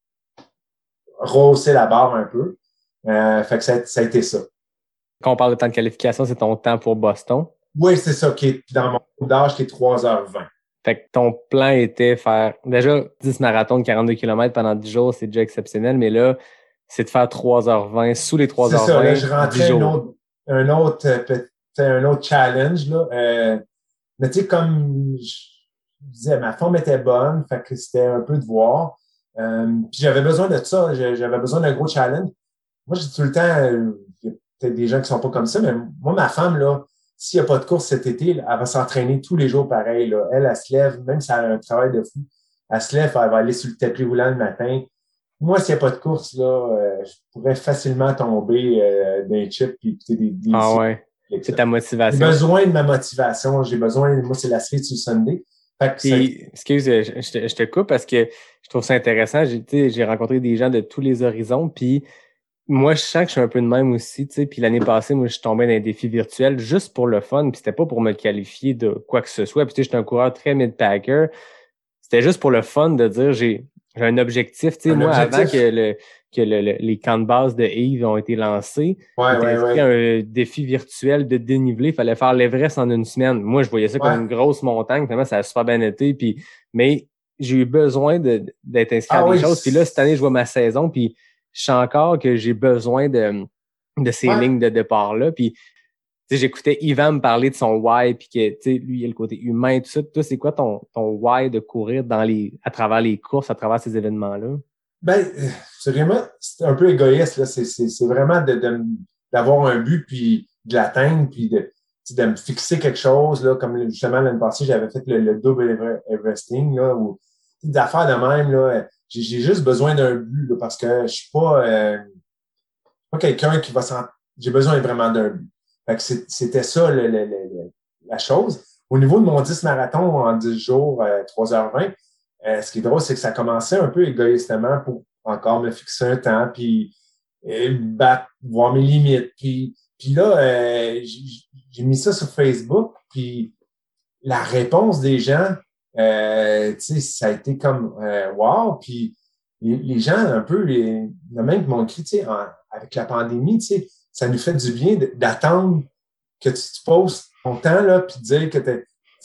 rehausser la barre un peu. Euh, fait que ça, ça a été ça. Quand on parle de temps de qualification, c'est ton temps pour Boston? Oui, c'est ça, qui est dans mon groupe d'âge, qui est trois heures vingt. Fait que ton plan était faire déjà dix marathons de quarante-deux kilomètres pendant dix jours, c'est déjà exceptionnel, mais là, c'est de faire trois heures vingt sous les trois heures vingt. C'est ça, là, je rentrais un autre, un autre, peut-être un autre challenge, là. Euh, mais tu sais, comme je disais, ma forme était bonne, fait que c'était un peu de voir. Euh, puis j'avais besoin de ça, j'avais besoin d'un gros challenge. Moi, j'ai tout le temps, euh, peut-être des gens qui sont pas comme ça, mais moi, ma femme, là, s'il n'y a pas de course cet été, là, elle va s'entraîner tous les jours pareil. Là. Elle, elle se lève, même si elle a un travail de fou, elle se lève, elle va aller sur le tapis roulant le matin. Moi, s'il n'y a pas de course, là, euh, je pourrais facilement tomber euh, d'un chip et écouter des, des Ah ouais, c'est ta motivation. J'ai besoin de ma motivation. J'ai besoin, moi, c'est la cerise sur Sunday. Fait que Puis, ça... excuse, je, je, te, je te coupe parce que je trouve ça intéressant. J'ai, j'ai rencontré des gens de tous les horizons, puis moi, je sens que je suis un peu de même aussi, tu sais. Puis l'année passée, moi, je suis tombé dans un défi virtuel juste pour le fun. Puis c'était pas pour me qualifier de quoi que ce soit. Puis tu sais, j'étais un coureur très mid-packer. C'était juste pour le fun de dire j'ai, j'ai un objectif. Tu sais, moi, objectif. Avant que le que le, le, les camps de base de Yves ont été lancés, ouais, ouais, ouais. un défi virtuel de dénivelé. Il fallait faire l'Everest en une semaine. Moi, je voyais ça ouais. comme une grosse montagne. Finalement, ça a super bien été. Puis, mais j'ai eu besoin de, d'être inscrit ah, à des oui, choses. Puis là, cette année, je vois ma saison. Puis je sens encore que j'ai besoin de, de ces ouais. lignes de départ-là. Puis, tu sais, j'écoutais Yvan me parler de son why, puis que, tu sais, lui, il a le côté humain, tout ça. Toi, c'est quoi ton, ton why de courir dans les, à travers les courses, à travers ces événements-là? Ben, c'est vraiment, c'est un peu égoïste, là. C'est, c'est, c'est vraiment de, de, d'avoir un but, puis de l'atteindre, puis de, de me fixer quelque chose, là. Comme justement, l'année passée, j'avais fait le, le double Everesting, là, ou d'affaires de même, là. J'ai, j'ai juste besoin d'un but, là, parce que je suis pas, euh, pas quelqu'un qui va s'en, j'ai besoin vraiment d'un but. Fait que c'est, c'était ça, le, le, le, la chose. Au niveau de mon dix marathons en dix jours, euh, trois heures vingt, euh, ce qui est drôle, c'est que ça commençait un peu égoïstement pour encore me fixer un temps, puis euh, battre, voir mes limites. Puis, puis là, euh, j'ai, j'ai mis ça sur Facebook, puis la réponse des gens, euh, tu sais, ça a été comme euh, wow. Puis les, les gens, un peu, les, les même qui m'ont écrit, tu sais, en, avec la pandémie, tu sais, ça nous fait du bien d'attendre que tu te poses ton temps, là, puis dire que t'es, tu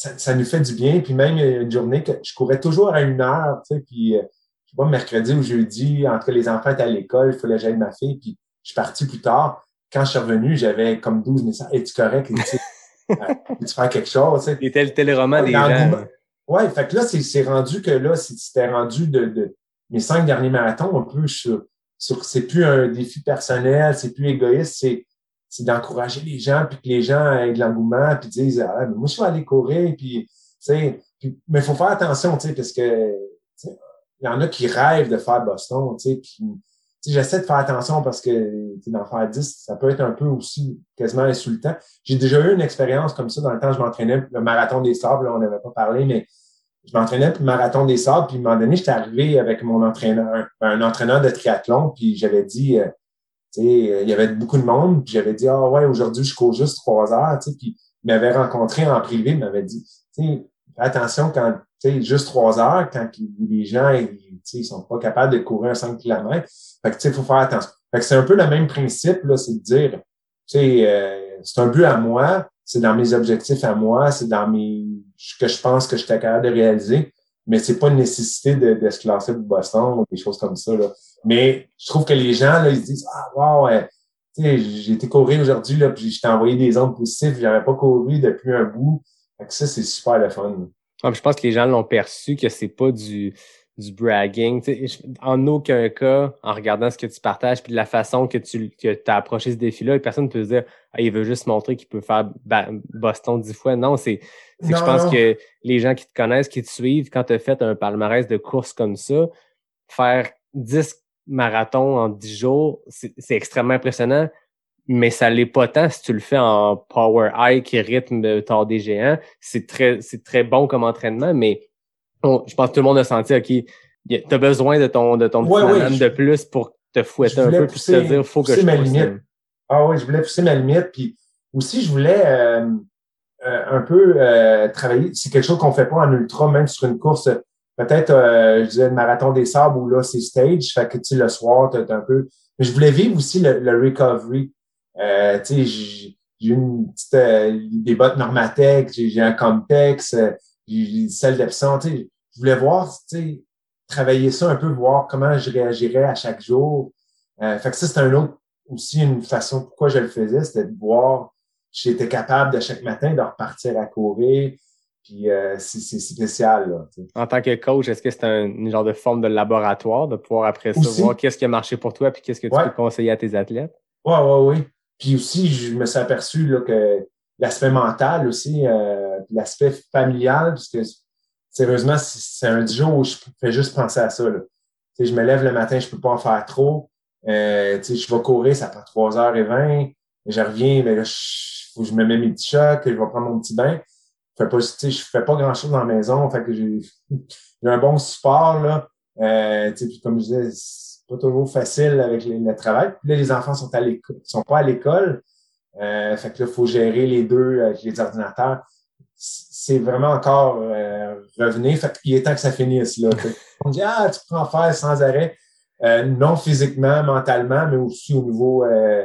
ça, ça nous fait du bien. Puis même une journée que je courais toujours à une heure, tu sais, puis euh, je sais pas, mercredi ou jeudi, entre les enfants étaient à l'école, il fallait que j'aide ma fille, puis je suis parti plus tard. Quand je suis revenu, j'avais comme douze messages. Es-tu correct? Es-tu, euh, peux-tu faire quelque chose? Tu sais? Et tel, tel roman des gens. Ouais, fait que là, c'est, c'est rendu que là, c'était rendu de, de mes cinq derniers marathons, un peu sur, sur c'est plus un défi personnel, c'est plus égoïste, c'est, c'est d'encourager les gens, puis que les gens aient de l'engouement, puis disent, ah, mais moi, je vais aller courir, puis, tu sais, puis, mais il faut faire attention, tu sais, parce que, il y en a qui rêvent de faire Boston, tu sais, puis, j'essaie de faire attention parce que d'en faire dix, ça peut être un peu aussi quasiment insultant. J'ai déjà eu une expérience comme ça dans le temps, je m'entraînais le marathon des sables, là, on n'avait pas parlé, mais je m'entraînais pour le marathon des sables, puis à un moment donné, j'étais arrivé avec mon entraîneur, un, un entraîneur de triathlon, puis j'avais dit, euh, tu sais, il y avait beaucoup de monde, puis j'avais dit, ah ouais, aujourd'hui, je cours juste trois heures, tu sais, puis il m'avait rencontré en privé, il m'avait dit, tu sais, fais attention quand, tu sais, juste trois heures, quand les gens, ils, tu sais, ils sont pas capables de courir un cinq kilomètres. Fait que, tu sais, il faut faire attention. Fait que c'est un peu le même principe, là, c'est de dire, tu sais, euh, c'est un but à moi, c'est dans mes objectifs à moi, c'est dans mes, que je pense que je suis capable de réaliser, mais c'est pas une nécessité de, de se classer pour Boston ou des choses comme ça, là. Mais je trouve que les gens, là, ils se disent, ah, wow, ouais, tu sais, j'ai été courir aujourd'hui, là, puis je t'ai envoyé des ondes positives, j'avais pas couru depuis un bout. Fait que ça, c'est super le fun. Ah, je pense que les gens l'ont perçu que c'est pas du, du bragging. Tu sais, en aucun cas, en regardant ce que tu partages puis de la façon que tu que as approché ce défi-là, personne ne peut se dire ah, il veut juste montrer qu'il peut faire Boston dix fois. Non, c'est, c'est que je pense non. que les gens qui te connaissent, qui te suivent, quand tu as fait un palmarès de courses comme ça, faire dix marathons en dix jours, c'est, c'est extrêmement impressionnant. Mais ça l'est pas tant si tu le fais en power hike qui rythme tard des géants. C'est très, c'est très bon comme entraînement, mais on, je pense que tout le monde a senti, OK, t'as besoin de ton, de ton ouais, petit ouais, banane je, de plus pour te fouetter un peu pousser, puis te dire, faut que je ma pousse. limite. Ah oui, je voulais pousser ma limite. Puis aussi, je voulais euh, euh, un peu euh, travailler. C'est quelque chose qu'on fait pas en ultra, même sur une course. Peut-être, euh, je disais, le marathon des sables où là, c'est stage. Fait que, tu sais, le soir, t'as un peu. Mais je voulais vivre aussi le, le recovery. Euh, tu sais, j'ai, j'ai une petite, euh, des bottes Normatec, j'ai, j'ai un Compex, euh, j'ai celle d'Epson, tu sais. Je voulais voir, tu sais, travailler ça un peu, voir comment je réagirais à chaque jour. Euh, fait que ça, c'est un autre, aussi une façon pourquoi je le faisais, c'était de voir si j'étais capable de chaque matin de repartir à courir. Puis euh, c'est, c'est spécial, là. Tu sais. En tant que coach, est-ce que c'est un, une genre de forme de laboratoire de pouvoir après ça aussi, voir qu'est-ce qui a marché pour toi puis qu'est-ce que tu ouais. peux conseiller à tes athlètes? Ouais, ouais, oui. Puis aussi, je me suis aperçu là, que l'aspect mental aussi, euh, l'aspect familial, parce que sérieusement, c'est un jour où je fais juste penser à ça. Là. Tu sais, je me lève le matin, je peux pas en faire trop. Euh, tu sais, je vais courir, ça prend trois heures vingt. Je reviens, mais là, il faut que je me mets mes petits chocs, je vais prendre mon petit bain. Je fais pas, tu sais, je fais pas grand-chose dans la maison. Fait que j'ai, j'ai un bon support, là. Euh, tu sais, puis comme je disais, c'est pas toujours facile avec les, le travail. Puis là, les enfants sont à l'école, sont pas à l'école. Euh, fait que là, il faut gérer les deux avec les ordinateurs. C'est vraiment encore euh, revenir. Fait qu'il est temps que ça finisse, là. On dit, ah, tu peux en faire sans arrêt. Euh, non physiquement, mentalement, mais aussi au niveau euh,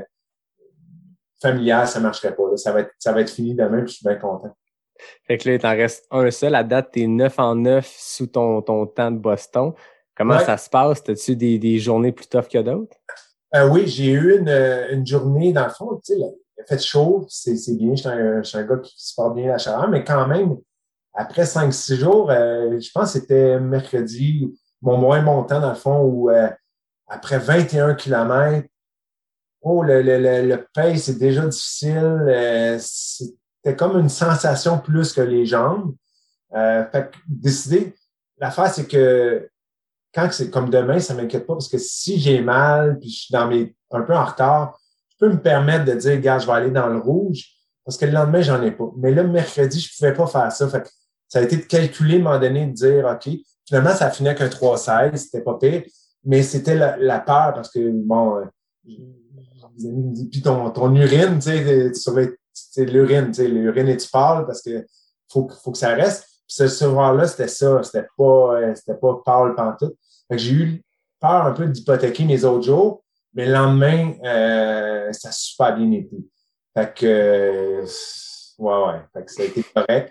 familial, ça marcherait pas. Là. Ça va être, ça va être fini demain, puis je suis bien content. Fait que là, il t'en reste un seul. À date, t'es neuf en neuf sous ton, ton temps de Boston. Comment ouais. ça se passe? T'as-tu des, des journées plus tough que d'autres? Euh, oui, j'ai eu une, une journée, dans le fond, tu sais, il a fait chaud, c'est, c'est bien, je suis un, je suis un gars qui supporte bien la chaleur, mais quand même, après cinq six jours, euh, je pense que c'était mercredi, mon moins bon temps, dans le fond, où euh, après vingt et un kilomètres, oh, le, le, le, le pace, c'est déjà difficile, euh, c'était comme une sensation plus que les jambes. Euh, fait que décider, l'affaire, c'est que quand c'est comme demain, ça m'inquiète pas parce que si j'ai mal puis je suis dans mes un peu en retard, je peux me permettre de dire, gars, je vais aller dans le rouge parce que le lendemain, j'en ai pas. Mais là, mercredi, je pouvais pas faire ça. Fait que ça a été de calculer à un moment donné, de dire, OK, finalement, ça finit avec un trois seize, c'était pas pire, mais c'était la, la peur parce que, bon, euh, les amis me disent, puis ton, ton urine, tu sais, tu surveilles, tu sais, l'urine, tu sais, l'urine est-tu pâle parce que faut, faut que ça reste. Puis ce soir-là, c'était ça, c'était pas, c'était pas pâle pantoute. Fait que j'ai eu peur un peu d'hypothéquer mes autres jours, mais le lendemain, euh, ça a super bien été. Fait que, euh, ouais, ouais, fait que ça a été correct.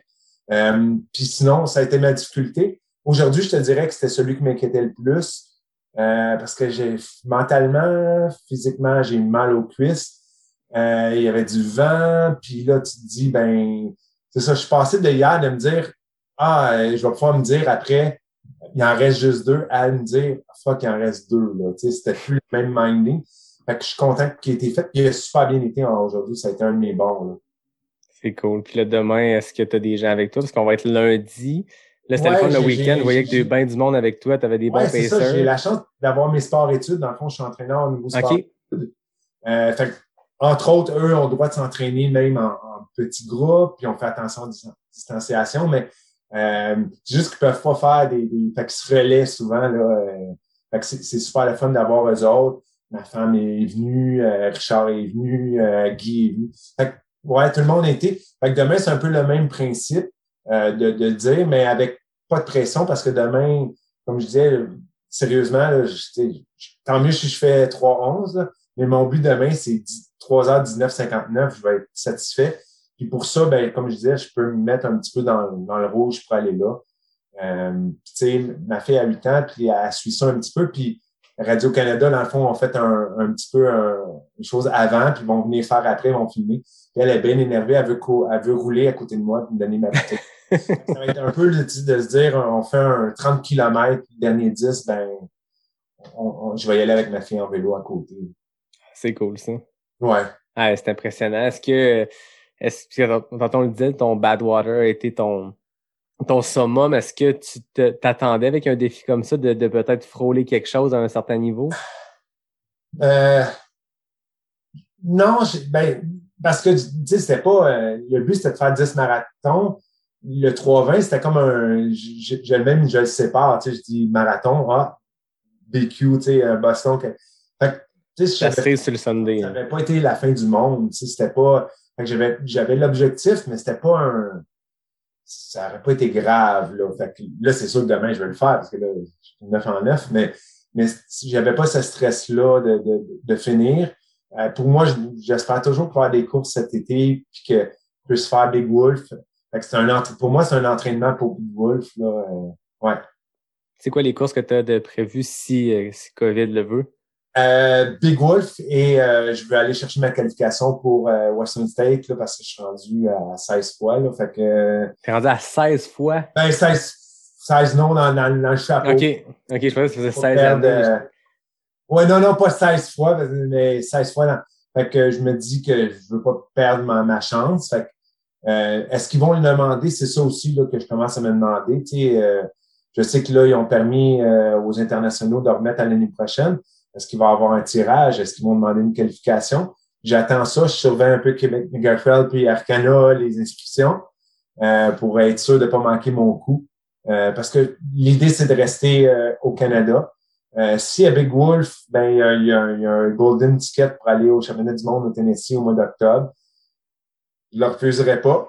Euh, puis sinon, ça a été ma difficulté. Aujourd'hui, je te dirais que c'était celui qui m'inquiétait le plus euh, parce que j'ai mentalement, physiquement, j'ai eu mal aux cuisses. Euh, il y avait du vent, puis là, tu te dis, ben, c'est ça, je suis passé de hier de me dire, ah, euh, je vais pouvoir me dire après, il en reste juste deux, à me dire, fuck, il en reste deux, là. Tu sais, c'était plus le même minding. Fait que je suis content qu'il ait été fait, puis il a super bien été aujourd'hui, ça a été un de mes bons, là. C'est cool. Puis là, demain, est-ce que tu as des gens avec toi? Parce qu'on va être lundi. Là, c'était Ouais, le fun le j'ai- week-end. j'ai- Je voyais que tu j'ai- as bien du monde avec toi. Tu avais des Ouais, bons c'est ça, pacers. j'ai la chance d'avoir mes sports-études. Dans le fond, je suis entraîneur au niveau sport. OK. Euh, fait que, entre autres, eux ont le droit de s'entraîner même en, en petits groupes, puis on fait attention à la distan- distanciation, mais euh, c'est juste qu'ils peuvent pas faire des, des fait qu'ils se relaient souvent, là. Euh, fait que c'est, c'est super le fun d'avoir eux autres. Ma femme est venue, euh, Richard est venu, euh, Guy est venu. Fait que, ouais, tout le monde a été. Fait que demain, c'est un peu le même principe euh, de, de dire, mais avec pas de pression, parce que demain, comme je disais, sérieusement, là, je, je, tant mieux si je fais trois onze, là, mais mon but demain, c'est trois heures dix-neuf cinquante-neuf, je vais être satisfait. Puis pour ça, ben, comme je disais, je peux me mettre un petit peu dans, dans le rouge pour aller là. Euh, tu sais, ma fille a huit ans, puis elle suit ça un petit peu, puis Radio-Canada, dans le fond, ont fait un, un petit peu un, une chose avant, puis ils vont venir faire après, ils vont filmer. Puis elle est bien énervée, elle veut, co- elle veut rouler à côté de moi pour me donner ma bouteille. Ça va être un peu de, de se dire, on fait un trente kilomètres, puis le dernier dix, ben, on, on, je vais y aller avec ma fille en vélo à côté. C'est cool, ça. Ouais. Ah, c'est impressionnant. Est-ce que, est-ce que, quand on le disait, ton Badwater a été ton, ton summum? Est-ce que tu te, t'attendais avec un défi comme ça de, de peut-être frôler quelque chose à un certain niveau? Euh, non, je, ben, parce que, tu sais, c'était pas, euh, le but, c'était de faire dix marathons. Le trois vingt, c'était comme un, je, je, même, je le sépare, tu sais, je dis marathon, ah, B Q, tu sais, euh, Boston. Que, fait que, tu sais, Ça serait sur le Sunday. Ça n'avait pas été la fin du monde, tu sais, c'était pas, fait que j'avais, j'avais l'objectif, mais c'était pas un, ça n'aurait pas été grave, là. Fait que là, c'est sûr que demain, je vais le faire, parce que là, je suis neuf en neuf, mais, mais j'avais pas ce stress-là de, de, de finir. Euh, pour moi, j'espère toujours faire des courses cet été, puis que je puisse faire Big Wolf. Fait que c'est un entra- pour moi, c'est un entraînement pour Big Wolf, là. Euh, ouais. C'est quoi les courses que tu as de prévues si, euh, si COVID le veut? Euh, Big Wolf et euh, je vais aller chercher ma qualification pour euh, Western State là, parce que je suis rendu à seize fois. Là, fait que, T'es rendu à seize fois? Ben, seize, seize non dans, dans, dans le chapeau. OK. OK, je pensais que ça faisait seize perdre, années. euh, ouais, non, non, pas seize fois, mais seize fois. Dans, fait que je me dis que je veux pas perdre ma, ma chance. Fait que, euh, est-ce qu'ils vont le demander? C'est ça aussi là, que je commence à me demander. Tu sais, euh, je sais que là, ils ont permis euh, aux internationaux de remettre à l'année prochaine. Est-ce qu'il va y avoir un tirage? Est-ce qu'ils vont demander une qualification? J'attends ça. Je surveille un peu Québec Megatrail puis Arcana, les inscriptions, euh, pour être sûr de ne pas manquer mon coup. Euh, parce que l'idée, c'est de rester euh, au Canada. Euh, si à Big Wolf, ben il y a, y, a, y a un golden ticket pour aller au championnat du monde au Tennessee au mois d'octobre. Je ne le refuserai pas.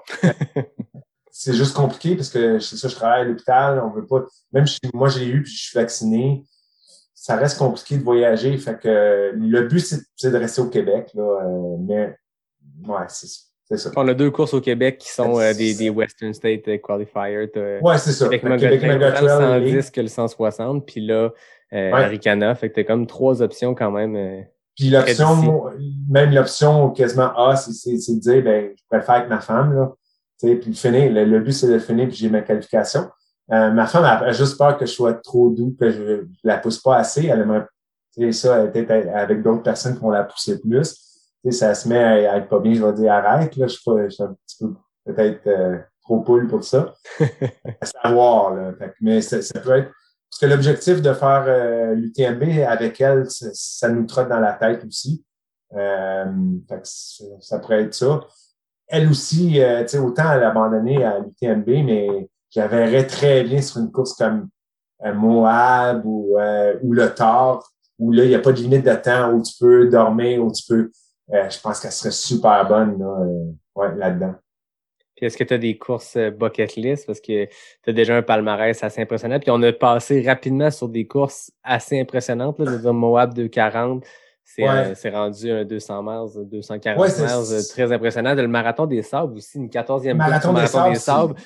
C'est juste compliqué parce que c'est ça, je travaille à l'hôpital. On veut pas. Même si moi, je l'ai eu puis je suis vacciné. Ça reste compliqué de voyager. Fait que le but, c'est, c'est de rester au Québec. Là, euh, mais ouais, c'est, c'est ça. On a deux courses au Québec qui sont euh, des, des Western State Qualifiers. T'as ouais, c'est ça. Québec Megatrail, autant le cent dix et... que le cent soixante. Puis là, euh, ouais. Aricana. Fait que t'as comme trois options quand même. Euh, Puis l'option, même l'option quasiment A, c'est, c'est, c'est de dire, ben, je préfère avec ma femme, là. Tu sais, puis finir. Le, le but, c'est de le finir puis j'ai ma qualification. Euh, ma femme a, a juste peur que je sois trop doux, que je, je la pousse pas assez. Elle aimerait, tu sais, ça, peut-être avec d'autres personnes qui vont la pousser plus. Tu sais, ça se met à, à être pas bien, je vais dire arrête, là, je suis pas, je suis un petit peu, peut-être, euh, trop poule pour ça. À savoir, là. Fait que, mais ça, ça peut être, parce que l'objectif de faire euh, l'U T M B avec elle, ça, ça nous trotte dans la tête aussi. Euh, fait que ça, ça pourrait être ça. Elle aussi, euh, tu sais, autant elle a abandonné à l'U T M B, mais je la verrais très bien sur une course comme euh, Moab ou, euh, ou le Thor, où là, il n'y a pas de limite de temps, où tu peux dormir, où tu peux... Euh, je pense qu'elle serait super bonne là, euh, ouais, là-dedans. Puis est-ce que tu as des courses bucket list? Parce que tu as déjà un palmarès assez impressionnant. Puis on a passé rapidement sur des courses assez impressionnantes. Là, je veux dire, Moab deux cent quarante, c'est, ouais. euh, c'est rendu un deux cents miles, deux cent quarante ouais, miles, très impressionnant. Le marathon des sables aussi, une quatorzième place au marathon des sables.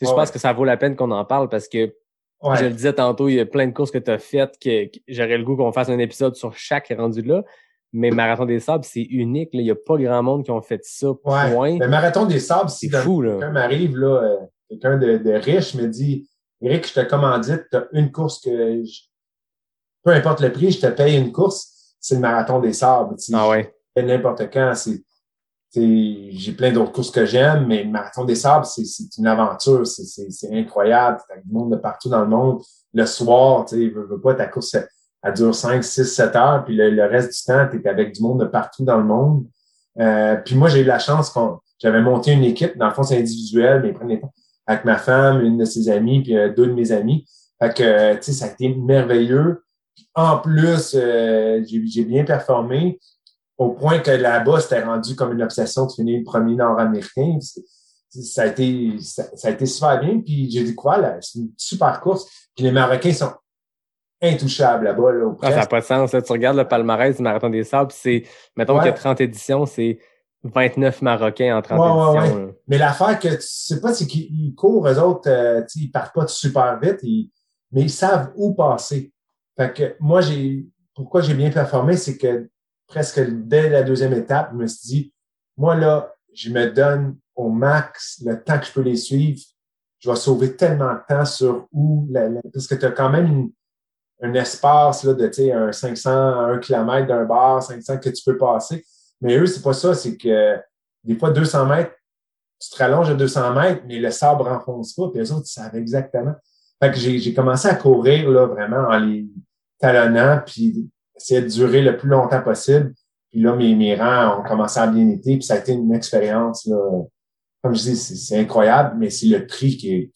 Je ouais, pense ouais. que ça vaut la peine qu'on en parle parce que, Ouais. je le disais tantôt, il y a plein de courses que tu as faites que, que j'aurais le goût qu'on fasse un épisode sur chaque rendu là. Mais Marathon des Sables, c'est unique. Là. Il n'y a pas grand monde qui ont fait ça, Ouais. point. Le marathon des sables, si C'est fou, là. quelqu'un m'arrive, là, euh, quelqu'un de, de riche me dit, Éric, je te commandite, tu as une course que je, peu importe le prix, je te paye une course, c'est le marathon des sables. Tu sais, Ah ouais. je fais n'importe quand, c'est, c'est, j'ai plein d'autres courses que j'aime, mais le marathon des sables, c'est, c'est une aventure, c'est, c'est, c'est incroyable. T'as du monde de partout dans le monde. Le soir, tu sais, veux, veux pas, ta course, elle, elle dure cinq, six, sept heures, puis le, le reste du temps, t'es avec du monde de partout dans le monde. Euh, puis moi, j'ai eu la chance qu'on, j'avais monté une équipe, dans le fond, c'est individuel, mais premiers temps, avec ma femme, une de ses amies, puis euh, deux de mes amis. Fait que, euh, tu sais, ça a été merveilleux. En plus, euh, j'ai, j'ai bien performé au point que là-bas, c'était rendu comme une obsession de finir le premier Nord-Américain. C'est, ça a été, ça, ça a été super bien. Puis j'ai dit quoi, là, c'est une super course. Puis les Marocains sont intouchables là-bas, là, au Ah, ça n'a presque. pas de sens. Là. Tu regardes le palmarès du Marathon des Sables, c'est, mettons Ouais. qu'il y a trente éditions, c'est vingt-neuf Marocains en trente Ouais, ouais, éditions. ouais. Là. Mais l'affaire que tu sais pas, c'est qu'ils courent, eux autres, euh, tu sais, ils partent pas super vite, ils, mais ils savent où passer. Fait que moi, j'ai, pourquoi j'ai bien performé, c'est que presque dès la deuxième étape, je me suis dit, moi, là, je me donne au max le temps que je peux les suivre. Je vais sauver tellement de temps sur où, la, la, parce que tu as quand même une, un espace, là, de, tu sais, un cinq cents, un kilomètre d'un bar, cinq cents que tu peux passer. Mais eux, c'est pas ça, c'est que des fois, deux cents mètres, tu te rallonges à deux cents mètres, mais le sable renfonce pas, puis eux autres, ils savent exactement. Fait que j'ai, j'ai commencé à courir, là, vraiment, en les talonnant, puis essayer de durer le plus longtemps possible. Puis là, mes, mes rangs ont commencé à bien été, puis ça a été une expérience, là. Comme je dis, c'est, c'est incroyable, mais c'est le prix qui est,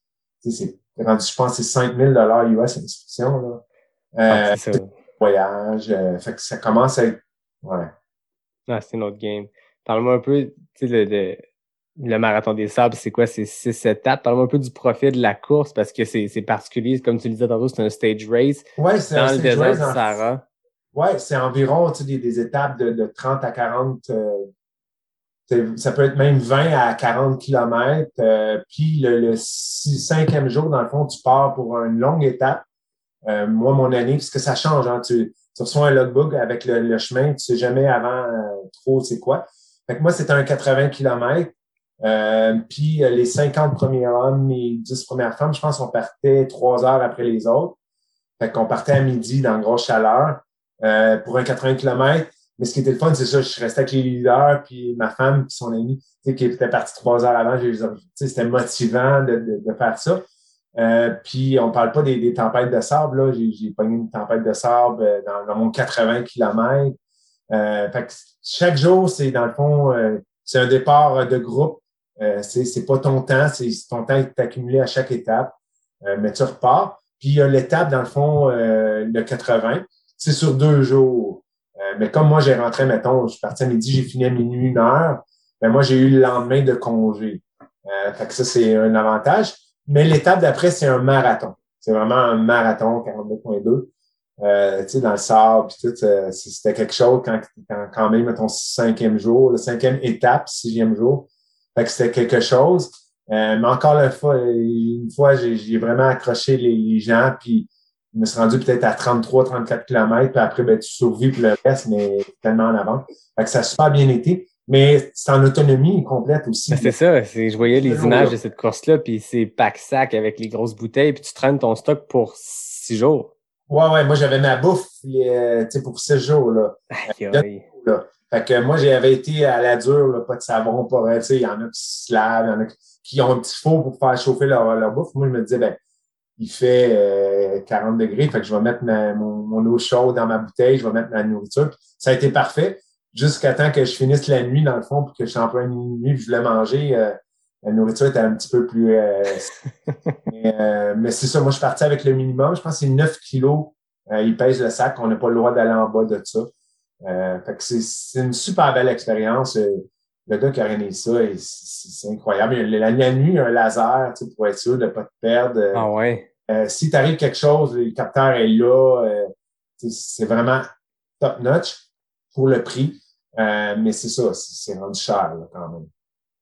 tu sais, c'est rendu, je pense, c'est cinq mille dollars U S inscription, là. Ah, Euh, c'est ça. voyage, euh, fait que ça commence à être, ouais. Ah, c'est notre game. Parle-moi un peu, tu sais, le, le, le Marathon des Sables, c'est quoi? C'est six étapes. Parle-moi un peu du profil de la course parce que c'est, c'est particulier. Comme tu le disais tantôt, c'est un stage race Ouais, c'est dans un le stage désert race du dans- Sahara. Ouais, c'est environ, tu sais, des, des étapes de, de trente à quarante, euh, c'est- ça peut être même vingt à quarante kilomètres. Euh, puis le, le six- cinquième jour, dans le fond, tu pars pour une longue étape. Euh, moi, mon année, parce que ça change, hein, tu, tu reçois un logbook avec le, le chemin, tu sais jamais avant euh, trop c'est quoi. Fait que moi, c'était un quatre-vingts kilomètres. Euh, puis euh, les cinquante premiers hommes, les dix premières femmes, je pense qu'on partait trois heures après les autres. Fait qu'on partait à midi dans grosse chaleur euh, pour un quatre-vingts kilomètres. Mais ce qui était le fun, c'est ça, je restais avec les leaders, puis ma femme, puis son ami, tu sais, qui était parti trois heures avant, j'ai, tu sais, c'était motivant de, de, de faire ça. Euh, puis on parle pas des, des tempêtes de sable, là. J'ai, j'ai pogné une tempête de sable euh, dans, dans mon quatre-vingts kilomètres. Euh, fait que chaque jour, c'est dans le fond, euh, c'est un départ de groupe. Euh, c'est, c'est pas ton temps, c'est ton temps est accumulé à chaque étape. Euh, mais tu repars. Puis il y a l'étape, dans le fond, euh, le quatre-vingts. C'est sur deux jours. Euh, mais comme moi, j'ai rentré, mettons, je suis parti à midi, j'ai fini à minuit, une heure. Ben moi, j'ai eu le lendemain de congé. Euh, fait que ça, c'est un avantage. Mais l'étape d'après, c'est un marathon. C'est vraiment un marathon, quarante-deux virgule deux. Euh, tu sais, dans le sable, puis tout, euh, c'était quelque chose quand, quand, quand même, ton cinquième jour, le cinquième étape, sixième jour. Fait que c'était quelque chose. Euh, mais encore une fois, une fois, j'ai, j'ai vraiment accroché les, les gens, puis je me suis rendu peut-être à trente-trois, trente-quatre kilomètres, puis après, ben, tu survis pour le reste, mais tellement en avant. Fait que ça a super bien été. Mais c'est en autonomie complète aussi. Ben, c'est ça. C'est, je voyais les images de cette course-là, puis c'est pack-sac avec les grosses bouteilles, puis tu traînes ton stock pour six jours. Ouais, ouais, moi, j'avais ma bouffe, euh, tu sais, pour six jours, là. Aïe, aïe. Là. Fait que moi, j'avais été à la dure, là, pas de savon, pas, tu sais, il y en a qui se lavent, il y en a qui ont un petit four pour faire chauffer leur, leur bouffe. Moi, je me disais, ben, il fait euh, quarante degrés, fait que je vais mettre ma, mon, mon eau chaude dans ma bouteille, je vais mettre ma nourriture. Puis ça a été parfait jusqu'à temps que je finisse la nuit, dans le fond, puis que je suis en plein nuit, puis je voulais manger. Euh, la nourriture était un petit peu plus... Euh, mais euh, mais c'est ça, moi, je suis parti avec le minimum. Je pense que c'est neuf kilos. Euh, il pèse le sac. On n'a pas le droit d'aller en bas de ça. Euh, fait que c'est, c'est une super belle expérience. Euh, le gars qui a réuni ça, et c'est, c'est incroyable. Il y a la, la nuit, il y a un laser, tu sais, pour être sûr de ne pas te perdre. Euh, Ah ouais. euh, si t'arrive quelque chose, le capteur est là. Euh, c'est vraiment top notch pour le prix. Euh, mais c'est ça, c'est, c'est rendu cher là, quand même.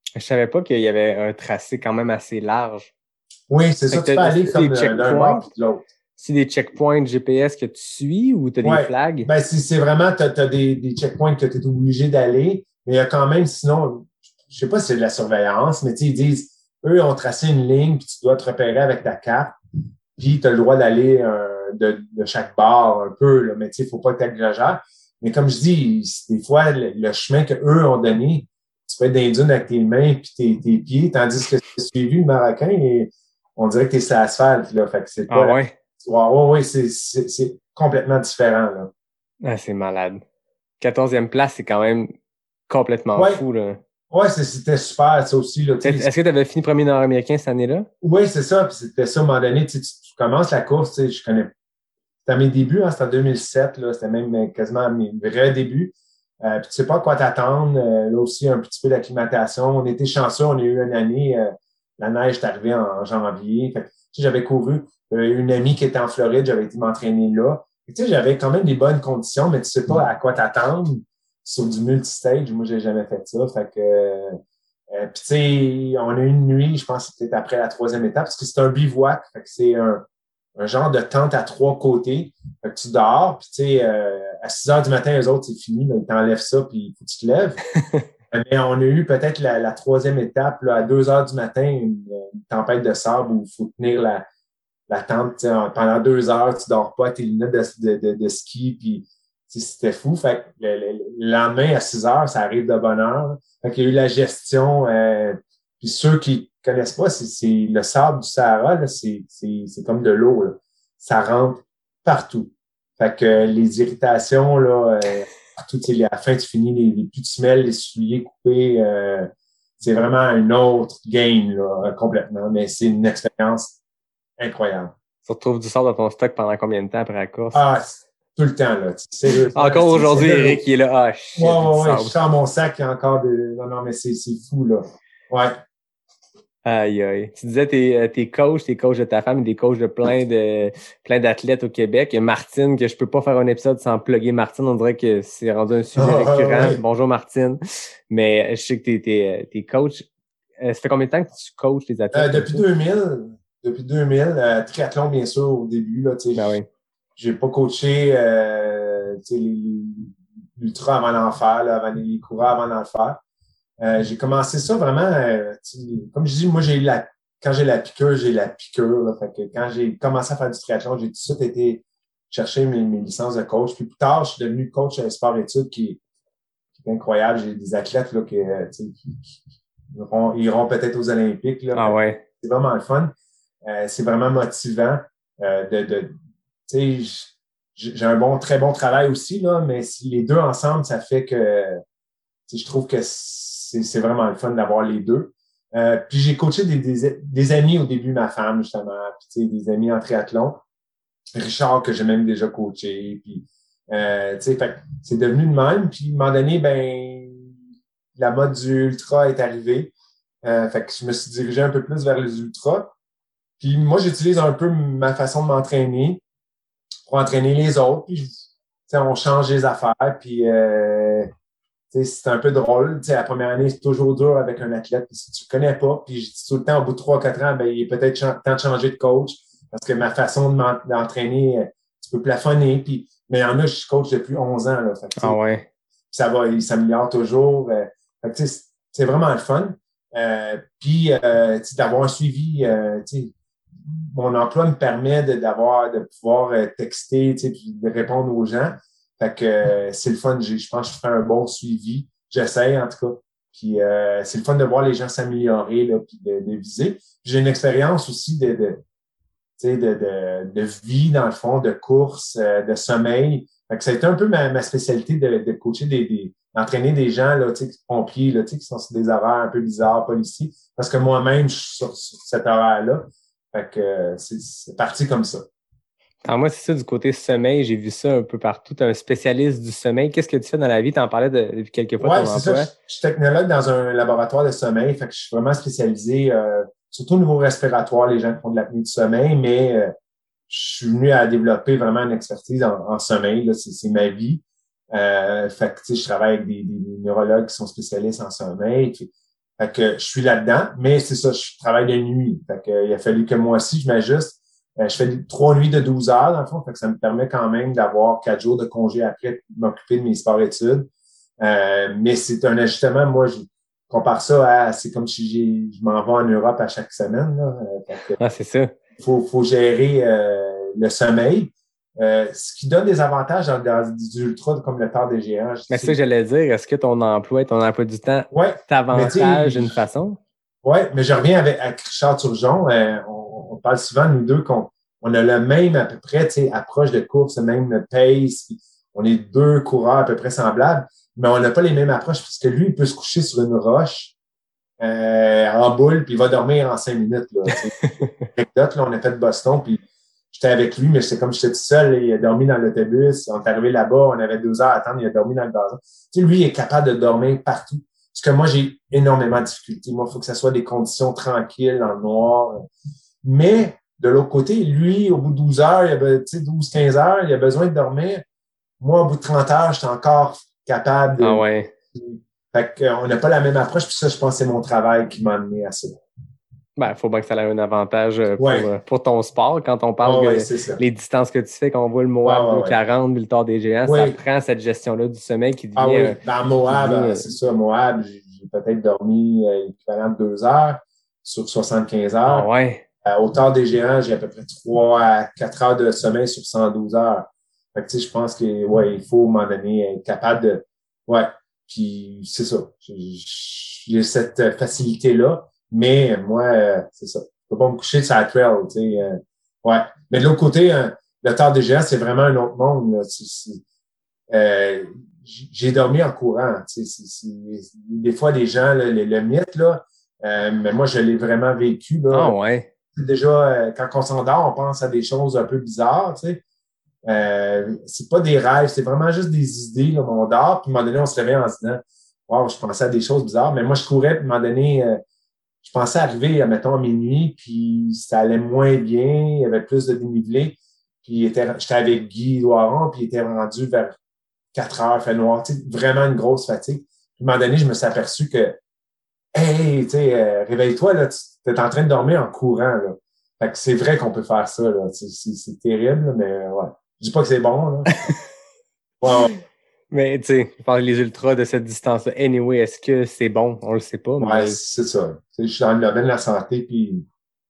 Je savais pas qu'il y avait un tracé quand même assez large. Oui, c'est ça, tu peux aller comme d'un bord puis de l'autre. C'est des checkpoints G P S que tu suis ou tu as ouais. des flags? Ben, c'est, c'est vraiment, tu as des, des checkpoints que tu es obligé d'aller, mais il y a quand même, sinon, je sais pas si c'est de la surveillance, mais tu sais, ils disent, eux ont tracé une ligne, puis tu dois te repérer avec ta carte, puis tu as le droit d'aller euh, de, de chaque bord un peu, là, mais tu sais, il faut pas que tu exagères. Mais comme je dis, des fois, le, le chemin que eux ont donné, tu peux être dans les dunes avec tes mains puis tes, tes pieds, tandis que tu as suivi le Marocain et on dirait que t'es sur l'asphalte, là. Fait que c'est pas. Ah ouais? La... Ouais, ouais, c'est, c'est, c'est complètement différent, là. Ah, c'est malade. quatorzième place, c'est quand même complètement ouais. fou, là. Ouais, c'était super, ça aussi, là. Est-ce que tu avais fini premier nord-américain cette année-là? Oui, c'est ça. Puis c'était ça, à un moment donné, tu, tu commences la course, tu sais, je connais. C'était à mes débuts, hein, c'était en deux mille sept, là. C'était même quasiment à mes vrais débuts. Euh, puis tu sais pas à quoi t'attendre. Euh, là aussi, un petit peu d'acclimatation. On était chanceux, on a eu une année, euh, la neige est arrivée en janvier. Fait que, tu sais, j'avais couru euh, une amie qui était en Floride, j'avais été m'entraîner là. Tu sais, j'avais quand même des bonnes conditions, mais tu sais pas à quoi t'attendre sur du multistage. Moi, j'ai jamais fait ça. Fait que euh, puis tu sais, on a eu une nuit, je pense que c'était après la troisième étape, parce que c'est un bivouac. Fait que c'est un, un genre de tente à trois côtés. Fait que tu dors, puis tu sais, euh, à six heures du matin, eux autres, c'est fini, là, ils t'enlèvent ça, puis il faut que tu te lèves. Mais on a eu peut-être la, la troisième étape, là, à deux heures du matin, une, une tempête de sable où il faut tenir la, la tente pendant deux heures, tu dors pas, tes lunettes de, de, de, de ski, puis c'était fou. Fait que le, le, le lendemain, à six heures, ça arrive de bonne heure. Fait qu'il y a eu la gestion, euh, puis ceux qui connaissent pas, c'est, c'est le sable du Sahara, là, c'est, c'est, c'est comme de l'eau, là. Ça rentre partout. Fait que euh, les irritations, là, euh, partout, à la fin, tu finis les, les plus de semelles, les souliers coupés, euh, c'est vraiment un autre game, là, complètement. Mais c'est une expérience incroyable. Tu retrouves du sable dans ton stock pendant combien de temps après la course? Ah, tout le temps, là. Sérieusement. Encore aujourd'hui, Eric, il est là. Ah, shit. Ouais, ouais, ouais. Je sens mon sac, il y a encore de. Non, non, mais c'est, c'est fou, là. Ouais. Aïe, aïe. Tu disais tes, tes coachs, tes coachs de ta femme, des coachs de plein de plein d'athlètes au Québec. Il y a Martine, que je peux pas faire un épisode sans plugger Martine. On dirait que c'est rendu un sujet oh, récurrent. Ouais. Bonjour, Martine. Mais je sais que t'es, t'es, t'es coach. Ça fait combien de temps que tu coaches les athlètes? Euh, depuis deux mille. Depuis deux mille. Euh, triathlon, bien sûr, au début, là, tu sais. Ben oui. J'ai pas coaché, euh, tu sais, les, l'ultra avant d'en faire, là, avant les coureurs avant d'en faire. Euh, j'ai commencé ça vraiment, euh, comme je dis, moi, j'ai eu la, quand j'ai la piqûre, j'ai la piqûre, là. Fait que quand j'ai commencé à faire du triathlon, j'ai tout de suite été chercher mes, mes licences de coach. Puis plus tard, je suis devenu coach sport-études qui, qui est incroyable. J'ai des athlètes, là, qui, euh, qui, qui, qui iront, iront peut-être aux Olympiques, là. Ah ouais. C'est vraiment le fun. Euh, c'est vraiment motivant, euh, de, de, tu sais, j'ai un bon, très bon travail aussi, là, mais si les deux ensemble, ça fait que, je trouve que c'est, c'est vraiment le fun d'avoir les deux. Euh, puis j'ai coaché des, des, des amis au début, ma femme, justement, puis tu sais, des amis en triathlon. Richard, que j'ai même déjà coaché, puis euh, tu sais, fait, c'est devenu de même. Puis à un moment donné, ben, la mode du ultra est arrivée. Euh, fait que je me suis dirigé un peu plus vers les ultras. Puis moi, j'utilise un peu ma façon de m'entraîner pour entraîner les autres. Puis, on change les affaires. Puis, euh, c'est un peu drôle. T'sais, la première année, c'est toujours dur avec un athlète. Puis, si tu ne connais pas, puis je dis tout le temps, au bout de trois quatre ans, ben, il est peut-être ch- temps de changer de coach parce que ma façon de d'entraîner, tu peux plafonner. Puis, mais il y en a, je suis coach depuis onze ans. Là, fait que, ah ouais. Ça va, il s'améliore toujours. Euh, fait que, c'est vraiment le fun. Euh, puis, euh, d'avoir un suivi, euh, mon emploi me permet de, d'avoir, de pouvoir euh, texter, tu sais, puis de répondre aux gens. Fait que euh, c'est le fun. J'ai, je pense que je fais un bon suivi. J'essaie, en tout cas. Puis euh, c'est le fun de voir les gens s'améliorer, là, puis de, de viser. Puis j'ai une expérience aussi de, de, tu sais, de, de, de vie, dans le fond, de course, euh, de sommeil. Fait que ça a été un peu ma, ma spécialité de, de coacher des, des d'entraîner des gens, là, tu sais, pompiers, là, tu sais, qui sont sur des horaires un peu bizarres, policiers. Parce que moi-même, je suis sur, sur cet horaire-là. Fait que euh, c'est, c'est parti comme ça. Alors moi, c'est ça, du côté sommeil, j'ai vu ça un peu partout. Tu es un spécialiste du sommeil. Qu'est-ce que tu fais dans la vie? Tu en parlais de, depuis quelques fois. Oui, ton c'est emploi. ça. Je, je suis technologue dans un laboratoire de sommeil. Fait que je suis vraiment spécialisé, euh, surtout au niveau respiratoire, les gens qui font de l'apnée du sommeil, mais euh, je suis venu à développer vraiment une expertise en, en sommeil. Là, c'est, c'est ma vie. Euh, fait que, tu sais, je travaille avec des, des neurologues qui sont spécialistes en sommeil. Puis, Fait que je suis là-dedans, mais c'est ça, je travaille de nuit. Fait que il a fallu que moi aussi, je m'ajuste. Euh, je fais trois nuits de douze heures, dans le fond. Fait que ça me permet quand même d'avoir quatre jours de congé après pour m'occuper de mes sports-études. Euh, mais c'est un ajustement, moi, je compare ça à, c'est comme si j'ai, je m'en vais en Europe à chaque semaine, là. Fait que, ah, c'est ça. faut, faut gérer, euh, le sommeil. Euh, ce qui donne des avantages dans, dans du ultra comme le Tour des Géants. Mais c'est ça que j'allais dire. Est-ce que ton emploi, ton emploi du temps ouais, t'avantage d'une façon? Oui, mais je reviens avec, avec Richard Turgeon. Euh, on, on parle souvent, nous deux, qu'on on a le même à peu près, tu sais, approche de course, le même pace. On est deux coureurs à peu près semblables, mais on n'a pas les mêmes approches parce que lui, il peut se coucher sur une roche euh, en boule, puis il va dormir en cinq minutes. Là, là, on a fait Boston, puis j'étais avec lui, mais j'étais comme j'étais tout seul, là, il a dormi dans l'autobus, on est arrivé là-bas, on avait deux heures à attendre, il a dormi dans le gazon. Tu sais, lui, il est capable de dormir partout. Parce que moi, j'ai énormément de difficultés. Moi, il faut que ça soit des conditions tranquilles, dans le noir. Mais, de l'autre côté, lui, au bout de douze heures, il a, tu sais, douze, quinze heures, il a besoin de dormir. Moi, au bout de trente heures, j'étais encore capable de... Ah ouais. Fait qu'on n'a pas la même approche, puis ça, je pense que c'est mon travail qui m'a amené à ça. Ben, faut bien que ça ait un avantage pour, ouais. pour ton sport. Quand on parle oh, ouais, de les distances que tu fais, quand on voit le Moab oh, ouais, deux quarante, puis le Tour des Géants, oui. ça prend cette gestion-là du sommeil qui devient... Ah oui, dans Moab, devient, c'est ça, Moab, j'ai, j'ai peut-être dormi euh, l'équivalent de deux heures sur soixante-quinze heures. Ah ouais. Euh, au Tour des Géants, j'ai à peu près trois à quatre heures de sommeil sur cent douze heures. Fait que, tu sais, je pense que, ouais, il faut, à un moment donné, être capable de... Ouais, puis c'est ça. J'ai, j'ai cette facilité-là, mais moi, euh, c'est ça. Je peux pas me coucher sur la trail, tu sais. Euh, ouais. Mais de l'autre côté, euh, le Tour des Géants, c'est vraiment un autre monde, là. C'est, c'est, euh, j'ai dormi en courant, tu sais. C'est, c'est, des fois, les gens, là, le, le mythe, là, euh, mais moi, je l'ai vraiment vécu, là. Ah ouais. Déjà, euh, quand on s'endort, on pense à des choses un peu bizarres, tu sais. Euh, c'est pas des rêves, c'est vraiment juste des idées, là. On dort, puis à un moment donné, on se réveille en se disant, wow, je pensais à des choses bizarres. Mais moi, je courais, puis à un moment donné, euh, je pensais arriver, mettons, à minuit, puis ça allait moins bien, il y avait plus de dénivelé. Puis était, j'étais avec Guy Loiron, puis il était rendu vers quatre heures, fait noir, tu sais, vraiment une grosse fatigue. Puis à un moment donné, je me suis aperçu que, hey, tu sais, euh, réveille-toi, là, tu es en train de dormir en courant, là. Fait que c'est vrai qu'on peut faire ça, là. C'est, c'est, c'est terrible, mais ouais. Je dis pas que c'est bon, là. ouais, ouais. Mais, tu sais, je parle les ultras de cette distance-là. Anyway, est-ce que c'est bon? On le sait pas. Ouais, mais... c'est ça. Tu sais, je suis dans le domaine de la santé, puis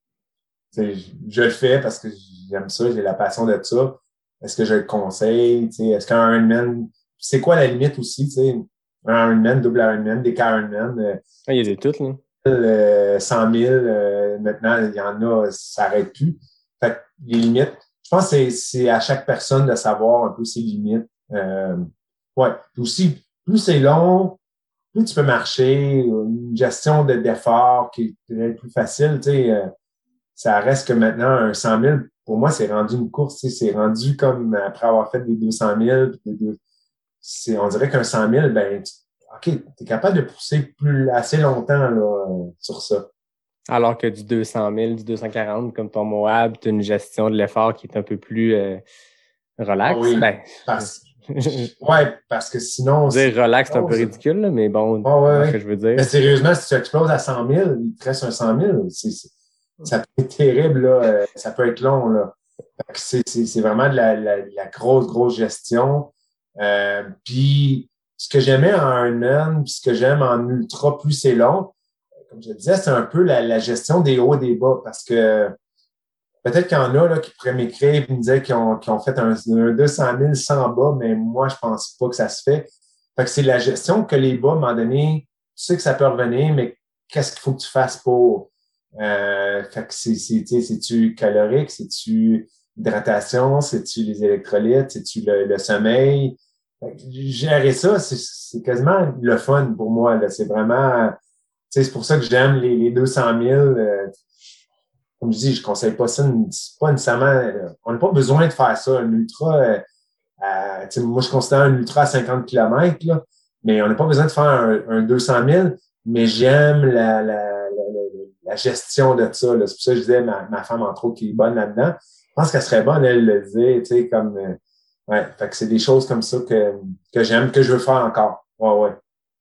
tu sais, je, je le fais parce que j'aime ça, j'ai la passion de ça. Est-ce que je le conseille? Tu sais, est-ce qu'un Ironman, c'est quoi la limite aussi, tu sais? Un Ironman, double Ironman, des cas Ironman. Euh, ah, il y a des toutes, là. Euh, cent mille, euh, maintenant, il y en a, ça s'arrête plus. Fait que les limites, je pense que c'est, c'est à chaque personne de savoir un peu ses limites. Euh, ouais. Puis aussi, plus c'est long, plus tu peux marcher, une gestion de, d'effort qui est plus facile, tu sais, euh, ça reste que maintenant, un cent mille, pour moi, c'est rendu une course, tu sais, c'est rendu comme après avoir fait des deux cent mille, des deux, c'est, on dirait qu'un cent mille, ben, tu, OK, tu es capable de pousser plus assez longtemps là, sur ça. Alors que du deux cent mille, du deux cent quarante, comme ton Moab, tu as une gestion de l'effort qui est un peu plus euh, relax. Ah oui, ben, parce... ouais, parce que sinon... Dire relax, c'est un peu ridicule, là, mais bon, ah ouais, c'est ce que je veux dire. Mais sérieusement, si tu exploses à cent mille, il te reste un cent mille. C'est, c'est, ça peut être terrible, là. Ça peut être long, là. C'est, c'est, c'est vraiment de la, la, la grosse, grosse gestion. Euh, puis... Ce que j'aimais en Ironman, puis ce que j'aime en ultra, plus c'est long, comme je le disais, c'est un peu la, la gestion des hauts et des bas, parce que peut-être qu'il y en a là, qui pourraient m'écrire et me dire qu'ils ont, qu'ils ont fait un, un deux cent mille sans bas, mais moi, je pense pas que ça se fait. Fait que c'est la gestion que les bas, à un moment donné, tu sais que ça peut revenir, mais qu'est-ce qu'il faut que tu fasses pour? Euh, fait que c'est, c'est, tu sais, c'est-tu calorique, c'est-tu hydratation, c'est-tu les électrolytes, c'est-tu le, le sommeil? Gérer ça, c'est, c'est quasiment le fun pour moi. Là. C'est vraiment, tu sais, c'est pour ça que j'aime les, les deux cent mille. Euh, comme je dis, je conseille pas ça. C'est pas nécessairement. Euh, on n'a pas besoin de faire ça. Un ultra, euh, euh, tu sais, moi je considère un ultra à cinquante kilomètres, là, mais on n'a pas besoin de faire un, un deux cent mille. Mais j'aime la, la, la, la, la gestion de ça. Là. C'est pour ça que je disais ma, ma femme entre autres qui est bonne là-dedans. Je pense qu'elle serait bonne, elle le disait, tu sais, comme. Euh, ouais, fait que c'est des choses comme ça que, que j'aime, que je veux faire encore. Ouais, ouais.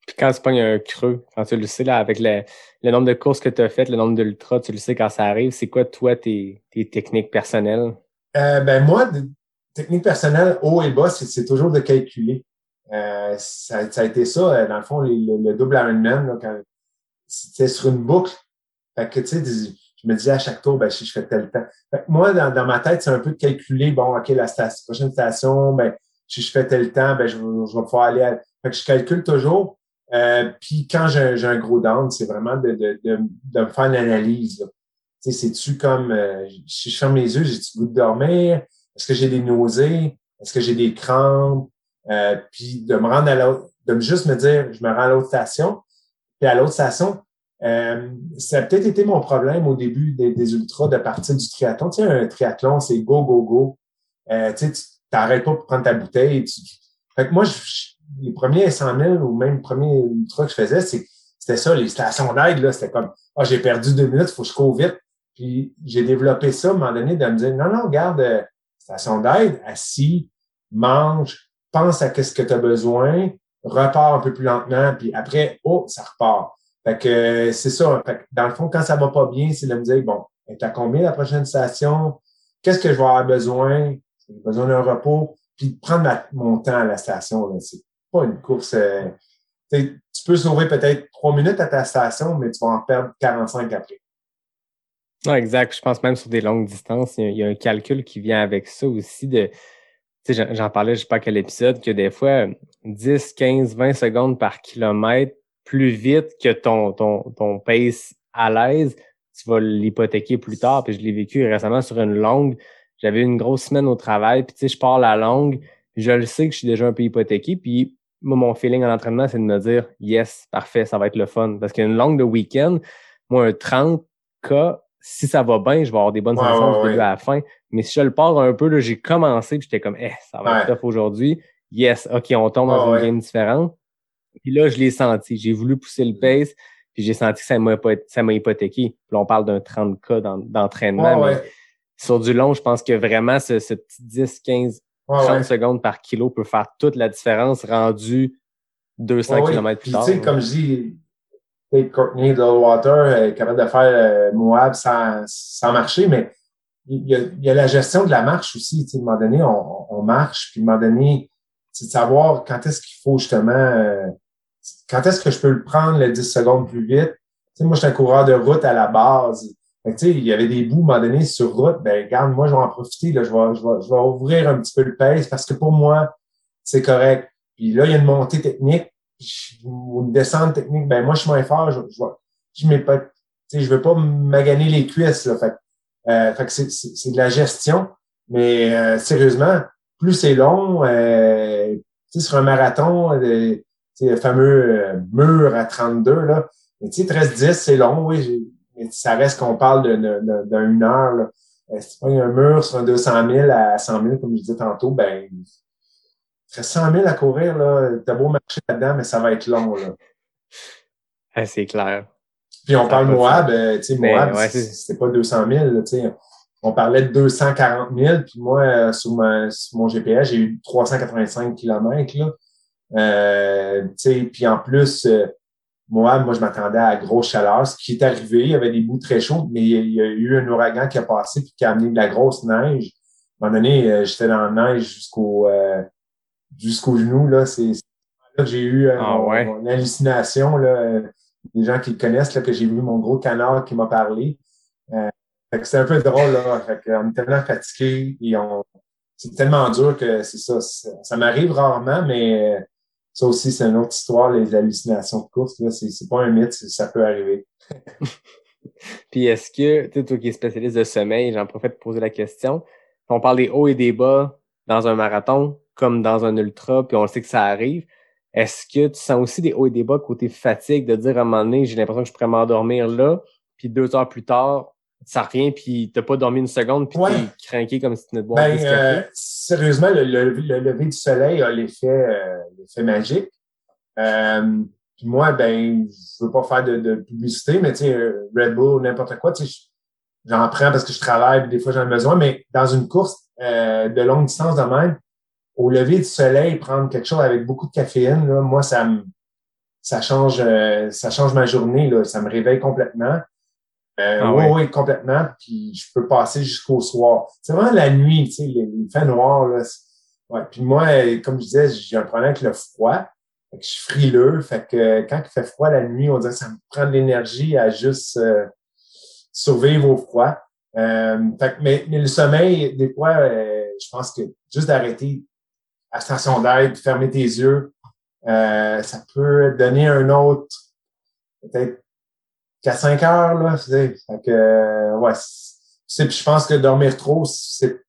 Puis quand tu pognes un creux, quand tu le sais, là, avec le, le nombre de courses que tu as faites, le nombre d'ultras, tu le sais quand ça arrive, c'est quoi, toi, tes, tes techniques personnelles? Euh, ben moi, de, technique personnelle, haut et bas, c'est, c'est toujours de calculer. Euh, ça, ça a été ça, dans le fond, les, le, le double Ironman, là, quand c'était sur une boucle. Fait que, tu sais, je me disais à chaque tour, ben, si je fais tel temps. Fait que moi, dans, dans ma tête, c'est un peu de calculer, bon, OK, la station, prochaine station, ben, si je fais tel temps, ben, je, je vais pouvoir aller à... Fait que je calcule toujours. Euh, puis quand j'ai, j'ai un gros down, c'est vraiment de, de, de, de me faire l'analyse. Tu sais, c'est-tu comme euh, si je ferme les yeux, j'ai-tu le goût de dormir? Est-ce que j'ai des nausées? Est-ce que j'ai des crampes? Euh, puis de me rendre à l'autre, de me juste me dire, je me rends à l'autre station. Puis à l'autre station, euh, ça a peut-être été mon problème au début des, des ultras de partir du triathlon. Tu sais, un triathlon, c'est go, go, go. Euh, tu sais, tu t'arrêtes pas pour prendre ta bouteille. Tu... Fait que moi, je, les premiers cent mille ou même les premiers ultras que je faisais, c'est, c'était ça, les stations d'aide, là, c'était comme, ah, oh, j'ai perdu deux minutes, il faut que je cours vite. Puis j'ai développé ça à un moment donné de me dire, non, non, regarde, euh, station d'aide, assis, mange, pense à qu'est-ce que tu as besoin, repars un peu plus lentement, puis après, oh, ça repart. Fait que euh, c'est ça. Fait que dans le fond, quand ça va pas bien, c'est de me dire, bon, t'as combien la prochaine station? Qu'est-ce que je vais avoir besoin? J'ai besoin d'un repos. Puis de prendre ma, mon temps à la station, là, c'est pas une course. Euh, tu peux sauver peut-être trois minutes à ta station, mais tu vas en perdre quarante-cinq après. Non, exact. Je pense même sur des longues distances, il y a, il y a un calcul qui vient avec ça aussi de. Tu sais, j'en parlais, je sais pas à quel épisode, que des fois, dix, quinze, vingt secondes par kilomètre, plus vite que ton, ton, ton pace à l'aise, tu vas l'hypothéquer plus tard. Puis je l'ai vécu récemment sur une longue. J'avais une grosse semaine au travail, puis tu sais, je pars la longue, puis je le sais que je suis déjà un peu hypothéqué, puis moi, mon feeling en entraînement, c'est de me dire « Yes, parfait, ça va être le fun ». Parce qu'une longue de week-end, moi, un trente K, si ça va bien, je vais avoir des bonnes ouais, sensations ouais, du début ouais. à la fin. Mais si je le pars un peu, là, j'ai commencé, puis j'étais comme eh, ça va être ouais. tough aujourd'hui. Yes, OK, on tombe dans ouais, une ouais. game différente. Puis là, je l'ai senti. J'ai voulu pousser le pace, puis j'ai senti que ça m'a, ça m'a hypothéqué. Puis là, on parle d'un trente K dans, d'entraînement, ouais, mais ouais. sur du long, je pense que vraiment ce, ce petit dix, quinze, ouais, trente ouais. secondes par kilo peut faire toute la différence rendu deux cents ouais, kilomètres ouais. plus tard. Puis tu sais, comme je dis, Courtney Dolewater est capable de faire euh, Moab sans, sans marcher, mais il y, a, il y a la gestion de la marche aussi. Tu sais, à un moment donné, on, on marche, puis à un moment donné, c'est de savoir quand est-ce qu'il faut justement, euh, quand est-ce que je peux le prendre le dix secondes plus vite. Tu sais, moi, je suis un coureur de route à la base. Fait que, tu sais, il y avait des bouts, à un moment donné, sur route. Ben, regarde, moi, je vais en profiter. Là, je vais, je vais, je vais ouvrir un petit peu le pace parce que pour moi, c'est correct. Puis là, il y a une montée technique ou une descente technique. Ben, moi, je suis moins fort. Je, je, je, je, pas, tu sais, je veux pas maganer les cuisses. Là, fait, euh, fait que c'est, c'est, c'est de la gestion. Mais euh, sérieusement, plus c'est long, euh, tu sais, sur un marathon, euh, le fameux euh, mur à trente-deux, là. Mais tu sais, treize dix, c'est long, oui. Mais ça reste qu'on parle de, de, de, d'une heure, là. Euh, si tu prends un mur sur un deux cent mille à cent mille, comme je disais tantôt, ben, il reste cent mille à courir, là. T'as beau marcher là-dedans, mais ça va être long, là. Ah, c'est clair. Puis on Ça parle Moab, de... euh, tu sais, mais, Moab, ouais, c'est, c'est pas deux cent mille, là, tu sais. On parlait de deux cent quarante mille, puis moi, euh, sur, ma, sur mon G P S, j'ai eu trois cent quatre-vingt-cinq kilomètres, là. Euh, tu sais, puis en plus, euh, moi, moi, je m'attendais à la grosse chaleur. Ce qui est arrivé, il y avait des bouts très chauds, mais il y a eu un ouragan qui a passé puis qui a amené de la grosse neige. À un moment donné, euh, j'étais dans la neige jusqu'au euh, jusqu'au genou, là. C'est, c'est là que j'ai eu euh, ah, mon, ouais. mon hallucination, là. Les gens qui le connaissent, là, que j'ai vu mon gros canard qui m'a parlé. Euh, fait que c'était un peu drôle, là. Fait qu'on est tellement fatigués et on c'est tellement dur que c'est ça. Ça, ça m'arrive rarement, mais ça aussi, c'est une autre histoire, les hallucinations de course. Là, c'est, c'est pas un mythe, ça peut arriver. Puis est-ce que, tu sais, toi qui es spécialiste de sommeil, j'en profite pour poser la question. On parle des hauts et des bas dans un marathon, comme dans un ultra, puis on le sait que ça arrive. Est-ce que tu sens aussi des hauts et des bas côté fatigue, de dire à un moment donné, j'ai l'impression que je pourrais m'endormir là, puis deux heures plus tard, ça revient, puis t'as pas dormi une seconde, puis ouais. T'es craqué comme si tu venais de boire ben, dix cafés? Euh, sérieusement, le, le, le lever du soleil a l'effet, euh, l'effet magique. Euh, puis moi, ben, je veux pas faire de, de publicité, mais tu sais, Red Bull, n'importe quoi, tu sais, j'en prends parce que je travaille, puis des fois j'en ai besoin, mais dans une course euh, de longue distance de même, au lever du soleil, prendre quelque chose avec beaucoup de caféine, là, moi, ça me ça change, euh, ça change ma journée, là. Ça me réveille complètement. Euh, ah, oui, ouais. oui, complètement. Puis je peux passer jusqu'au soir. C'est vraiment la nuit, tu sais, il fait noir, là. Ouais. Puis moi, comme je disais, j'ai un problème avec le froid. Fait que je suis frileux. Fait que quand il fait froid la nuit, on dirait que ça me prend de l'énergie à juste euh, survivre au froid. Euh, fait que, mais, mais le sommeil, des fois, euh, je pense que juste d'arrêter à la station d'aide, de fermer tes yeux, euh, ça peut donner un autre, peut-être qu'à cinq heures, là, tu sais. Fait que, euh, ouais, c'est, puis je pense que dormir trop, c'est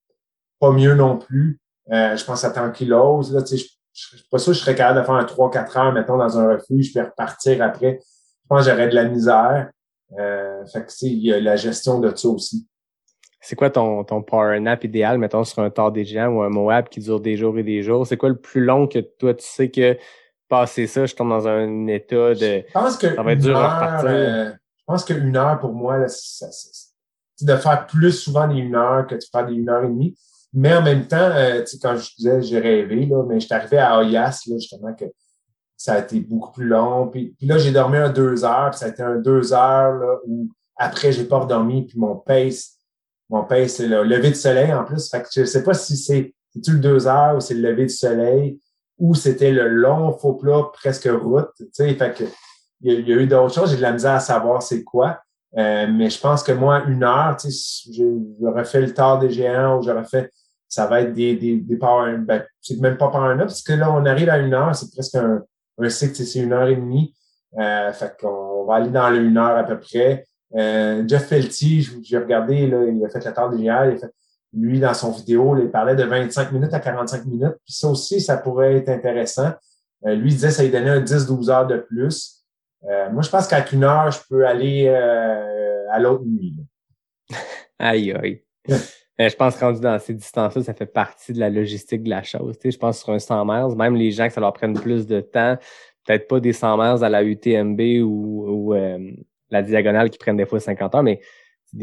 pas mieux non plus. Euh, je pense à tranquillose, là, tu sais, je, je suis pas sûr que je serais capable de faire un trois quatre heures, mettons, dans un refuge, puis repartir après. Je pense que j'aurais de la misère. Euh, fait que, tu sais, il y a la gestion de ça aussi. C'est quoi ton, ton power nap idéal, mettons, sur un Tard des Géants ou un Moab qui dure des jours et des jours? C'est quoi le plus long que toi, tu sais que passer ça, je tombe dans un état de... Je pense que ça va être une dur à heure, repartir. euh, je pense qu'une heure, pour moi, là, ça, ça, c'est de faire plus souvent des une heure que de faire des une heure et demie. Mais en même temps, euh, tu sais, quand je disais, j'ai rêvé, là, mais j'étais arrivé à Oyas, là, justement, que ça a été beaucoup plus long. Puis, puis là, j'ai dormi un deux heures, puis ça a été un deux heures, là, où après, j'ai pas redormi, puis mon pace, mon pace, c'est le lever du soleil, en plus. Fait que je sais pas si c'est, c'est-tu le deux heures ou c'est le lever du soleil, ou c'était le long faux plat, presque route, tu sais. Fait que, il y a, il y a eu d'autres choses, j'ai de la misère à savoir c'est quoi. Euh, mais je pense que moi, une heure, tu sais, j'aurais fait le Tard des Géants, ou j'aurais fait, ça va être des, des, des power, ben, c'est même pas power nap, parce que là, on arrive à une heure, c'est presque un, un cycle, c'est une heure et demie. Euh, fait qu'on va aller dans le une heure à peu près. Euh, Jeff Felty, j'ai regardé, là, il a fait le Tard des Géants, il a fait, lui, dans son vidéo, là, il parlait de vingt-cinq minutes à quarante-cinq minutes. Puis ça aussi, ça pourrait être intéressant. Euh, lui, il disait que ça lui donnait un dix douze heures de plus. Euh, moi, je pense qu'à une heure, je peux aller euh, à l'autre nuit. Là. Aïe, aïe. Mais je pense que rendu dans ces distances-là, ça fait partie de la logistique de la chose. Tu sais, je pense sur un cent miles, même les gens que ça leur prenne plus de temps, peut-être pas des cent miles à la U T M B ou, ou euh, la diagonale qui prennent des fois cinquante heures, mais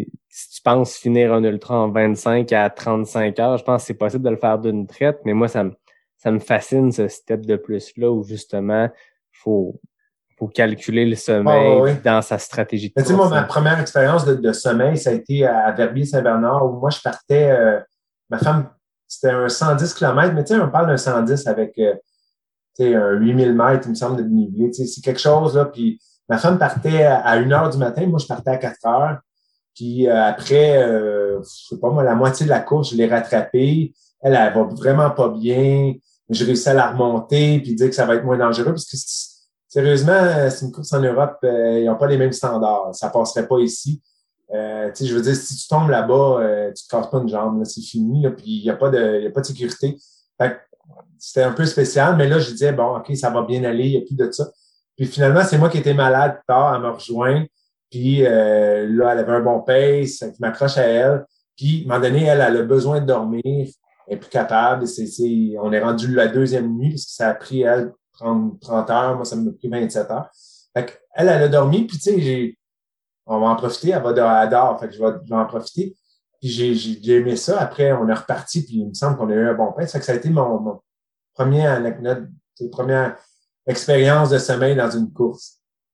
si tu penses finir un ultra en vingt-cinq à trente-cinq heures, je pense que c'est possible de le faire d'une traite, mais moi, ça me, ça me fascine ce step de plus-là où justement, faut, faut calculer le sommeil oh, oui. dans sa stratégie de course. Tu sais, moi, ma hein. première expérience de, de sommeil, ça a été à Verbier-Saint-Bernard où moi, je partais, euh, ma femme, c'était un cent dix kilomètres, mais tu sais, on parle d'un cent dix avec, euh, tu sais, un huit mille mètres, il me semble, de dénivelé. Tu sais, c'est quelque chose, là, puis ma femme partait à une heure du matin, moi, je partais à quatre heures. Puis euh, après, euh, je sais pas moi, la moitié de la course, je l'ai rattrapée. Elle, elle va vraiment pas bien. J'ai réussi à la remonter puis dire que ça va être moins dangereux parce que sérieusement, c'est une course en Europe, euh, ils n'ont pas les mêmes standards. Ça passerait pas ici. Euh, tu sais, je veux dire, si tu tombes là-bas, euh, tu te casses pas une jambe, là, c'est fini. Là, puis il y a pas de, il y a pas de sécurité. Fait que c'était un peu spécial, mais là, je disais bon, ok, ça va bien aller, il y a plus de ça. Puis finalement, c'est moi qui étais malade tard, elle me rejoint. Puis euh, là, elle avait un bon pace, je m'accroche à elle. Puis, à un moment donné, elle, elle a besoin de dormir, elle est plus capable. C'est, c'est, on est rendu la deuxième nuit, parce que ça a pris, elle, trente, trente heures. Moi, ça m'a pris vingt-sept heures. Fait qu'elle, elle a dormi, puis tu sais, j'ai, on va en profiter, elle va elle dort, fait que je vais, je vais en profiter. Puis j'ai, j'ai, j'ai aimé ça. Après, on est reparti, puis il me semble qu'on a eu un bon pace. Fait que ça a été mon, mon première anecdote, première expérience de sommeil dans une course.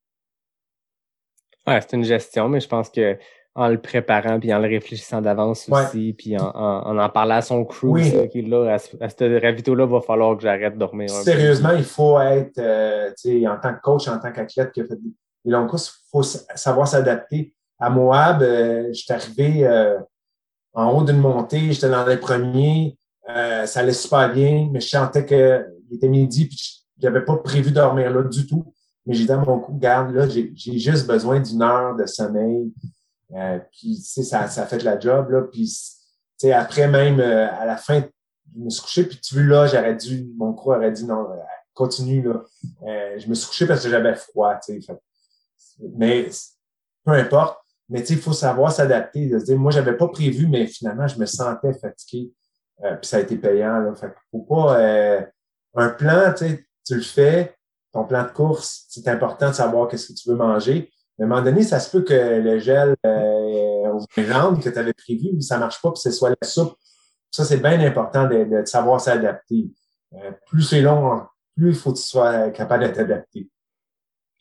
Ouais, c'est une gestion, mais je pense que en le préparant puis en le réfléchissant d'avance ouais. aussi, puis en, en, en en parlant à son crew, oui. ça, qui là, à, à ce ravito-là, va falloir que j'arrête de dormir. Un Sérieusement, peu. il faut être, euh, tu sais, en tant que coach, en tant qu'athlète qui a fait des longues courses, il faut savoir s'adapter. À Moab, euh, je suis arrivé euh, en haut d'une montée, j'étais dans les premiers, euh, ça allait super bien, mais je sentais que il était midi, puis j'avais pas prévu de dormir là du tout. Mais j'ai dit à mon coup, garde, là, j'ai, j'ai juste besoin d'une heure de sommeil. Euh, puis, tu sais, ça, ça a fait la job, là. Puis, tu sais, après même, euh, à la fin, je me suis couché, puis tu vois, là, j'aurais dû, mon crew aurait dit, non, continue, là. Euh, je me suis couché parce que j'avais froid, tu sais. Mais, peu importe. Mais, tu sais, il faut savoir s'adapter. De se dire, moi, j'avais pas prévu, mais finalement, je me sentais fatigué. Euh, puis ça a été payant, là. Fait qu'il faut pas, euh, un plan, tu sais, tu le fais, ton plan de course, c'est important de savoir qu'est-ce que tu veux manger. Mais à un moment donné, ça se peut que le gel euh, au gingembre que tu avais prévu, ça marche pas, puis ce soit la soupe. Ça, c'est bien important de, de savoir s'adapter. Euh, plus c'est long, plus il faut que tu sois capable de t'adapter.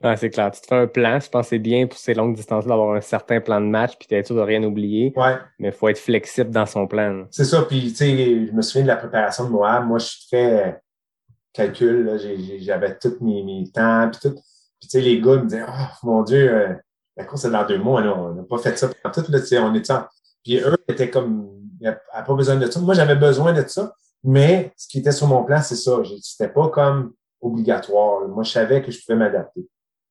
Ouais, c'est clair. Tu te fais un plan. Je pense que c'est bien pour ces longues distances d'avoir un certain plan de match puis d'être sûr de rien oublier. Ouais. Mais il faut être flexible dans son plan. Là. C'est ça. Puis, tu sais, je me souviens de la préparation de Moab. Moi, je suis très euh, calcul. Là. J'ai, j'ai, j'avais tous mes, mes temps puis tout. Puis, tu sais, les gars me disaient, oh, mon Dieu, euh, la course est dans deux mois. Là. On n'a pas fait ça pendant tout. Là, tu sais, on est en... Puis, eux étaient comme, il n'y a pas besoin de ça. Moi, j'avais besoin de ça. Mais ce qui était sur mon plan, c'est ça. C'était pas comme obligatoire. Moi, je savais que je pouvais m'adapter.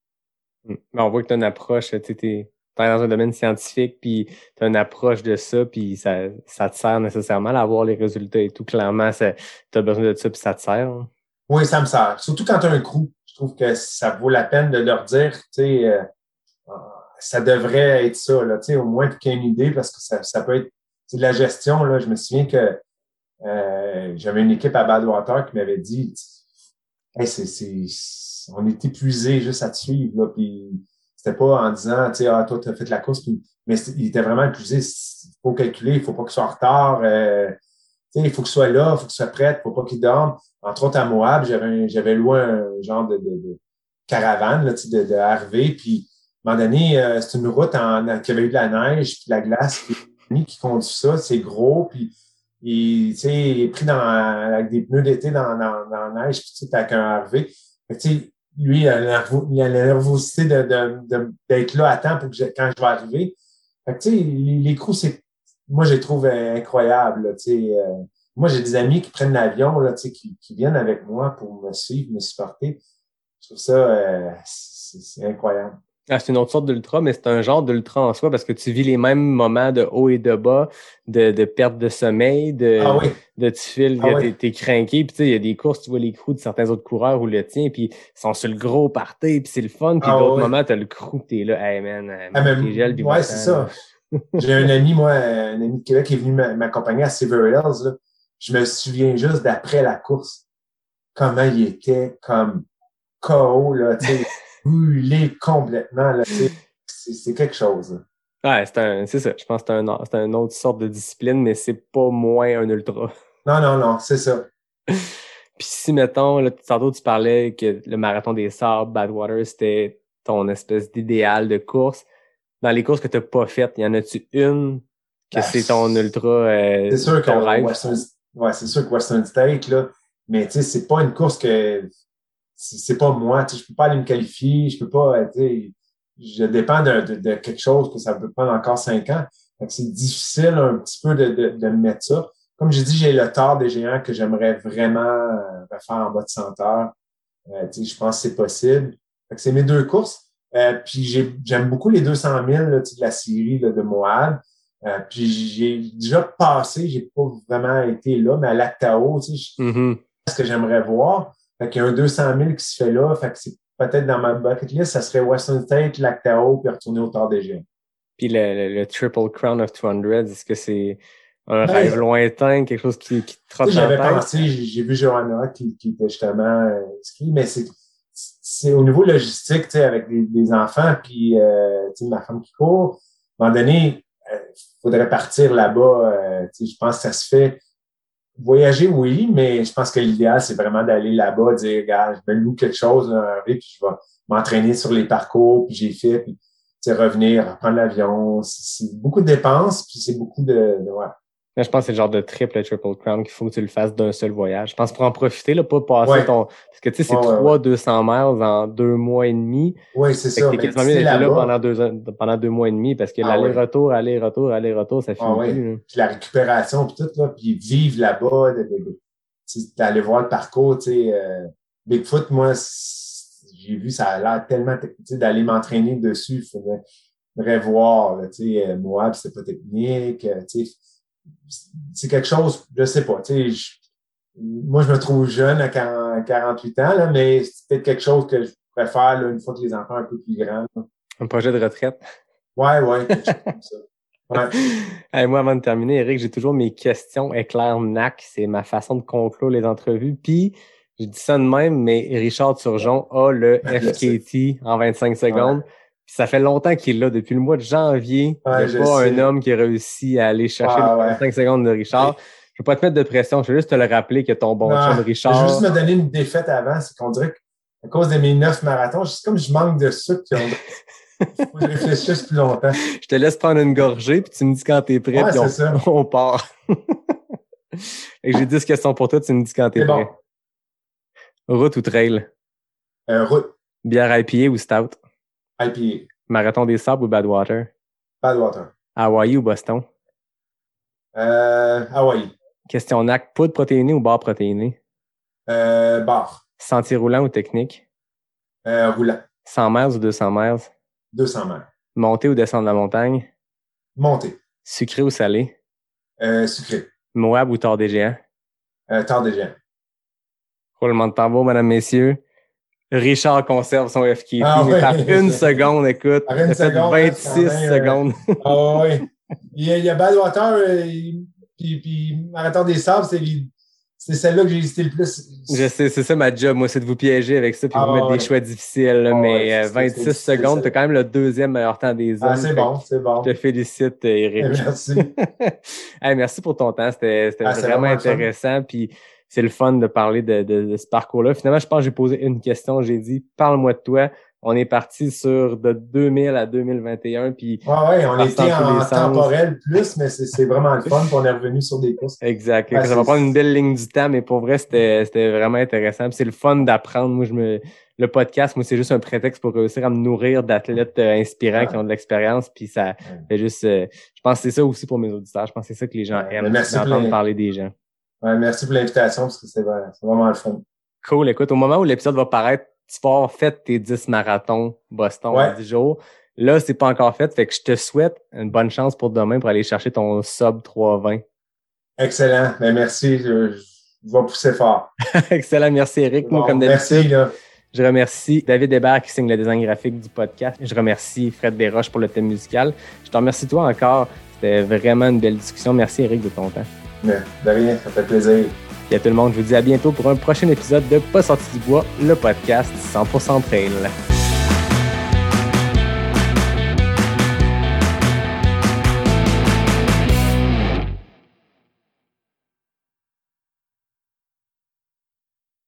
Mais on voit que tu as une approche, tu sais, t'es dans un domaine scientifique, puis tu as une approche de ça, puis ça, ça te sert nécessairement à avoir les résultats et tout. Clairement, tu as besoin de ça, puis ça te sert. Hein. Oui, ça me sert. Surtout quand tu as un crew. Je trouve que ça vaut la peine de leur dire, tu sais, euh, ça devrait être ça, là, tu sais, au moins qu'il y ait une idée, parce que ça, ça peut être de la gestion. Là. Je me souviens que euh, j'avais une équipe à Badwater qui m'avait dit, hey, c'est, c'est, on est épuisé juste à te suivre, là, puis c'était pas en disant, tu sais, ah, toi, t'as fait la course, puis, mais il était vraiment épuisé. Il faut calculer, il faut pas qu'il soit en retard, euh, tu sais, il faut qu'il soit là, il faut qu'il soit prêt, il faut pas qu'il dorme. Entre autres, à Moab, j'avais, un, j'avais loué un genre de, de, de caravane, là, tu sais, de, de R V, puis à un moment donné, euh, c'est une route en, qui avait eu de la neige, puis de la glace, puis qui conduit ça, c'est gros, puis il, tu sais, il est pris dans, avec des pneus d'été dans, dans, dans la neige, puis tu sais, avec un R V. Fait que, tu sais, lui, il a, il a la nervosité de, de, de, d'être là à temps pour que je, quand je vais arriver. Fait que, tu sais, les, les crews, c'est, moi, je les trouve incroyables, là, tu sais. Euh, moi, j'ai des amis qui prennent l'avion, là, tu sais, qui, qui viennent avec moi pour me suivre, me supporter. Je trouve ça, euh, c'est, c'est incroyable. Ah, c'est une autre sorte d'ultra, mais c'est un genre d'ultra en soi parce que tu vis les mêmes moments de haut et de bas, de, de perte de sommeil, de, ah oui. de tu files, ah t'es, oui. t'es craqué, puis tu sais, il y a des courses, tu vois les crews de certains autres coureurs ou le tien, puis ils sont sur le gros party, puis c'est le fun, puis ah d'autres oui. moments, t'as le crew, t'es là, hey man, ah, même, t'es gel, puis ouais, c'est ça. J'ai un ami, moi, un ami de Québec qui est venu m'accompagner à Silver Hills, là. Je me souviens juste d'après la course, comment il était comme K O, là, tu sais, brûlé complètement, là, tu sais. C'est, c'est quelque chose. Là. Ouais, c'est un, c'est ça. Je pense que c'est un, c'est une autre sorte de discipline, mais c'est pas moins un ultra. Non, non, non, c'est ça. Puis si, mettons, là, tantôt tu parlais que le marathon des sables, Badwater, c'était ton espèce d'idéal de course. Dans les courses que t'as pas faites, y en a-tu une que ben, c'est ton ultra, euh, c'est sûr ton que rêve? Western, ouais, c'est sûr que Western State, là, mais tu sais, c'est pas une course que, c'est, c'est pas moi, tu sais, je peux pas aller me qualifier, je peux pas, tu sais, je dépends de, de, de quelque chose que ça peut prendre encore cinq ans. Donc, c'est difficile un petit peu de, de, de me mettre ça. Comme j'ai dit, j'ai le tort des géants que j'aimerais vraiment faire en bas de cent heures. Euh, tu sais, je pense que c'est possible. Fait que c'est mes deux courses. Euh, puis j'ai, j'aime beaucoup les deux cent mille là, de la série là, de Moab. Euh, puis j'ai déjà passé, j'ai pas vraiment été là, mais à Lactao, tu sais, mm-hmm. c'est ce que j'aimerais voir. Fait qu'il y a un deux cent mille qui se fait là. Fait que c'est peut-être dans ma bucket list, ça serait Western State, Lactao, puis retourner au Tour des Géants. Puis le, le, le Triple Crown of deux cents, est-ce que c'est un ben, rêve lointain, quelque chose qui, qui te trotte dans j'avais la tête? pensé, j'ai, j'ai vu Johanna qui, qui était justement euh, ski, mais c'est, c'est au niveau logistique, tu sais, avec des, des enfants, puis euh, tu sais, ma femme qui court. À un moment donné, il euh, faudrait partir là-bas. Euh, tu sais, je pense que ça se fait. Voyager, oui, mais je pense que l'idéal, c'est vraiment d'aller là-bas, dire, regarde, je me loue quelque chose, là, puis je vais m'entraîner sur les parcours, puis j'ai fait, puis tu sais, revenir, prendre l'avion. C'est, c'est beaucoup de dépenses, puis c'est beaucoup de, de ouais. Mais je pense que c'est le genre de triple Triple Crown qu'il faut que tu le fasses d'un seul voyage. Je pense pour en profiter, là, pas passer ouais. ton... Parce que tu sais, c'est trois ouais, ouais. deux cents miles en deux mois et demi. Oui, c'est fait ça. T'es quasiment mieux d'être là pendant deux, pendant deux mois et demi parce que ah, l'aller-retour, ouais. aller-retour, aller-retour, ça finit ah, plus. Ouais. Puis la récupération, puis tout, là, puis vivre là-bas, de, de, de, d'aller voir le parcours, tu sais. Euh, Bigfoot, moi, j'ai vu, ça a l'air tellement, tu sais, d'aller m'entraîner dessus, il faudrait voir, tu sais, Moab, c'est pas technique, tu sais. C'est quelque chose, je sais pas, tu sais, je, moi, je me trouve jeune à quarante-huit ans, là, mais c'est peut-être quelque chose que je pourrais faire, là, une fois que les enfants sont un peu plus grands. Là. Un projet de retraite. Ouais, ouais, quelque chose comme ça. Ouais. Hey, moi, avant de terminer, Eric, j'ai toujours mes questions éclair N A C. C'est ma façon de conclure les entrevues. Puis, je dis ça de même, mais Richard Turgeon a le F K T en vingt-cinq secondes. Ouais. Puis ça fait longtemps qu'il est là. Depuis le mois de janvier, ouais, il n'y a pas sais. un homme qui a réussi à aller chercher ah, les vingt-cinq ouais. secondes de Richard. Ouais. Je ne veux pas te mettre de pression. Je veux juste te le rappeler que ton bon chum Richard... Je veux juste me donner une défaite avant. C'est qu'on dirait que à cause de mes neuf marathons, c'est comme je manque de sucre. Il faut que je réfléchisse plus longtemps. Je te laisse prendre une gorgée, puis tu me dis quand t'es prêt, ouais, puis on, ça. on part. Et j'ai dix questions pour toi, tu me dis quand t'es c'est prêt. Bon. Route ou trail? Euh, route. Bière I P A ou stout? I P A. Marathon des Sables ou Badwater? Badwater. Hawaii ou Boston? Euh, Hawaii. Question N A C, poudre protéinée ou barre protéinée? Euh, bar. Sentier roulant ou technique? Euh, roulant. cent miles ou deux cents miles? deux cents mètres. Monter ou descendre la montagne? Monter. Sucré ou salé? Euh, sucré. Moab ou tord des géants? Euh, tard des géants. Roulement de tambour, mesdames, messieurs. Richard conserve son F K T, ah, mais oui. par une seconde, écoute. Par une ça fait seconde, vingt-six même, secondes. Euh, ah oui. Il y a, il y a Badwater, euh, puis, puis Marathon des Sables, c'est, c'est celle-là que j'ai hésité le plus. Je sais, c'est ça ma job, moi, c'est de vous piéger avec ça puis ah, vous mettre ouais. des choix difficiles. Là, ah, mais ouais, euh, vingt-six secondes, t'as quand même le deuxième meilleur temps des hommes. Ah, c'est bon, c'est bon. Je te félicite, Eric. Merci. Hey, merci pour ton temps. C'était, c'était ah, vraiment, vraiment intéressant. Puis c'est le fun de parler de, de, de ce parcours-là. Finalement, je pense que j'ai posé une question. J'ai dit, parle-moi de toi. On est parti sur de deux mille à deux mille vingt et un. Puis ah ouais, on était en temporel plus, mais c'est, c'est vraiment le fun. Puis on est revenu sur des courses. Exact. Ah, ça va prendre une belle ligne du temps, mais pour vrai, c'était, c'était vraiment intéressant. Puis c'est le fun d'apprendre. Moi, je me, le podcast, moi, c'est juste un prétexte pour réussir à me nourrir d'athlètes euh, inspirants ah. qui ont de l'expérience. Puis ça ouais. fait juste, euh, je pense que c'est ça aussi pour mes auditeurs. Je pense que c'est ça que les gens ouais, aiment, d'entendre parler des gens. Ouais, merci pour l'invitation parce que c'est, c'est vraiment le fun. Cool. Écoute, au moment où l'épisode va paraître, tu vas avoir fait tes dix marathons Boston ouais. en dix jours. Là, c'est pas encore fait. Fait que je te souhaite une bonne chance pour demain pour aller chercher ton sub trois vingt. Excellent. Ben, merci. Je, je vais pousser fort. Excellent. Merci, Eric. Bon, Moi, comme d'habitude, merci, là. Je remercie David Hébert qui signe le design graphique du podcast. Je remercie Fred Desroches pour le thème musical. Je te remercie toi encore. C'était vraiment une belle discussion. Merci, Eric, de ton temps. Mais, de rien. Ça fait plaisir. Et à tout le monde, je vous dis à bientôt pour un prochain épisode de Pas sorti du bois, le podcast cent pour cent trail.